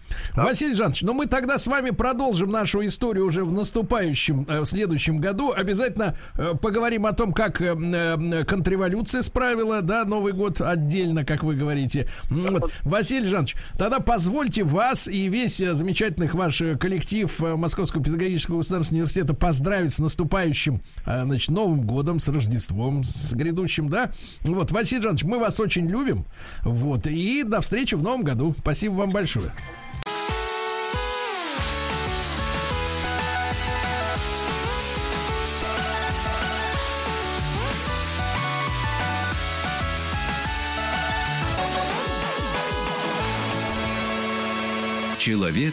Да. Василий Жанович, ну мы тогда с вами продолжим нашу историю уже в наступающем, в следующем году. Обязательно поговорим о том, как контрреволюция справила, да, Новый год отдельно, как вы говорите. Вот. Василий Жанович, тогда позвольте вас и весь замечательный ваш коллектив Московского педагогического государственного университета поздравить с наступающим, значит, Новым годом, с Рождеством, с грядущим, да. Вот, Василий Жанович, мы вас очень любим. Вот, и до встречи в Новом году. Спасибо вам большое. Человек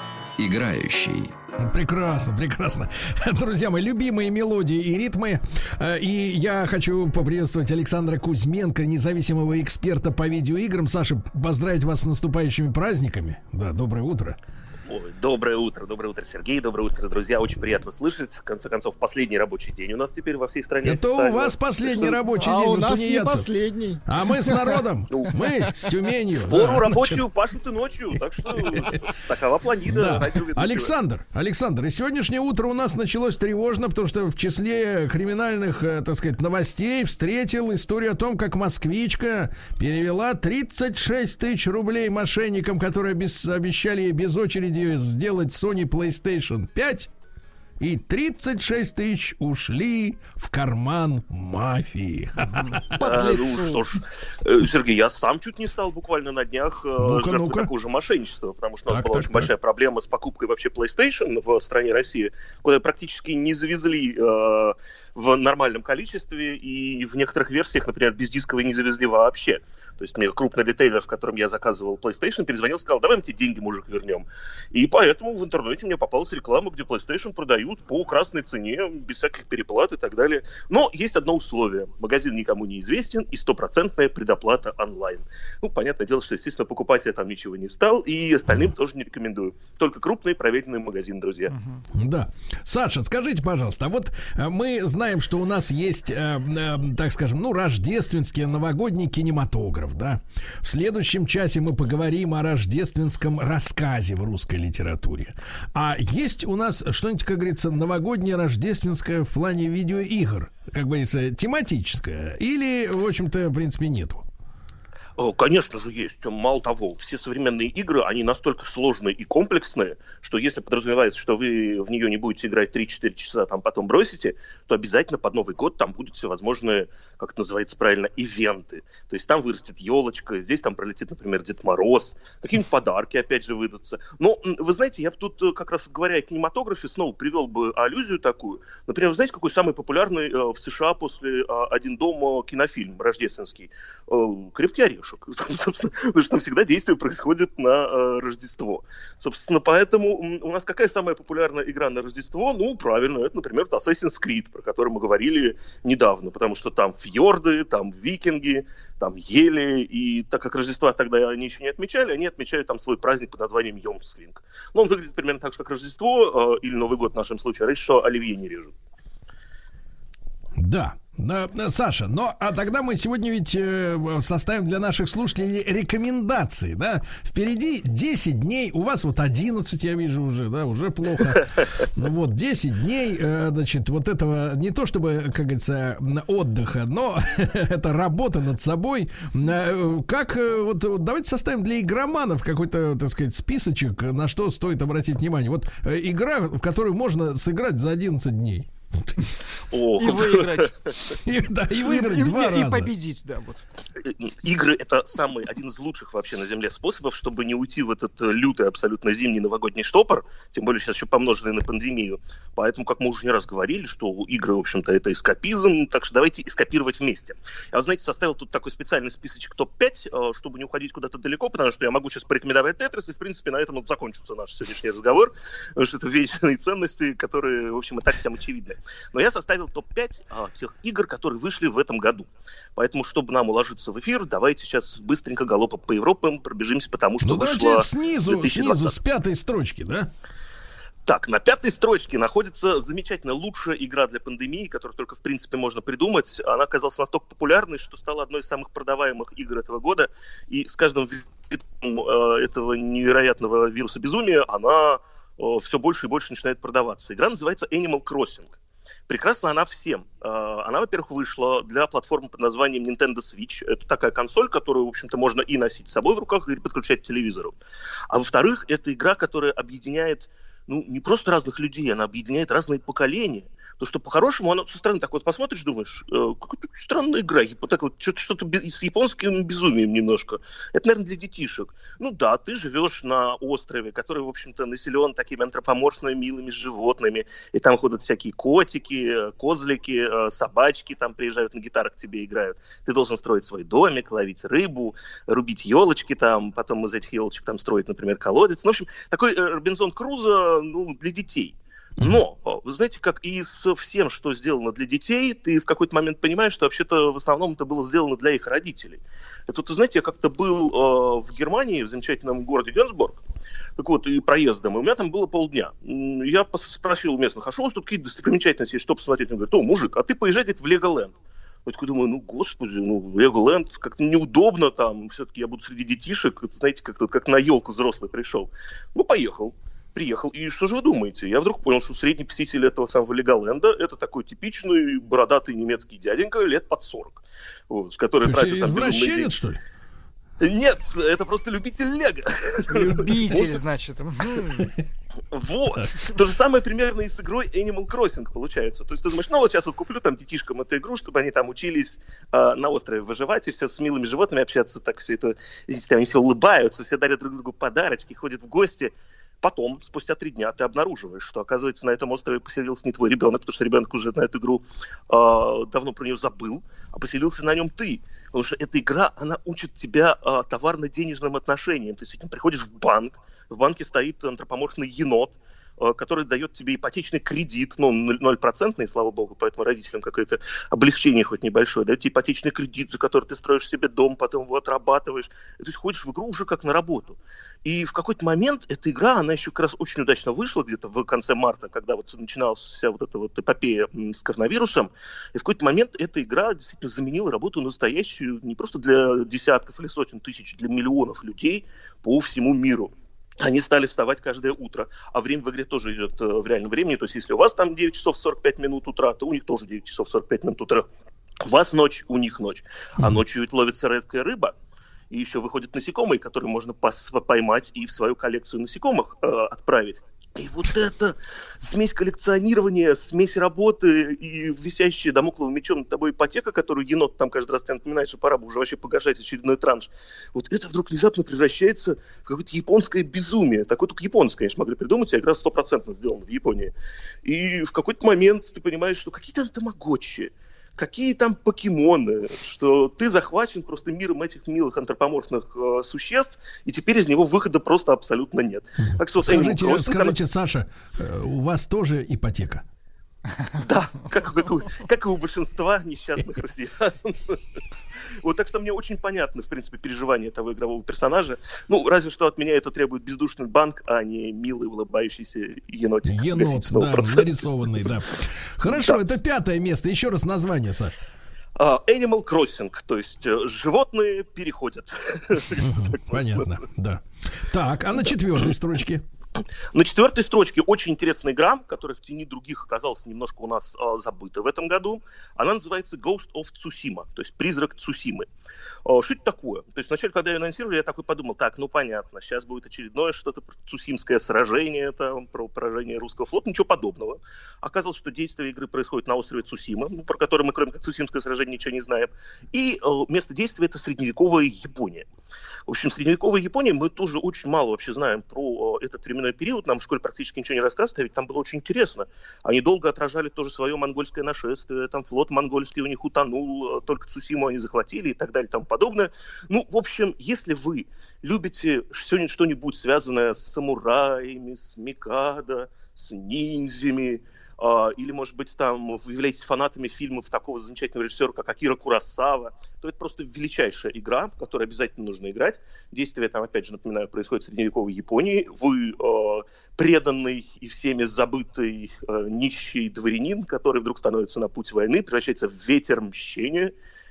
играющий. Прекрасно, прекрасно. Друзья мои, любимые мелодии и ритмы. И я хочу поприветствовать Александра Кузьменко, независимого эксперта по видеоиграм. Саша, поздравить вас с наступающими праздниками. Да, доброе утро. Ой, доброе утро, доброе утро, Сергей, доброе утро, друзья. Очень приятно слышать. В конце концов, последний рабочий день у нас теперь во всей стране. Это у вас последний что... рабочий а день, у нас не последний. А мы с народом, мы с Тюменью. Пору рабочую пашут и ночью, так что такова планида. Александр, Александр, и сегодняшнее утро у нас началось тревожно, потому что в числе криминальных, так сказать, новостей встретил историю о том, как москвичка перевела тридцать шесть тысяч рублей мошенникам, которые обещали ей без очереди сделать Sony PlayStation пять, и тридцать шесть тысяч ушли в карман мафии. А, ну что ж, Сергей, я сам чуть не стал буквально на днях жертвой ну-ка. такого же мошенничества, потому что так, у нас была так, очень так. большая проблема с покупкой вообще PlayStation в стране России, куда практически не завезли э, в нормальном количестве, и в некоторых версиях, например, бездисковые не завезли вообще. То есть мне крупный ритейлер, в котором я заказывал PlayStation, перезвонил, сказал: давай мы тебе деньги, мужик, вернем. И поэтому в интернете мне попалась реклама, где PlayStation продают по красной цене, без всяких переплат и так далее. Но есть одно условие. Магазин никому не известен и стопроцентная предоплата онлайн. Ну, понятное дело, что, естественно, покупать я там ничего не стал, и остальным тоже не рекомендую. Только крупный проверенный магазин, друзья. Да. Саша, скажите, пожалуйста, а вот мы знаем, что у нас есть, э, э, так скажем, ну, рождественский, новогодний кинематограф, да? В следующем часе мы поговорим о рождественском рассказе в русской литературе. А есть у нас что-нибудь, как говорится, новогоднее рождественское в плане видеоигр, как говорится, тематическое? Или, в общем-то, в принципе, нету? Конечно же есть. Мало того, все современные игры, они настолько сложные и комплексные, что если подразумевается, что вы в нее не будете играть три-четыре часа, там потом бросите, то обязательно под Новый год там будут всевозможные, как это называется правильно, ивенты. То есть там вырастет елочка, здесь там пролетит, например, Дед Мороз, какие-нибудь подарки опять же выдадутся. Но, вы знаете, я бы тут, как раз говоря о кинематографе, снова привел бы аллюзию такую. Например, вы знаете, какой самый популярный в США после «Один дома» кинофильм рождественский? «Крепкий орешек». Собственно, потому что там всегда действие происходит на э, Рождество. Собственно, поэтому у нас какая самая популярная игра на Рождество? Ну, правильно, это, например, Assassin's Creed, про который мы говорили недавно, потому что там фьорды, там викинги, там ели, и так как Рождество тогда они еще не отмечали, они отмечают там свой праздник под названием Йом-Свинг. Но он выглядит примерно так же, как Рождество, э, или Новый год в нашем случае, раньше, что оливье не режут. Да. Саша, ну а тогда мы сегодня ведь э, составим для наших слушателей рекомендации, да? Впереди десять дней, у вас вот одиннадцать, я вижу уже, да, уже плохо. Вот десять дней, э, значит, вот этого, не то чтобы, как говорится, отдыха, но это работа над собой. Как, вот давайте составим для игроманов какой-то, так сказать, списочек, на что стоит обратить внимание. Вот игра, в которую можно сыграть за одиннадцать дней. О, и выиграть. И, да, и выиграть и, два и, раза. И победить, да. Вот. Игры — это самый, один из лучших вообще на Земле способов, чтобы не уйти в этот лютый, абсолютно зимний новогодний штопор, тем более сейчас еще помноженный на пандемию. Поэтому, как мы уже не раз говорили, что игры, в общем-то, это эскапизм, так что давайте эскапировать вместе. Я, вот, знаете, составил тут такой специальный списочек топ пять, чтобы не уходить куда-то далеко, потому что я могу сейчас порекомендовать Тетрис, и, в принципе, на этом вот закончится наш сегодняшний разговор, потому что это вечные ценности, которые, в общем, и так всем очевидны. Но я составил топ пять а, тех игр, которые вышли в этом году. Поэтому, чтобы нам уложиться в эфир, давайте сейчас быстренько галопом по Европам пробежимся, потому что ну, вышло... Ну давайте снизу, снизу, с пятой строчки, да? Так, на пятой строчке находится замечательная лучшая игра для пандемии, которую только, в принципе, можно придумать. Она оказалась настолько популярной, что стала одной из самых продаваемых игр этого года. И с каждым этого невероятного вируса безумия, она все больше и больше начинает продаваться. Игра называется Animal Crossing. Прекрасна она всем. Она, во-первых, вышла для платформы под названием Nintendo Switch. Это такая консоль, которую, в общем-то, можно и носить с собой в руках, или подключать к телевизору. А во-вторых, это игра, которая объединяет, ну, не просто разных людей, она объединяет разные поколения. То, что по-хорошему, оно со стороны так вот посмотришь, думаешь, э, какая-то странная игра, так вот, что-то, что-то с японским безумием немножко. Это, наверное, для детишек. Ну да, ты живешь на острове, который, в общем-то, населен такими антропоморфными, милыми животными, и там ходят всякие котики, козлики, собачки, там приезжают на гитарах к тебе играют. Ты должен строить свой домик, ловить рыбу, рубить елочки там, потом из этих елочек там строить, например, колодец. Ну, в общем, такой Робинзон Крузо, ну, для детей. Но, вы знаете, как и со всем, что сделано для детей, ты в какой-то момент понимаешь, что вообще-то в основном это было сделано для их родителей. Это, вы знаете, я как-то был э, в Германии, в замечательном городе Генсбург, так вот, и проездом, и у меня там было полдня. Я спросил у местных, а что у вас тут какие-то достопримечательности есть, что посмотреть? Он говорит, о, мужик, а ты поезжай в Леголэнд. Я такой думаю, ну, господи, ну, Леголэнд, как-то неудобно там, все-таки я буду среди детишек, это, знаете, как-то как на елку взрослый пришел. Ну, поехал. Приехал, и что же вы думаете? Я вдруг понял, что средний посетитель этого самого Леголенда это такой типичный бородатый немецкий дяденька лет под сорок, вот, который тратит там безумные деньги. Извращенец, что ли? Нет, это просто любитель Лего. Любитель, значит. Вот. То же самое примерно и с игрой Animal Crossing получается. То есть ты думаешь, ну вот сейчас вот куплю там детишкам эту игру, чтобы они там учились э, на острове выживать и все с милыми животными общаться, так все это, здесь, они все улыбаются, все дарят друг другу подарочки, ходят в гости. Потом, спустя три дня, ты обнаруживаешь, что, оказывается, на этом острове поселился не твой ребенок, потому что ребенок уже на эту игру э, давно про нее забыл, а поселился на нем ты. Потому что эта игра, она учит тебя э, товарно-денежным отношениям. Ты с этим приходишь в банк, в банке стоит антропоморфный енот, который дает тебе ипотечный кредит, ну, ноль-процентный, слава богу, поэтому родителям какое-то облегчение хоть небольшое, дает тебе ипотечный кредит, за который ты строишь себе дом, потом его отрабатываешь. То есть ходишь в игру уже как на работу. И в какой-то момент эта игра, она еще как раз очень удачно вышла, где-то в конце марта, когда вот начиналась вся вот эта вот эпопея с коронавирусом, и в какой-то момент эта игра действительно заменила работу настоящую не просто для десятков или сотен тысяч, для миллионов людей по всему миру. Они стали вставать каждое утро, а время в игре тоже идет в реальном времени, то есть если у вас там девять часов сорок пять минут утра, то у них тоже девять часов сорок пять минут утра. У вас ночь, у них ночь. А ночью ведь ловится редкая рыба, и еще выходят насекомые, которые можно поймать и в свою коллекцию насекомых э, отправить. И вот эта смесь коллекционирования, смесь работы и висящая дамокловым мечом над тобой ипотека, которую енот там каждый раз тебе напоминает, что пора бы уже вообще погашать очередной транш. Вот это вдруг внезапно превращается в какое-то японское безумие. Такое только японцы, конечно, могли придумать, а игра стопроцентно сделана в Японии. И в какой-то момент ты понимаешь, что какие там тамагочи, какие там покемоны, что ты захвачен просто миром этих милых антропоморфных э, существ, и теперь из него выхода просто абсолютно нет. Так что, скажите, Crossing, скажите, она... Саша, у вас тоже ипотека? Да, как, как, как и у большинства несчастных россиян. Вот, так что мне очень понятно, в принципе, переживания этого игрового персонажа. Ну, разве что от меня это требует бездушный банк, а не милый улыбающийся енотик. Енот, да, нарисованный, да. Хорошо, да. Это пятое место. Еще раз название, Саш. Uh, Animal Crossing, то есть uh, животные переходят. Понятно, да. Так, а на четвертой строчке? На четвертой строчке очень интересная игра, которая в тени других оказалась немножко у нас э, забыта в этом году. Она называется Ghost of Tsushima, то есть призрак Цусимы. Э, что это такое? То есть вначале, когда ее анонсировали, я такой подумал, так, ну понятно, сейчас будет очередное что-то про цусимское сражение, там, про поражение русского флота, ничего подобного. Оказалось, что действие игры происходит на острове Цусима, ну, про который мы, кроме как цусимское сражение, ничего не знаем. И э, место действия — это средневековая Япония. В общем, средневековая Япония, мы тоже очень мало вообще знаем про э, этот временной период, нам в школе практически ничего не рассказывают, а ведь там было очень интересно. Они долго отражали тоже свое монгольское нашествие, там флот монгольский у них утонул, только Цусиму они захватили и так далее и тому подобное. Ну, в общем, если вы любите что-нибудь связанное с самураями, с микадо, с ниндзями, Uh, или, может быть, там вы являетесь фанатами фильмов такого замечательного режиссера, как Акира Куросава, то это просто величайшая игра, в которой обязательно нужно играть. Действие там, опять же, напоминаю, происходит в средневековой Японии. Вы uh, преданный и всеми забытый uh, нищий дворянин, который вдруг становится на путь войны, превращается в ветер мщения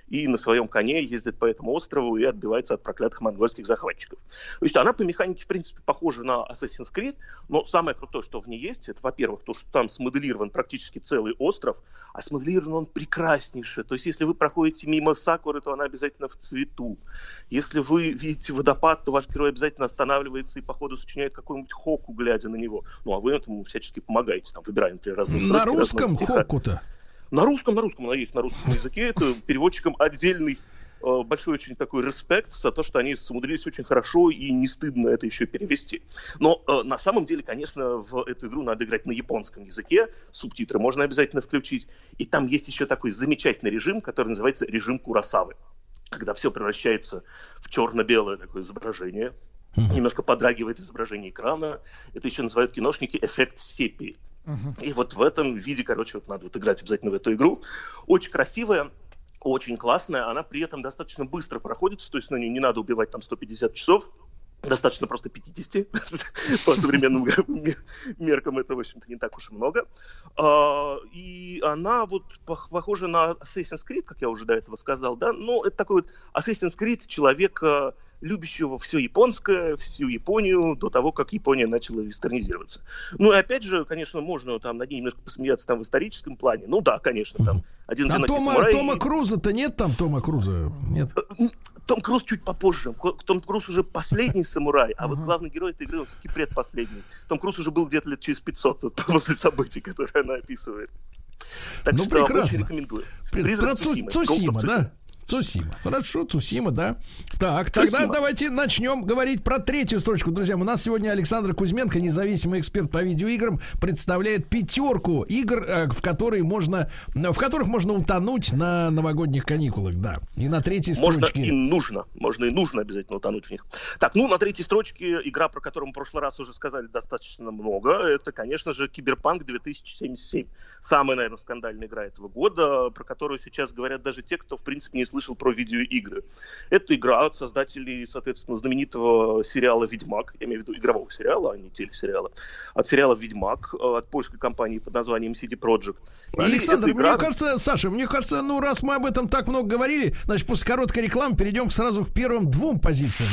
и на своем коне ездит по этому острову и отбивается от проклятых монгольских захватчиков. То есть она по механике, в принципе, похожа на Assassin's Creed, но самое крутое, что в ней есть, это, во-первых, то, что там смоделирован практически целый остров, а смоделирован он прекраснейше. То есть если вы проходите мимо сакуры, то она обязательно в цвету. Если вы видите водопад, то ваш герой обязательно останавливается и, по ходу, сочиняет какой-нибудь хоку, глядя на него. Ну, а вы этому всячески помогаете, там, выбирая, например, разные... На русском хоку-то? На русском, на русском, она есть на русском языке. Это переводчикам отдельный э, большой очень такой респект за то, что они умудрились очень хорошо и не стыдно это еще перевести. Но э, на самом деле, конечно, в эту игру надо играть на японском языке. Субтитры можно обязательно включить. И там есть еще такой замечательный режим, который называется режим Куросавы. Когда все превращается в черно-белое такое изображение. Mm-hmm. Немножко подрагивает изображение экрана. Это еще называют киношники эффект сепии. Uh-huh. И вот в этом виде, короче, вот надо вот играть обязательно в эту игру. Очень красивая, очень классная, она при этом достаточно быстро проходится, то есть на нее не надо убивать там сто пятьдесят часов, достаточно просто пятьдесят, по современным меркам это, в общем-то, не так уж и много. И она вот похожа на Assassin's Creed, как я уже до этого сказал, да, но это такой вот Assassin's Creed человека, любящего все японское, всю Японию до того, как Япония начала вестернизироваться. Ну и опять же, конечно, можно там над ней немножко посмеяться там в историческом плане. Ну да, конечно, там один а Тома, самурай... Тома Круза-то нет там, Тома Круза? Нет? Том Круз чуть попозже. Том Круз уже последний самурай, а uh-huh. вот главный герой этой игры, он все-таки предпоследний. Том Круз уже был где-то лет через пятьсот вот, после событий, которые она описывает. Так ну, что прекрасно. Очень рекомендую. Про Цусима, Цусима, да? Цусима. Хорошо, Цусима, да. Так, Цусима. Тогда давайте начнем говорить про третью строчку, друзья. У нас сегодня Александр Кузьменко, независимый эксперт по видеоиграм, представляет пятерку игр, в которые можно, в которых можно утонуть на новогодних каникулах, да. И на третьей можно строчке. Можно и нужно. Можно и нужно обязательно утонуть в них. Так, ну, на третьей строчке игра, про которую мы в прошлый раз уже сказали достаточно много. Это, конечно же, Киберпанк две тысячи семьдесят семь. Самая, наверное, скандальная игра этого года, про которую сейчас говорят даже те, кто, в принципе, не слышал про видеоигры. Это игра от создателей, соответственно, знаменитого сериала «Ведьмак», я имею в виду игрового сериала, а не телесериала, от сериала «Ведьмак», от польской компании под названием си ди Projekt. Александр, игра... мне кажется, Саша, мне кажется, ну, раз мы об этом так много говорили, значит, после короткой рекламы перейдем сразу к первым двум позициям.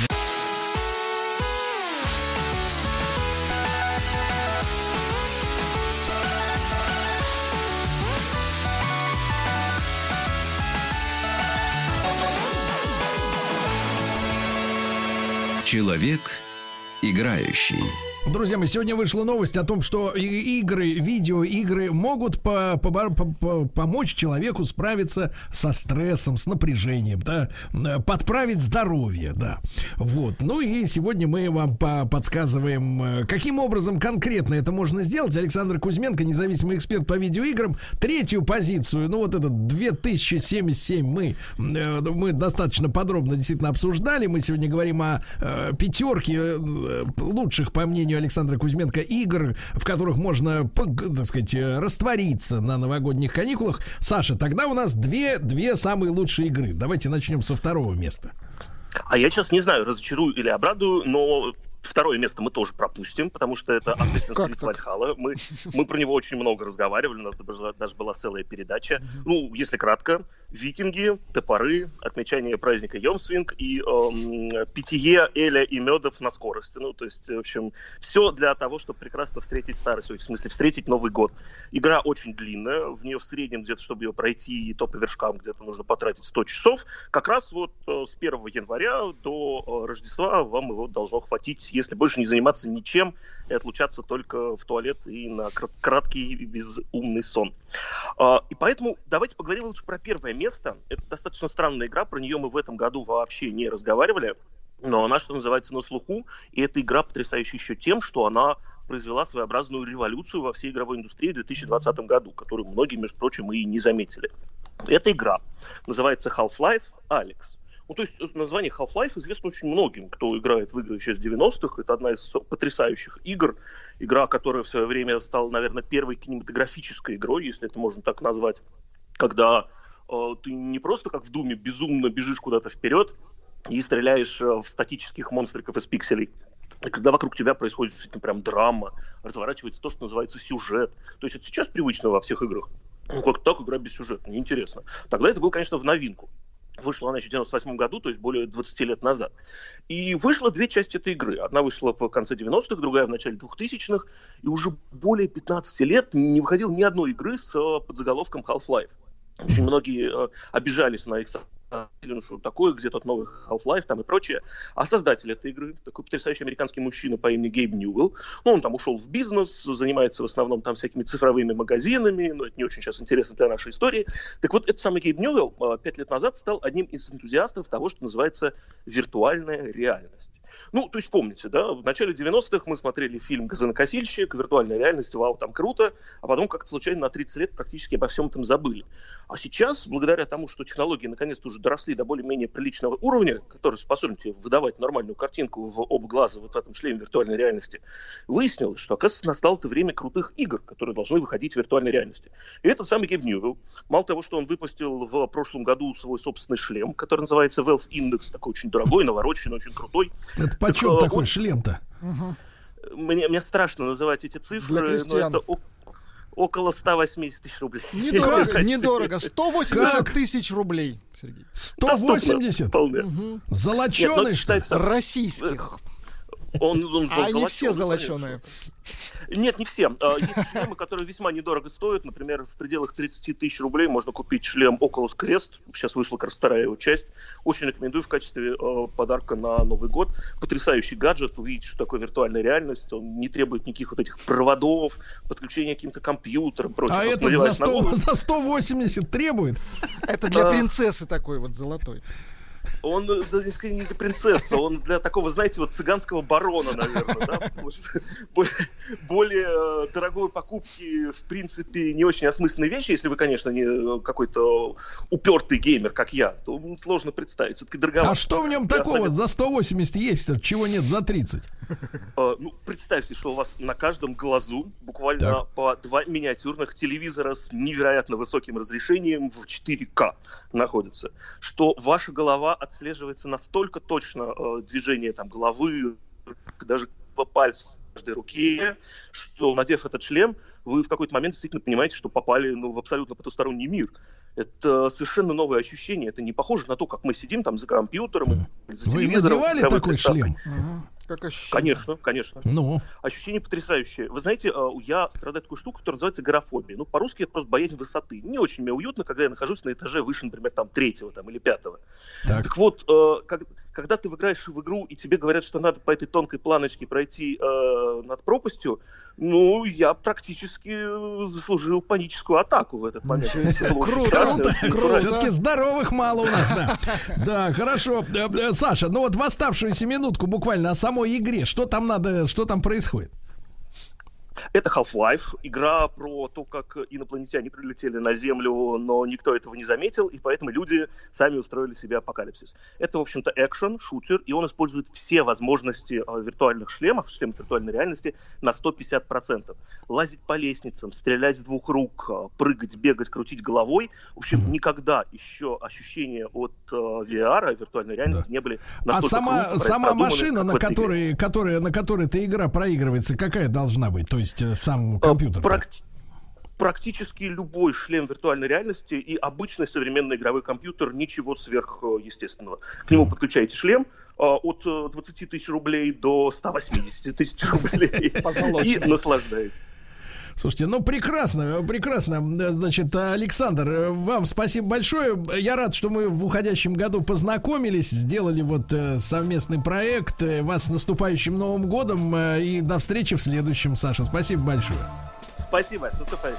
Человек играющий. Друзья мои, сегодня вышла новость о том, что игры, видеоигры могут по, по, по, помочь человеку справиться со стрессом, с напряжением, да, подправить здоровье, да. Вот. Ну и сегодня мы вам по- подсказываем, каким образом конкретно это можно сделать. Александр Кузьменко, независимый эксперт по видеоиграм. Третью позицию, ну вот этот две тысячи семьдесят семь мы, мы достаточно подробно действительно обсуждали. Мы сегодня говорим о э, пятерке лучших, по мнению Александра Кузьменко, игр, в которых можно, так сказать, раствориться на новогодних каникулах. Саша, тогда у нас две, две самые лучшие игры. Давайте начнем со второго места. А я сейчас не знаю, разочарую или обрадую, но второе место мы тоже пропустим, потому что это Assassin's Creed Valhalla. Мы, мы про него очень много разговаривали, у нас даже была целая передача. Ну, если кратко, викинги, топоры, отмечание праздника Йомсвинг и эм, питье эля и медов на скорости. Ну, то есть, в общем, все для того, чтобы прекрасно встретить старость, в смысле, встретить Новый год. Игра очень длинная, в нее в среднем где-то, чтобы ее пройти то по вершкам, где-то нужно потратить сто часов. Как раз вот э, с первого января до э, Рождества вам его должно хватить, если больше не заниматься ничем и отлучаться только в туалет и на краткий и безумный сон. Э, и поэтому давайте поговорим лучше про первое место. Это достаточно странная игра, про нее мы в этом году вообще не разговаривали, но она, что называется, на слуху, и эта игра потрясающая еще тем, что она произвела своеобразную революцию во всей игровой индустрии в две тысячи двадцатом году, которую многие, между прочим, и не заметили. Эта игра называется Half-Life Alyx. Ну, то есть название Half-Life известно очень многим, кто играет в игры еще с девяностых. Это одна из потрясающих игр. Игра, которая в свое время стала, наверное, первой кинематографической игрой, если это можно так назвать, когда э, ты не просто как в Думе безумно бежишь куда-то вперед и стреляешь в статических монстриков из пикселей. И когда вокруг тебя происходит действительно прям драма, разворачивается то, что называется сюжет. То есть это сейчас привычно во всех играх. Ну, как так игра без сюжета? Неинтересно. Тогда это было, конечно, в новинку. Вышла она еще в девяносто восьмом году, то есть более двадцати лет назад. И вышло две части этой игры. Одна вышла в конце девяностых, другая в начале двухтысячных. И уже более пятнадцати лет не выходило ни одной игры с подзаголовком Half-Life. Очень многие э, обижались на их создателя, ну что такое, где тот новый Half-Life там и прочее. А создатель этой игры, такой потрясающий американский мужчина по имени Гейб Ньюэлл, ну, он там ушел в бизнес, занимается в основном там всякими цифровыми магазинами, но это не очень сейчас интересно для нашей истории. Так вот, этот самый Гейб Ньюэлл э, пять лет назад стал одним из энтузиастов того, что называется виртуальная реальность. Ну, то есть помните, да, в начале девяностых мы смотрели фильм «Газонокосильщик», виртуальная реальность, вау, там круто, а потом как-то случайно на тридцать лет практически обо всем этом забыли. А сейчас, благодаря тому, что технологии наконец-то уже доросли до более-менее приличного уровня, который способен тебе выдавать нормальную картинку в оба глаза вот в этом шлеме виртуальной реальности, выяснилось, что, оказывается, настало то время крутых игр, которые должны выходить в виртуальной реальности. И этот самый Гейб Ньюэлл, мало того, что он выпустил в прошлом году свой собственный шлем, который называется Valve Index, такой очень дорогой, навороченный, очень крутой. Это почем так, такой он... шлем-то? Угу. Мне, мне страшно называть эти цифры, но это о... около ста восьмидесяти тысяч рублей. Недорого, недорого. сто восемьдесят тысяч рублей, Сергей. сто восемьдесят? Угу. Золоченый, что ли? Российских. Он, он а они все золоченые. Нет, не все. Есть шлемы, которые весьма недорого стоят. Например, в пределах тридцати тысяч рублей можно купить шлем Oculus Quest. Сейчас вышла как раз вторая его часть. Очень рекомендую в качестве э, подарка на Новый год. Потрясающий гаджет. Вы видите, что такое виртуальная реальность. Он не требует никаких вот этих проводов, подключения к каким-то компьютерам. Прочее. А этот за сто, за сто восемьдесят требует? Это для принцессы такой вот золотой. Он, да, не для принцессы, он для такого, знаете, вот цыганского барона, наверное, да? Более, более дорогой покупки, в принципе, не очень осмысленные вещи, если вы, конечно, не какой-то упертый геймер, как я, то сложно представить. Все-таки дороговато. А что в нем такого за сто восемьдесят есть, чего нет за тридцать? Ну, представьте, что у вас на каждом глазу буквально так. по два миниатюрных телевизора с невероятно высоким разрешением в четыре ка находятся, что ваша голова отслеживается настолько точно э, движение там, головы, даже по пальцам в каждой руке, что, надев этот шлем, вы в какой-то момент действительно понимаете, что попали ну, в абсолютно потусторонний мир. Это совершенно новое ощущение. Это не похоже на то, как мы сидим там за компьютером, за Вы телевизором. Вы надевали такой шлем? Как ощущение? Конечно, конечно. Ну. Ощущение потрясающее. Вы знаете, я страдаю такой штукой, которая называется горофобия. Ну, по-русски это просто боязнь высоты. Не очень мне уютно, когда я нахожусь на этаже выше, например, там, третьего там, или пятого. Так, так вот, как, когда ты играешь в игру, и тебе говорят, что надо по этой тонкой планочке пройти э, над пропастью, ну, я практически заслужил паническую атаку в этот момент. Круто, круто. Все-таки здоровых мало у нас, да. Да, хорошо. Саша, ну вот в оставшуюся минутку буквально о самой игре. Что там надо, что там происходит? Это Half-Life, игра про то, как инопланетяне прилетели на Землю, но никто этого не заметил, и поэтому люди сами устроили себе апокалипсис. Это, в общем-то, экшен, шутер, и он использует все возможности э, виртуальных шлемов, шлемов виртуальной реальности на сто пятьдесят процентов. Лазить по лестницам, стрелять с двух рук, э, прыгать, бегать, крутить головой. В общем, mm-hmm. никогда еще ощущения от э, ви ар, виртуальной реальности, да. не были настолько А сама, круто, сама машина, на которой, которая, на которой эта игра проигрывается, какая должна быть? То есть сам компьютер? Практи- практически любой шлем виртуальной реальности и обычный современный игровой компьютер, ничего сверхъестественного. К нему подключаете шлем от двадцати тысяч рублей до ста восьмидесяти тысяч рублей и наслаждаетесь. Слушайте, ну прекрасно, прекрасно. Значит, Александр, вам спасибо большое. Я рад, что мы в уходящем году познакомились, сделали вот совместный проект. Вас с наступающим Новым годом и до встречи в следующем, Саша. Спасибо большое. Спасибо, с наступающим.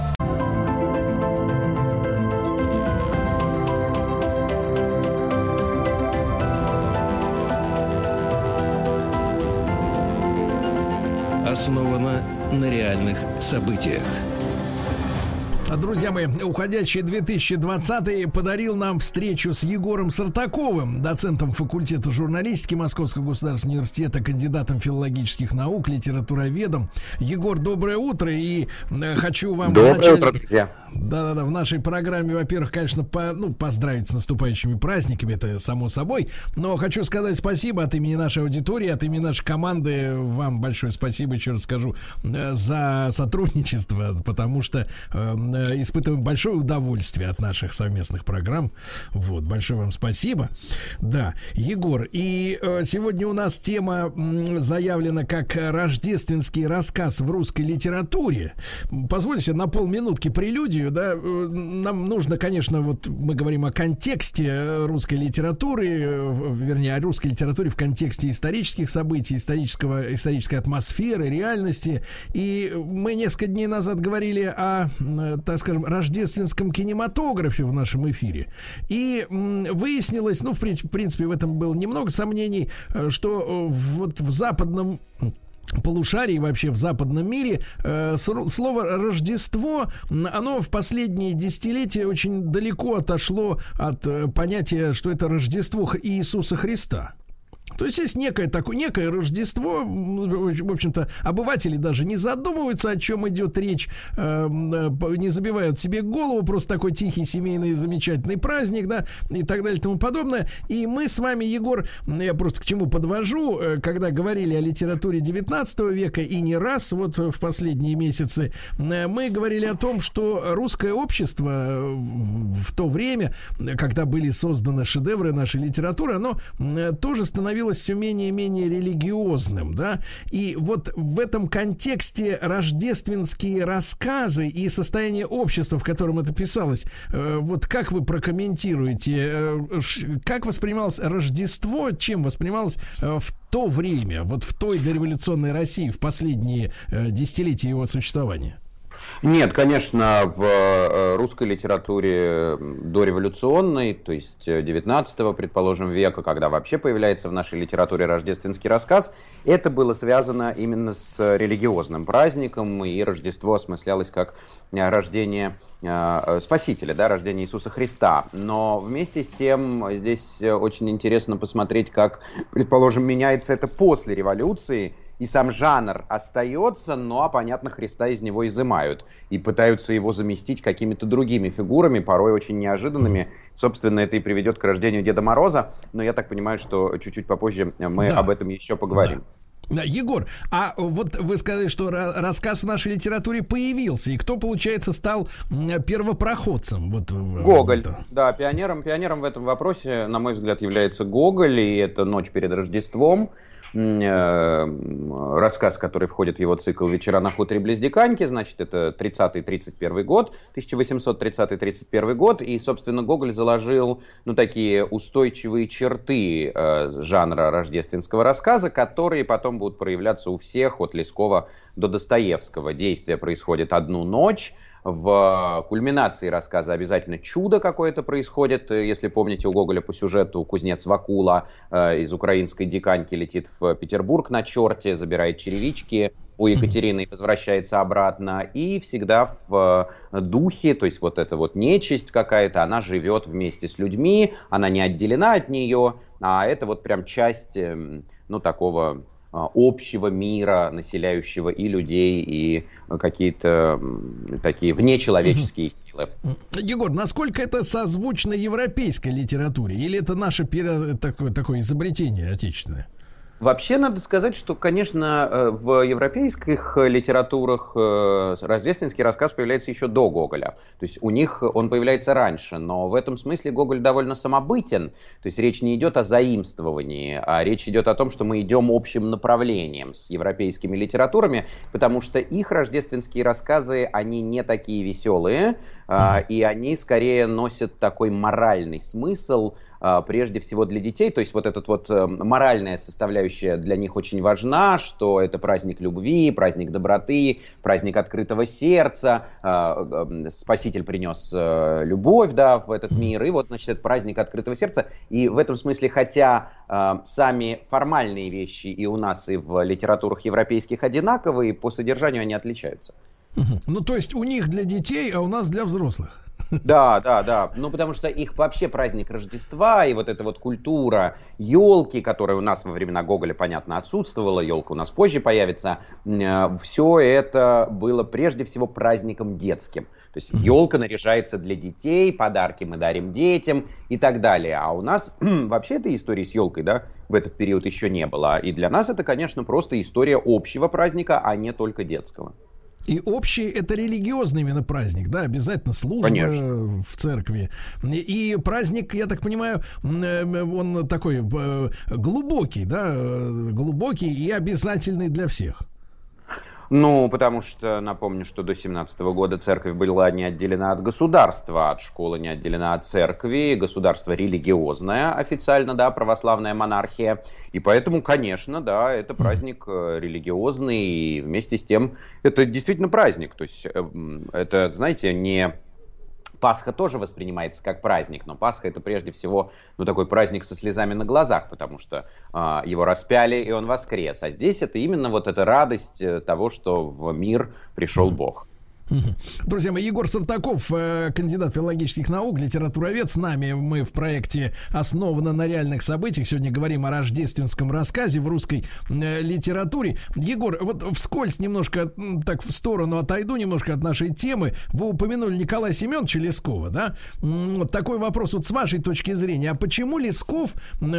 Основано на реальных событиях. Друзья мои, уходящий две тысячи двадцатый подарил нам встречу с Егором Сартаковым, доцентом факультета журналистики Московского государственного университета, кандидатом филологических наук, литературоведом. Егор, доброе утро, и э, хочу вам... Доброе начале... утро, друзья. Да-да-да, в нашей программе, во-первых, конечно, по, ну, поздравить с наступающими праздниками, это само собой, но хочу сказать спасибо от имени нашей аудитории, от имени нашей команды, вам большое спасибо, еще раз скажу, э, за сотрудничество, потому что... Э, испытываем большое удовольствие от наших совместных программ. Вот, большое вам спасибо. Да, Егор, и э, сегодня у нас тема м, заявлена как рождественский рассказ в русской литературе. Позвольте на полминутки прелюдию, да, нам нужно, конечно, вот мы говорим о контексте русской литературы, вернее, о русской литературе в контексте исторических событий, исторического, исторической атмосферы, реальности, и мы несколько дней назад говорили о, так скажем, рождественском кинематографе в нашем эфире, и выяснилось, ну, в принципе, в этом было немного сомнений, что вот в западном полушарии, вообще в западном мире, э, слово «Рождество», оно в последние десятилетия очень далеко отошло от э, понятия, что это Рождество Иисуса Христа. То есть есть некое такое, некое Рождество, в общем-то, обыватели даже не задумываются, о чем идет речь, не забивают себе голову, просто такой тихий, семейный, замечательный праздник, да, и так далее, и тому подобное. И мы с вами, Егор, я просто к чему подвожу, когда говорили о литературе девятнадцатого века, и не раз, вот в последние месяцы, мы говорили о том, что русское общество в то время, когда были созданы шедевры нашей литературы, оно тоже становилось все менее и менее религиозным, да, и вот в этом контексте рождественские рассказы и состояние общества, в котором это писалось, э, вот как вы прокомментируете, э, как воспринималось Рождество, чем воспринималось э, в то время, вот в той дореволюционной России, в последние э, десятилетия его существования? Нет, конечно, в русской литературе дореволюционной, то есть девятнадцатого, предположим, века, когда вообще появляется в нашей литературе рождественский рассказ, это было связано именно с религиозным праздником, и Рождество осмыслялось как рождение Спасителя, да, рождение Иисуса Христа. Но вместе с тем здесь очень интересно посмотреть, как, предположим, меняется это после революции. И сам жанр остается, но, понятно, Христа из него изымают. И пытаются его заместить какими-то другими фигурами, порой очень неожиданными. Собственно, это и приведет к рождению Деда Мороза. Но я так понимаю, что чуть-чуть попозже мы да. об этом еще поговорим. Да. Да, Егор, а вот вы сказали, что рассказ в нашей литературе появился, и кто, получается, стал первопроходцем? Вот, Гоголь, это. да, пионером, пионером в этом вопросе, на мой взгляд, является Гоголь, и это «Ночь перед Рождеством», рассказ, который входит в его цикл «Вечера на хуторе близ Диканьки», значит, это тридцатый тридцать первый год, тысяча восемьсот тридцатый тридцать первый год, и, собственно, Гоголь заложил, ну, такие устойчивые черты э, жанра рождественского рассказа, которые потом будут проявляться у всех, от Лескова до Достоевского. Действие происходит одну ночь. В кульминации рассказа обязательно чудо какое-то происходит. Если помните, у Гоголя по сюжету кузнец Вакула э, из украинской Диканьки летит в Петербург на черте, забирает черевички у Екатерины и возвращается обратно. И всегда в духе, то есть вот эта вот нечисть какая-то, она живет вместе с людьми, она не отделена от нее, а это вот прям часть, э, ну, такого общего мира, населяющего и людей, и какие-то такие внечеловеческие силы. Егор, насколько это созвучно европейской литературе? Или это наше такое, такое изобретение отечественное? Вообще, надо сказать, что, конечно, в европейских литературах рождественский рассказ появляется еще до Гоголя. То есть у них он появляется раньше, но в этом смысле Гоголь довольно самобытен. То есть речь не идет о заимствовании, а речь идет о том, что мы идем общим направлением с европейскими литературами, потому что их рождественские рассказы, они не такие веселые, mm-hmm. и они скорее носят такой моральный смысл, прежде всего для детей. То есть вот эта вот моральная составляющая для них очень важна, что это праздник любви, праздник доброты, праздник открытого сердца. Спаситель принес любовь, да, в этот мир, и вот, значит, это праздник открытого сердца. И в этом смысле, хотя сами формальные вещи и у нас, и в литературах европейских одинаковые, по содержанию они отличаются. Ну, то есть у них для детей, а у нас для взрослых. Да, да, да. Ну, потому что их вообще праздник Рождества и вот эта вот культура елки, которая у нас во времена Гоголя, понятно, отсутствовала, елка у нас позже появится, все это было прежде всего праздником детским. То есть елка наряжается для детей, подарки мы дарим детям и так далее. А у нас вообще этой истории с елкой, да, в этот период еще не было. И для нас это, конечно, просто история общего праздника, а не только детского. И общий это религиозный именно праздник, да, обязательно служба Конечно. в церкви. И праздник, я так понимаю, он такой глубокий, да, глубокий и обязательный для всех. Ну, потому что, напомню, что до семнадцатого года церковь была не отделена от государства, от школы не отделена от церкви, государство религиозное официально, да, православная монархия, и поэтому, конечно, да, это праздник религиозный, и вместе с тем это действительно праздник, то есть это, знаете, не... Пасха тоже воспринимается как праздник, но Пасха это прежде всего ну, такой праздник со слезами на глазах, потому что э, его распяли и он воскрес. А здесь это именно вот эта радость того, что в мир пришел Бог. Друзья мои, Егор Сартаков, кандидат филологических наук, литературовед. С нами мы в проекте «Основано на реальных событиях». Сегодня говорим о рождественском рассказе в русской литературе. Егор, вот вскользь немножко так в сторону отойду, немножко от нашей темы. Вы упомянули Николая Семеновича Лескова, да? Вот такой вопрос вот с вашей точки зрения. А почему Лесков,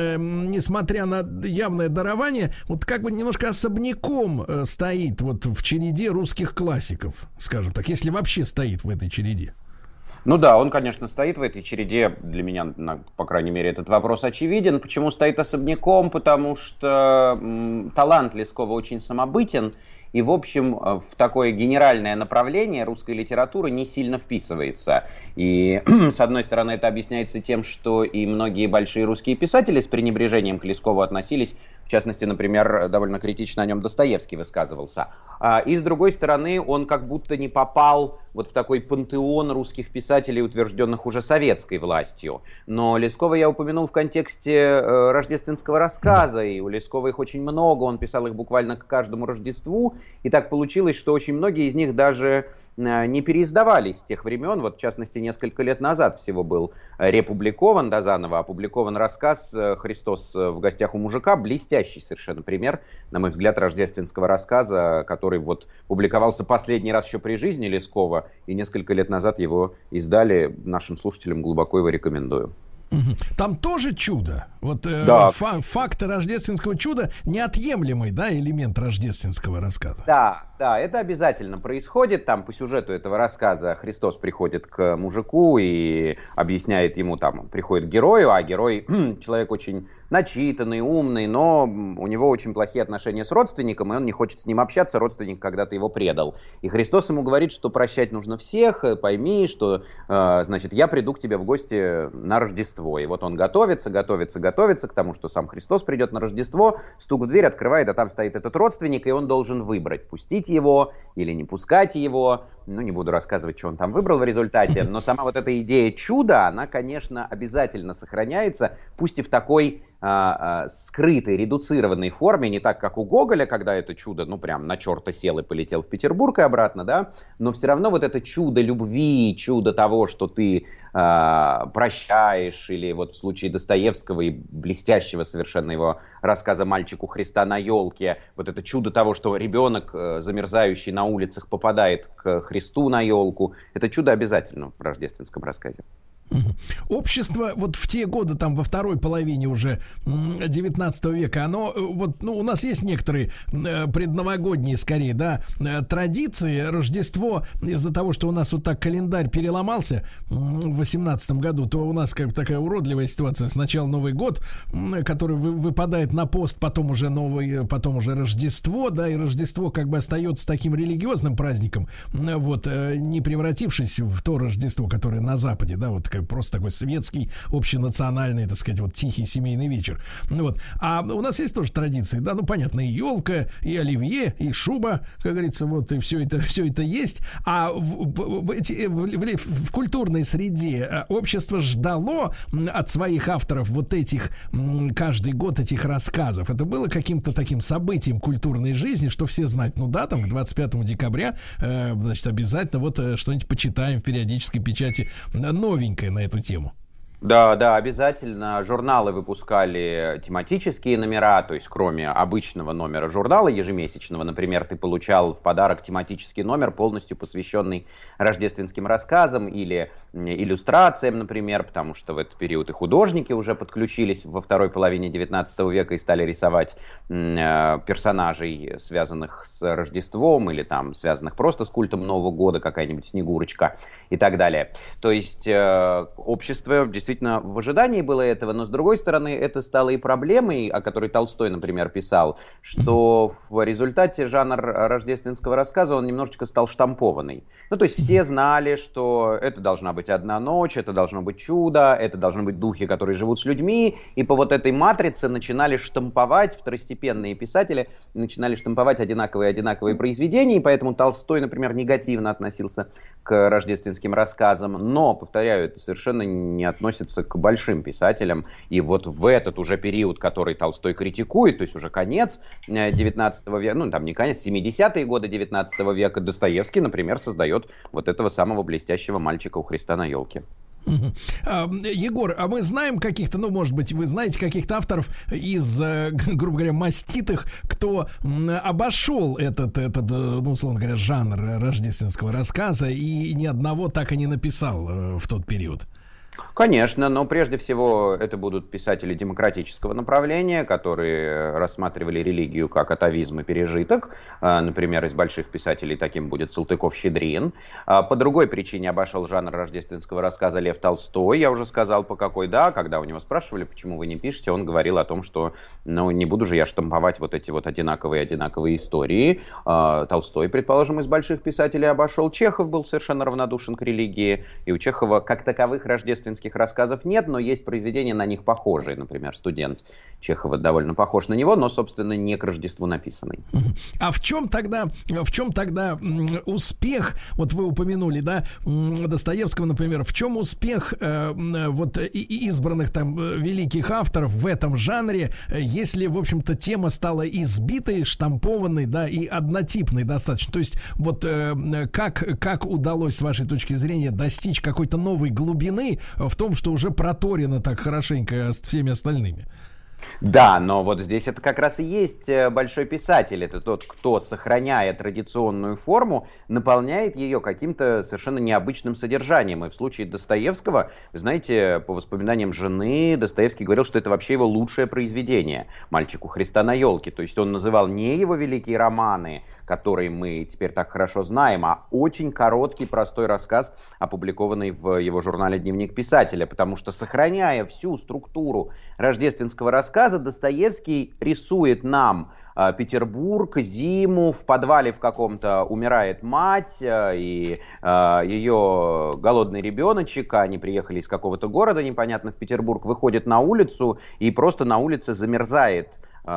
несмотря на явное дарование, вот как бы немножко особняком стоит вот в череде русских классиков, скажем так, если вообще стоит в этой череде? Ну да, он, конечно, стоит в этой череде. Для меня, по крайней мере, этот вопрос очевиден. Почему стоит особняком? Потому что м, талант Лескова очень самобытен. И, в общем, в такое генеральное направление русской литературы не сильно вписывается. И, с одной стороны, это объясняется тем, что и многие большие русские писатели с пренебрежением к Лескову относились. В частности, например, довольно критично о нем Достоевский высказывался. И, с другой стороны, он как будто не попал вот в такой пантеон русских писателей, утвержденных уже советской властью. Но Лескова я упомянул в контексте рождественского рассказа, и у Лескова их очень много, он писал их буквально к каждому Рождеству. И так получилось, что очень многие из них даже не переиздавались с тех времен. Вот, в частности, несколько лет назад всего был републикован, да, заново опубликован рассказ «Христос в гостях у мужика». Блестящий совершенно пример, на мой взгляд, рождественского рассказа, который вот публиковался последний раз еще при жизни Лескова, и несколько лет назад его издали. Нашим слушателям глубоко его рекомендую. Там тоже чудо. Вот э, да. фа- факты рождественского чуда неотъемлемый, да, элемент рождественского рассказа. Да, да, это обязательно происходит. Там по сюжету этого рассказа Христос приходит к мужику и объясняет ему, там, приходит к герою, а герой человек очень начитанный, умный, но у него очень плохие отношения с родственником, и он не хочет с ним общаться, родственник когда-то его предал. И Христос ему говорит, что прощать нужно всех, пойми, что, э, значит, я приду к тебе в гости на Рождество. И вот он готовится, готовится, готовится к тому, что сам Христос придет на Рождество, стук в дверь открывает, а там стоит этот родственник, и он должен выбрать, пустить его или не пускать его. Ну, не буду рассказывать, что он там выбрал в результате, но сама вот эта идея чуда, она, конечно, обязательно сохраняется, пусть и в такой а, а, скрытой, редуцированной форме, не так, как у Гоголя, когда это чудо, ну, прям на черта сел и полетел в Петербург и обратно, да, но все равно вот это чудо любви, чудо того, что ты а, прощаешь, или вот в случае Достоевского и блестящего совершенно его рассказа «Мальчик у Христа на елке», вот это чудо того, что ребенок, замерзающий на улицах, попадает к Христу на елку, это чудо обязательно в рождественском рассказе. Общество вот в те годы, там во второй половине уже девятнадцатого века, оно вот, ну, у нас есть некоторые предновогодние, скорее, да, традиции. Рождество, из-за того, что у нас вот так календарь переломался в восемнадцатом году, то у нас как бы такая уродливая ситуация. Сначала Новый год, который выпадает на пост, потом уже новый, потом уже Рождество, да, и Рождество как бы остается таким религиозным праздником, вот, не превратившись в то Рождество, которое на Западе, да, вот как просто такой светский, общенациональный, так сказать, вот тихий семейный вечер. Вот. А у нас есть тоже традиции, да, ну, понятно, и елка, и оливье, и шуба, как говорится, вот, и все это, все это есть. А в, в, в, в, в культурной среде общество ждало от своих авторов вот этих, каждый год этих рассказов. Это было каким-то таким событием культурной жизни, что все знают, ну да, там, к двадцать пятому декабря, э, значит, обязательно вот что-нибудь почитаем в периодической печати новенькое на эту тему. Да, да, обязательно. Журналы выпускали тематические номера, то есть кроме обычного номера журнала ежемесячного, например, ты получал в подарок тематический номер, полностью посвященный рождественским рассказам или иллюстрациям, например, потому что в этот период и художники уже подключились во второй половине девятнадцатого века и стали рисовать э, персонажей, связанных с Рождеством или там связанных просто с культом Нового года, какая-нибудь Снегурочка и так далее. То есть э, общество действительно в ожидании было этого, но с другой стороны это стало и проблемой, о которой Толстой, например, писал, что в результате жанр рождественского рассказа, он немножечко стал штампованный. Ну, то есть все знали, что это должна быть одна ночь, это должно быть чудо, это должны быть духи, которые живут с людьми, и по вот этой матрице начинали штамповать, второстепенные писатели начинали штамповать одинаковые-одинаковые произведения, и поэтому Толстой, например, негативно относился к рождественским рассказам, но, повторяю, это совершенно не относится к большим писателям, и вот в этот уже период, который Толстой критикует, то есть уже конец девятнадцатого века, ну там не конец, семидесятые годы девятнадцатого века, Достоевский, например, создает вот этого самого блестящего мальчика у Христа на елке. Егор, а мы знаем каких-то, ну, может быть, вы знаете каких-то авторов из, грубо говоря, маститых, кто обошел этот, этот, ну, условно говоря, жанр рождественского рассказа и ни одного так и не написал в тот период? Конечно, но прежде всего это будут писатели демократического направления, которые рассматривали религию как атовизм и пережиток. Например, из больших писателей таким будет Салтыков-Щедрин. По другой причине обошел жанр рождественского рассказа Лев Толстой. Я уже сказал, по какой, да, когда у него спрашивали, почему вы не пишете, он говорил о том, что, ну, не буду же я штамповать вот эти вот одинаковые-одинаковые истории. Толстой, предположим, из больших писателей обошел. Чехов был совершенно равнодушен к религии, и у Чехова как таковых рождественских рассказов нет, но есть произведения на них похожие. Например, «Студент» Чехова довольно похож на него, но, собственно, не к Рождеству написанный. А в чем тогда, в чем тогда успех, вот вы упомянули, да, Достоевского, например, в чем успех э, вот избранных там великих авторов в этом жанре, если, в общем-то, тема стала избитой, штампованной, да, и однотипной достаточно? То есть вот э, как, как удалось, с вашей точки зрения, достичь какой-то новой глубины в том, что уже проторено так хорошенько с всеми остальными? Да, но вот здесь это как раз и есть большой писатель. Это тот, кто, сохраняя традиционную форму, наполняет ее каким-то совершенно необычным содержанием. И в случае Достоевского, вы знаете, по воспоминаниям жены, Достоевский говорил, что это вообще его лучшее произведение «Мальчик у Христа на елке». То есть он называл не его великие романы, которые мы теперь так хорошо знаем, а очень короткий, простой рассказ, опубликованный в его журнале «Дневник писателя», потому что, сохраняя всю структуру рождественского рассказа, Достоевский рисует нам э, Петербург, зиму, в подвале в каком-то умирает мать, э, и э, ее голодный ребеночек, они приехали из какого-то города, непонятно, в Петербург, выходит на улицу, и просто на улице замерзает,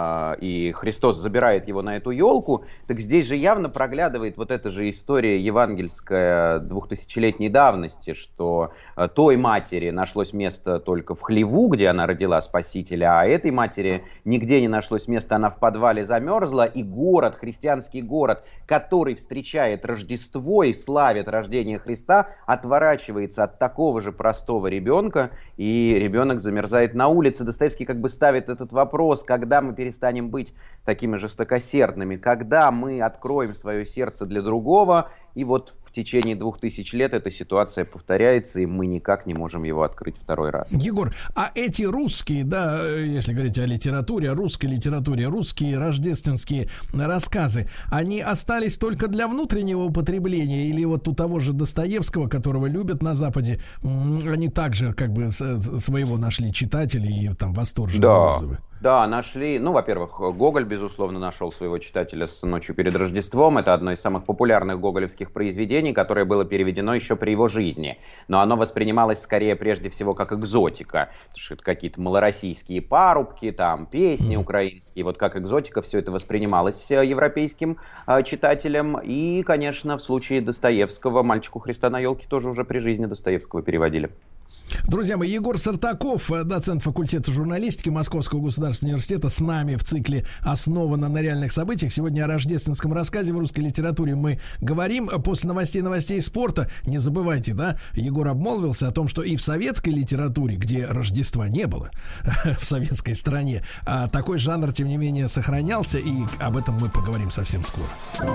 и Христос забирает его на эту елку. Так здесь же явно проглядывает вот эта же история евангельская двухтысячелетней давности, что той матери нашлось место только в хлеву, где она родила Спасителя, а этой матери нигде не нашлось места, она в подвале замерзла, и город, христианский город, который встречает Рождество и славит рождение Христа, отворачивается от такого же простого ребенка, и ребенок замерзает на улице. Достоевский как бы ставит этот вопрос, когда мы перестанем быть такими жестокосердными, когда мы откроем свое сердце для другого, и вот в течение двух тысяч лет эта ситуация повторяется, и мы никак не можем его открыть второй раз. Егор, а эти русские, да, если говорить о литературе, о русской литературе, русские рождественские рассказы, они остались только для внутреннего употребления, или вот у того же Достоевского, которого любят на Западе, они также как бы своего нашли читателей и там восторженные да. отзывы? Да, нашли. Ну, во-первых, Гоголь, безусловно, нашел своего читателя с «Ночью перед Рождеством». Это одно из самых популярных гоголевских произведений, которое было переведено еще при его жизни. Но оно воспринималось скорее прежде всего как экзотика. Потому что это какие-то малороссийские парубки, там песни украинские. Вот как экзотика все это воспринималось европейским э, читателем. И, конечно, в случае Достоевского «Мальчик у Христа на елке» тоже уже при жизни Достоевского переводили. Друзья мои, Егор Сартаков, доцент факультета журналистики Московского государственного университета, с нами в цикле «Основано на реальных событиях». Сегодня о рождественском рассказе в русской литературе мы говорим. После новостей новостей спорта, не забывайте, да, Егор обмолвился о том, что и в советской литературе, где Рождества не было, в советской стране, такой жанр, тем не менее, сохранялся, и об этом мы поговорим совсем скоро.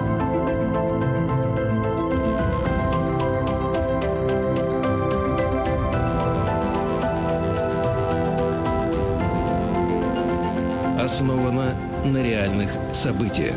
Основано на реальных событиях.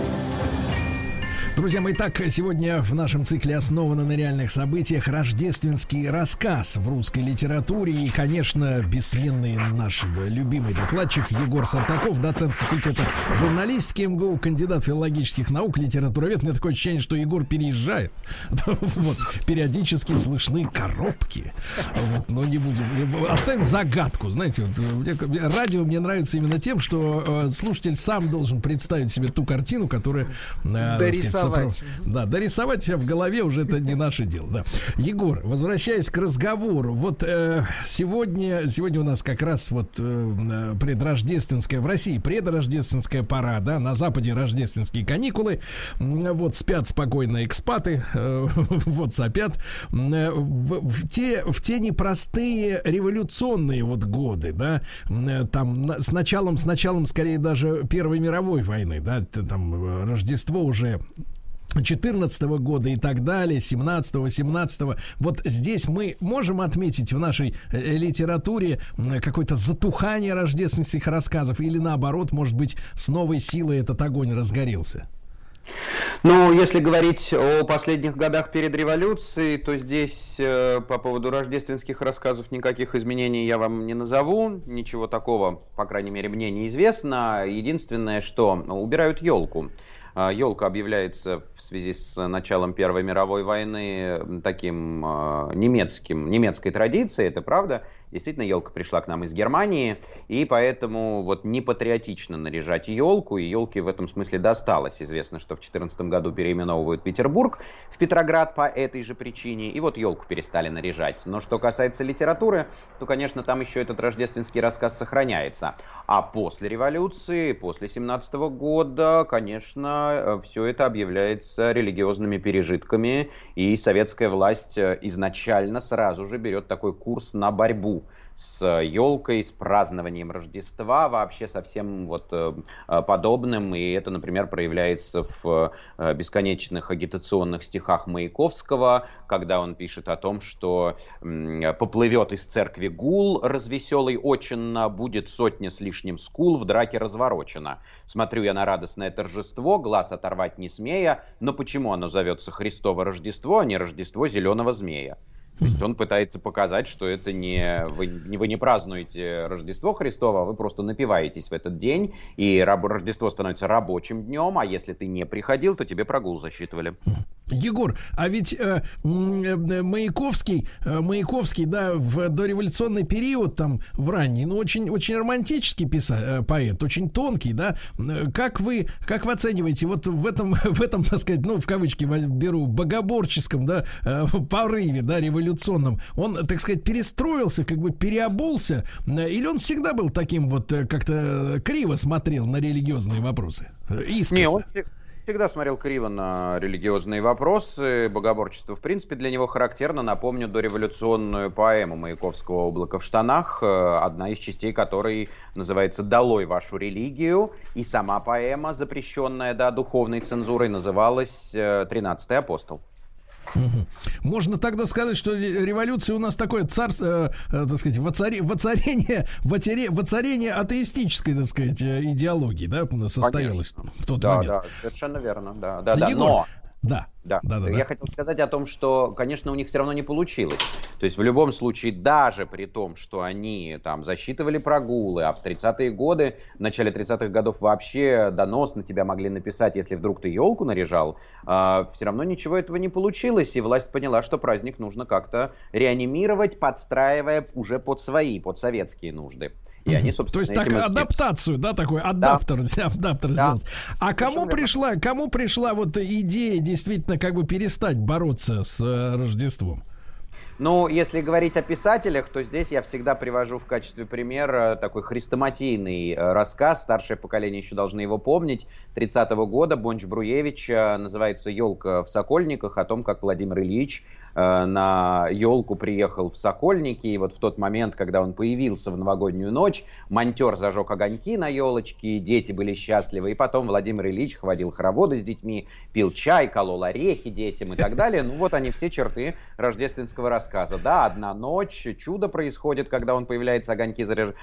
Друзья мои, так, сегодня в нашем цикле «Основано на реальных событиях» рождественский рассказ в русской литературе. И, конечно, бессменный наш любимый докладчик Егор Сартаков, доцент факультета журналистики МГУ, кандидат филологических наук, литературовед. У меня такое ощущение, что Егор переезжает. Вот, периодически слышны коробки. Вот, но не будем. Оставим загадку. Знаете, вот, радио мне нравится именно тем, что э, слушатель сам должен представить себе ту картину, которая... Э, Дорисовать. Да, дорисовать себя в голове уже это не наше дело. Да. Егор, возвращаясь к разговору, вот э, сегодня, сегодня у нас как раз вот э, предрождественская, в России предрождественская пора, да, на Западе рождественские каникулы, вот спят спокойно экспаты, э, вот сопят. Э, в, в, те, в те непростые революционные вот годы, да, э, там на, с началом, с началом скорее даже Первой мировой войны, да, там Рождество уже четырнадцатого года и так далее, семнадцатого, восемнадцатого. Вот здесь мы можем отметить в нашей литературе какое-то затухание рождественских рассказов или наоборот, может быть, с новой силой этот огонь разгорелся? Ну, если говорить о последних годах перед революцией, то здесь э, по поводу рождественских рассказов никаких изменений я вам не назову. Ничего такого, по крайней мере, мне неизвестно. Единственное, что убирают елку. Елка объявляется в связи с началом Первой мировой войны таким немецким, немецкой традицией, это правда. Действительно, елка пришла к нам из Германии, и поэтому вот не патриотично наряжать елку, и елке в этом смысле досталось. Известно, что в две тысячи четырнадцатом году переименовывают Петербург в Петроград по этой же причине, и вот елку перестали наряжать. Но что касается литературы, то, конечно, там еще этот рождественский рассказ сохраняется. А после революции, после семнадцатого года, конечно, все это объявляется религиозными пережитками, и советская власть изначально сразу же берет такой курс на борьбу с елкой, с празднованием Рождества, вообще со всем вот подобным. И это, например, проявляется в бесконечных агитационных стихах Маяковского, когда он пишет о том, что поплывет из церкви гул развеселый очинно, будет сотня с лишним скул в драке разворочена. Смотрю я на радостное торжество, глаз оторвать не смея, но почему оно зовется Христово Рождество, а не Рождество зеленого змея? То есть он пытается показать, что это не вы, не вы не празднуете Рождество Христово, а вы просто напиваетесь в этот день, и раб, Рождество становится рабочим днем, а если ты не приходил, то тебе прогул засчитывали. Егор, а ведь э, Маяковский, э, Маяковский, да, в дореволюционный период, там, в ранний, ну, очень, очень романтический писа, э, поэт, очень тонкий, да. Как вы, как вы оцениваете вот в этом, в этом, так сказать, ну, в кавычки беру, богоборческом, да, э, порыве, да, революционном, он, так сказать, перестроился, как бы переобулся, э, или он всегда был таким вот, э, как-то криво смотрел на религиозные вопросы? Искоса. Не, он всегда смотрел криво на религиозные вопросы. Богоборчество, в принципе, для него характерно. Напомню дореволюционную поэму Маяковского «Облако в штанах», одна из частей которой называется «Долой вашу религию». И сама поэма, запрещенная, да, духовной цензурой, называлась «Тринадцатый апостол». Можно тогда сказать, что революция у нас такое царство, э, так сказать, воцари, воцарение, воцаре, воцарение атеистической, так сказать, идеологии, да, состоялось. Конечно. В тот да, момент. Да, совершенно верно, да, да, да. Но Да. Да. Да, да, Я да. хотел сказать о том, что, конечно, у них все равно не получилось. То есть в любом случае, даже при том, что они там засчитывали прогулы, а в тридцатые годы, в начале тридцатых годов вообще донос на тебя могли написать, если вдруг ты елку наряжал, э, все равно ничего этого не получилось. И власть поняла, что праздник нужно как-то реанимировать, подстраивая уже под свои, под советские нужды. И они, То есть так, адаптацию, да, такой адаптер, да. адаптер да. сделать. А кому пришла, кому пришла вот идея действительно как бы перестать бороться с э, Рождеством? Ну, если говорить о писателях, то здесь я всегда привожу в качестве примера такой хрестоматийный рассказ. Старшее поколение еще должны его помнить. тридцатого года Бонч-Бруевича, называется «Елка в Сокольниках», о том, как Владимир Ильич на елку приехал в Сокольники, и вот в тот момент, когда он появился в новогоднюю ночь, монтер зажег огоньки на елочке, дети были счастливы, и потом Владимир Ильич ходил хороводы с детьми, пил чай, колол орехи детям и так далее. Ну вот они все черты рождественского рассказа. Да, одна ночь, чудо происходит, когда он появляется, огоньки заряж...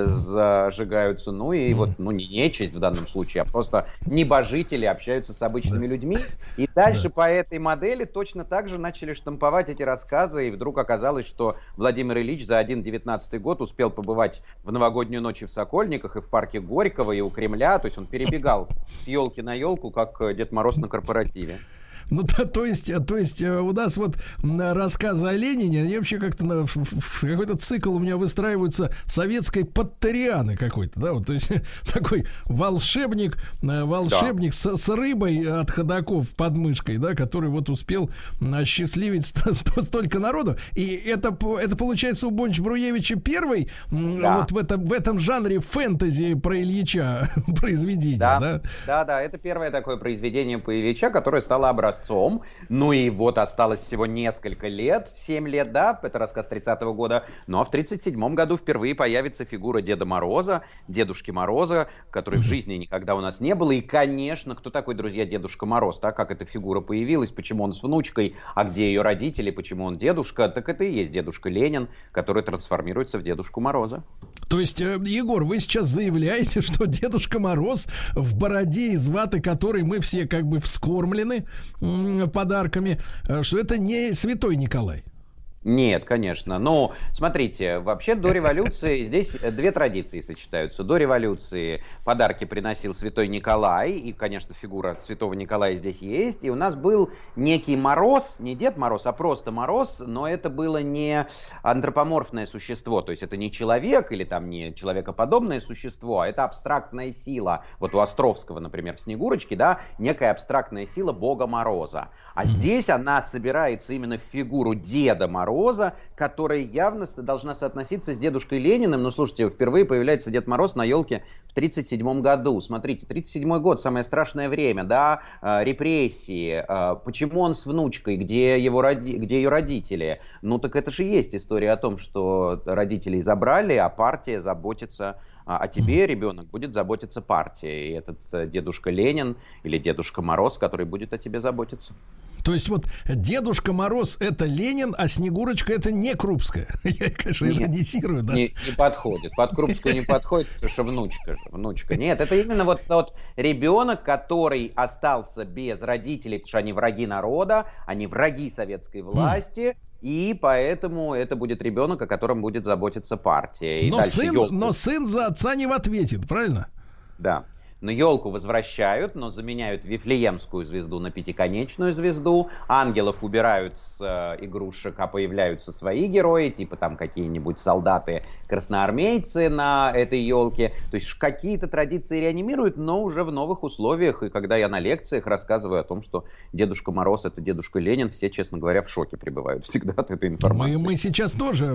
зажигаются, ну и вот, ну не нечисть в данном случае, а просто небожители общаются с обычными людьми, и дальше по этой модели точно так же начали штамповать эти рассказы, и вдруг оказалось, что Владимир Ильич за один девятнадцатый год успел побывать в новогоднюю ночь и в Сокольниках, и в парке Горького, и у Кремля, то есть он перебегал с елки на елку, как Дед Мороз на корпоративе. Ну, то, то есть, то есть у нас вот рассказы о Ленине, они вообще как-то на, в, в какой-то цикл у меня выстраиваются советской Поттерианы какой-то, да, вот, то есть такой волшебник, волшебник да. с, с рыбой от ходоков под мышкой, да, который вот успел осчастливить ст- ст- столько народу, и это, это получается у Бонч-Бруевича первый да. вот в этом, в этом жанре фэнтези про Ильича произведение, да? Да, да, да, это первое такое произведение по Ильича, которое стало образцом. Ну и вот осталось всего несколько лет, семь лет, да, это рассказ тридцатого года, ну а в тридцать седьмом году впервые появится фигура Деда Мороза, Дедушки Мороза, которой в жизни никогда у нас не было. И, конечно, кто такой, друзья, Дедушка Мороз, да, как эта фигура появилась, почему он с внучкой, а где ее родители, почему он дедушка, так это и есть Дедушка Ленин, который трансформируется в Дедушку Мороза. То есть, Егор, вы сейчас заявляете, что Дедушка Мороз в бороде из ваты, которой мы все как бы вскормлены подарками, что это не Святой Николай? Нет, конечно. Но смотрите, вообще до революции здесь две традиции сочетаются. До революции подарки приносил Святой Николай, и, конечно, фигура Святого Николая здесь есть. И у нас был некий Мороз, не Дед Мороз, а просто Мороз, но это было не антропоморфное существо, то есть это не человек или там не человекоподобное существо, а это абстрактная сила. Вот у Островского, например, в Снегурочке, да, некая абстрактная сила Бога Мороза. А здесь она собирается именно в фигуру Деда Мороза, которая явно должна соотноситься с Дедушкой Лениным. Ну, слушайте, впервые появляется Дед Мороз на елке в тридцать седьмом году. Смотрите, тридцать седьмой год, самое страшное время, да, э, репрессии. Э, почему он с внучкой, где, его роди... где ее родители? Ну, так это же есть история о том, что родителей забрали, а партия заботится о тебе, ребенок, будет заботиться партия. И этот Дедушка Ленин или Дедушка Мороз, который будет о тебе заботиться. То есть вот Дедушка Мороз — это Ленин, а Снегурочка — это не Крупская. Я, конечно, Нет, иронизирую, да? Не, не подходит. Под Крупскую не подходит, потому что внучка. внучка. Нет, это именно вот тот ребенок, который остался без родителей, потому что они враги народа, они враги советской власти. И поэтому это будет ребенок, о котором будет заботиться партия. И но, сын, но сын за отца не ответит, правильно? Да. Но елку возвращают, но заменяют Вифлеемскую звезду на пятиконечную звезду. Ангелов убирают с э, игрушек, а появляются свои герои, типа там какие-нибудь солдаты-красноармейцы на этой елке. То есть какие-то традиции реанимируют, но уже в новых условиях. И когда я на лекциях рассказываю о том, что Дедушка Мороз — это Дедушка Ленин, все, честно говоря, в шоке пребывают всегда от этой информации. Мы, мы сейчас тоже,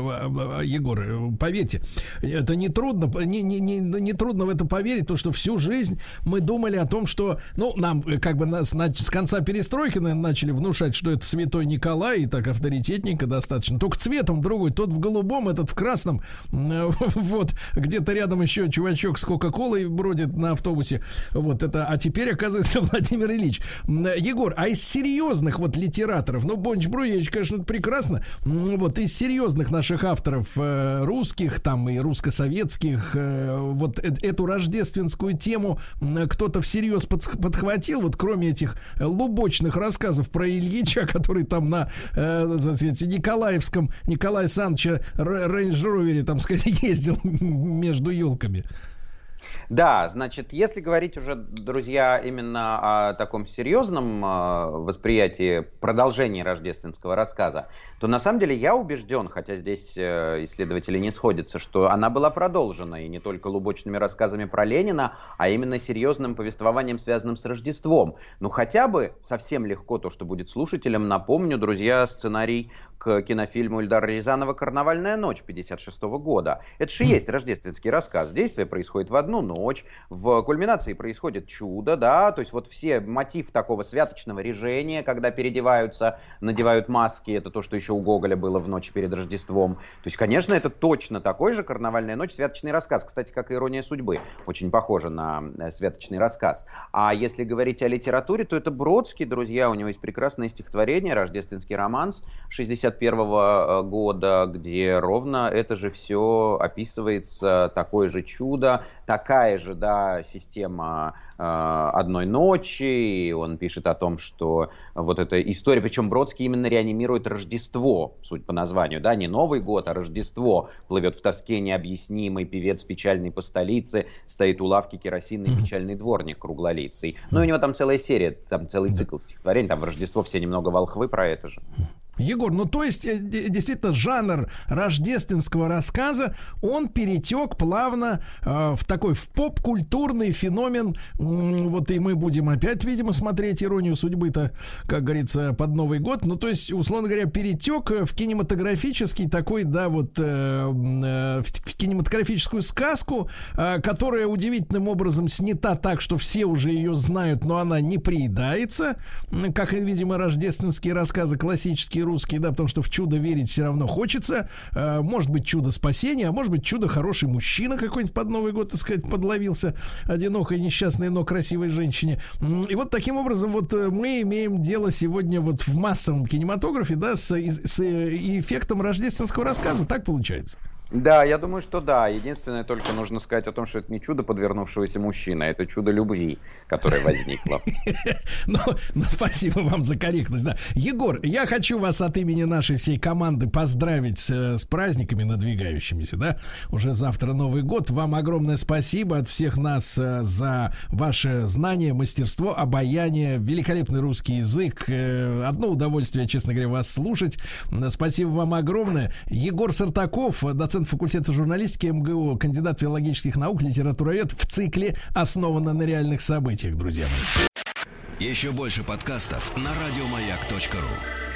Егор, поверьте, это не трудно, не, не, не, не трудно в это поверить, потому что всю жизнь мы думали о том, что, ну, нам как бы нас, с конца перестройки, наверное, начали внушать, что это Святой Николай, и так авторитетненько достаточно. Только цветом другой, тот в голубом, этот в красном. Вот, где-то рядом еще чувачок с Кока-Колой бродит на автобусе. Вот это, а теперь, оказывается, Владимир Ильич. Егор, а из серьезных вот литераторов, ну, Бонч-Бруевич, конечно, это прекрасно, вот из серьезных наших авторов русских, там, и русско-советских, вот эту рождественскую тему кто-то всерьез подхватил, вот кроме этих лубочных рассказов про Ильича, который там на, э, сказать, Николаевском, Николая Саныча рейндж-ровере, там, сказать, ездил между елками. Да, значит, если говорить уже, друзья, именно о таком серьезном восприятии продолжения рождественского рассказа, то на самом деле я убежден, хотя здесь исследователи не сходятся, что она была продолжена, и не только лубочными рассказами про Ленина, а именно серьезным повествованием, связанным с Рождеством. Ну, хотя бы совсем легко то, что будет слушателям, напомню, друзья, сценарий к к кинофильму Эльдара Рязанова «Карнавальная ночь» пятьдесят шестого года. Это же и есть рождественский рассказ. Действие происходит в одну ночь, в кульминации происходит чудо, да, то есть вот все мотив такого святочного режения, когда переодеваются, надевают маски, это то, что еще у Гоголя было в ночь перед Рождеством. То есть, конечно, это точно такой же «Карнавальная ночь», святочный рассказ. Кстати, как и «Ирония судьбы», очень похоже на святочный рассказ. А если говорить о литературе, то это Бродский, друзья, у него есть прекрасное стихотворение «Рождественский романс» шестьдесят первого года, где ровно это же все описывается, такое же чудо, такая же, да, система э, одной ночи, и он пишет о том, что вот эта история, причем Бродский именно реанимирует Рождество, суть по названию, да, не Новый год, а Рождество, плывет в тоске необъяснимый певец печальный по столице, стоит у лавки керосинный печальный дворник круглолицый. Ну, у него там целая серия, там целый цикл стихотворений, там в Рождество все немного волхвы про это же. Егор, ну то есть действительно жанр рождественского рассказа, он перетек плавно э, в такой в поп-культурный феномен. Вот и мы будем опять, видимо, смотреть «Иронию судьбы»-то, как говорится, под Новый год. Ну то есть, условно говоря, перетек в кинематографический такой, да, вот э, э, в кинематографическую сказку, э, которая удивительным образом снята так, что все уже ее знают, но она не приедается, как, видимо, рождественские рассказы классические русские, да, потому что в чудо верить все равно хочется. Э, может быть, чудо спасения, а может быть, чудо хороший мужчина какой-нибудь под Новый год, так сказать, подловился одинокой, несчастной, но красивой женщине. И вот таким образом вот мы имеем дело сегодня вот в массовом кинематографе, да, с, с эффектом рождественского рассказа. Так получается? Да, я думаю, что да. Единственное, только нужно сказать о том, что это не чудо подвернувшегося мужчины, а это чудо любви, которое возникло. Ну, спасибо вам за корректность. Да. Егор, я хочу вас от имени нашей всей команды поздравить с, с праздниками надвигающимися, да. Уже завтра Новый год. Вам огромное спасибо от всех нас за ваше знание, мастерство, обаяние, великолепный русский язык. Одно удовольствие, честно говоря, вас слушать. Спасибо вам огромное. Егор Сартаков, доцент факультета журналистики МГУ, кандидат филологических наук, литературовед, в цикле «Основано на реальных событиях», друзья мои. Еще больше подкастов на радиомаяк точка ру.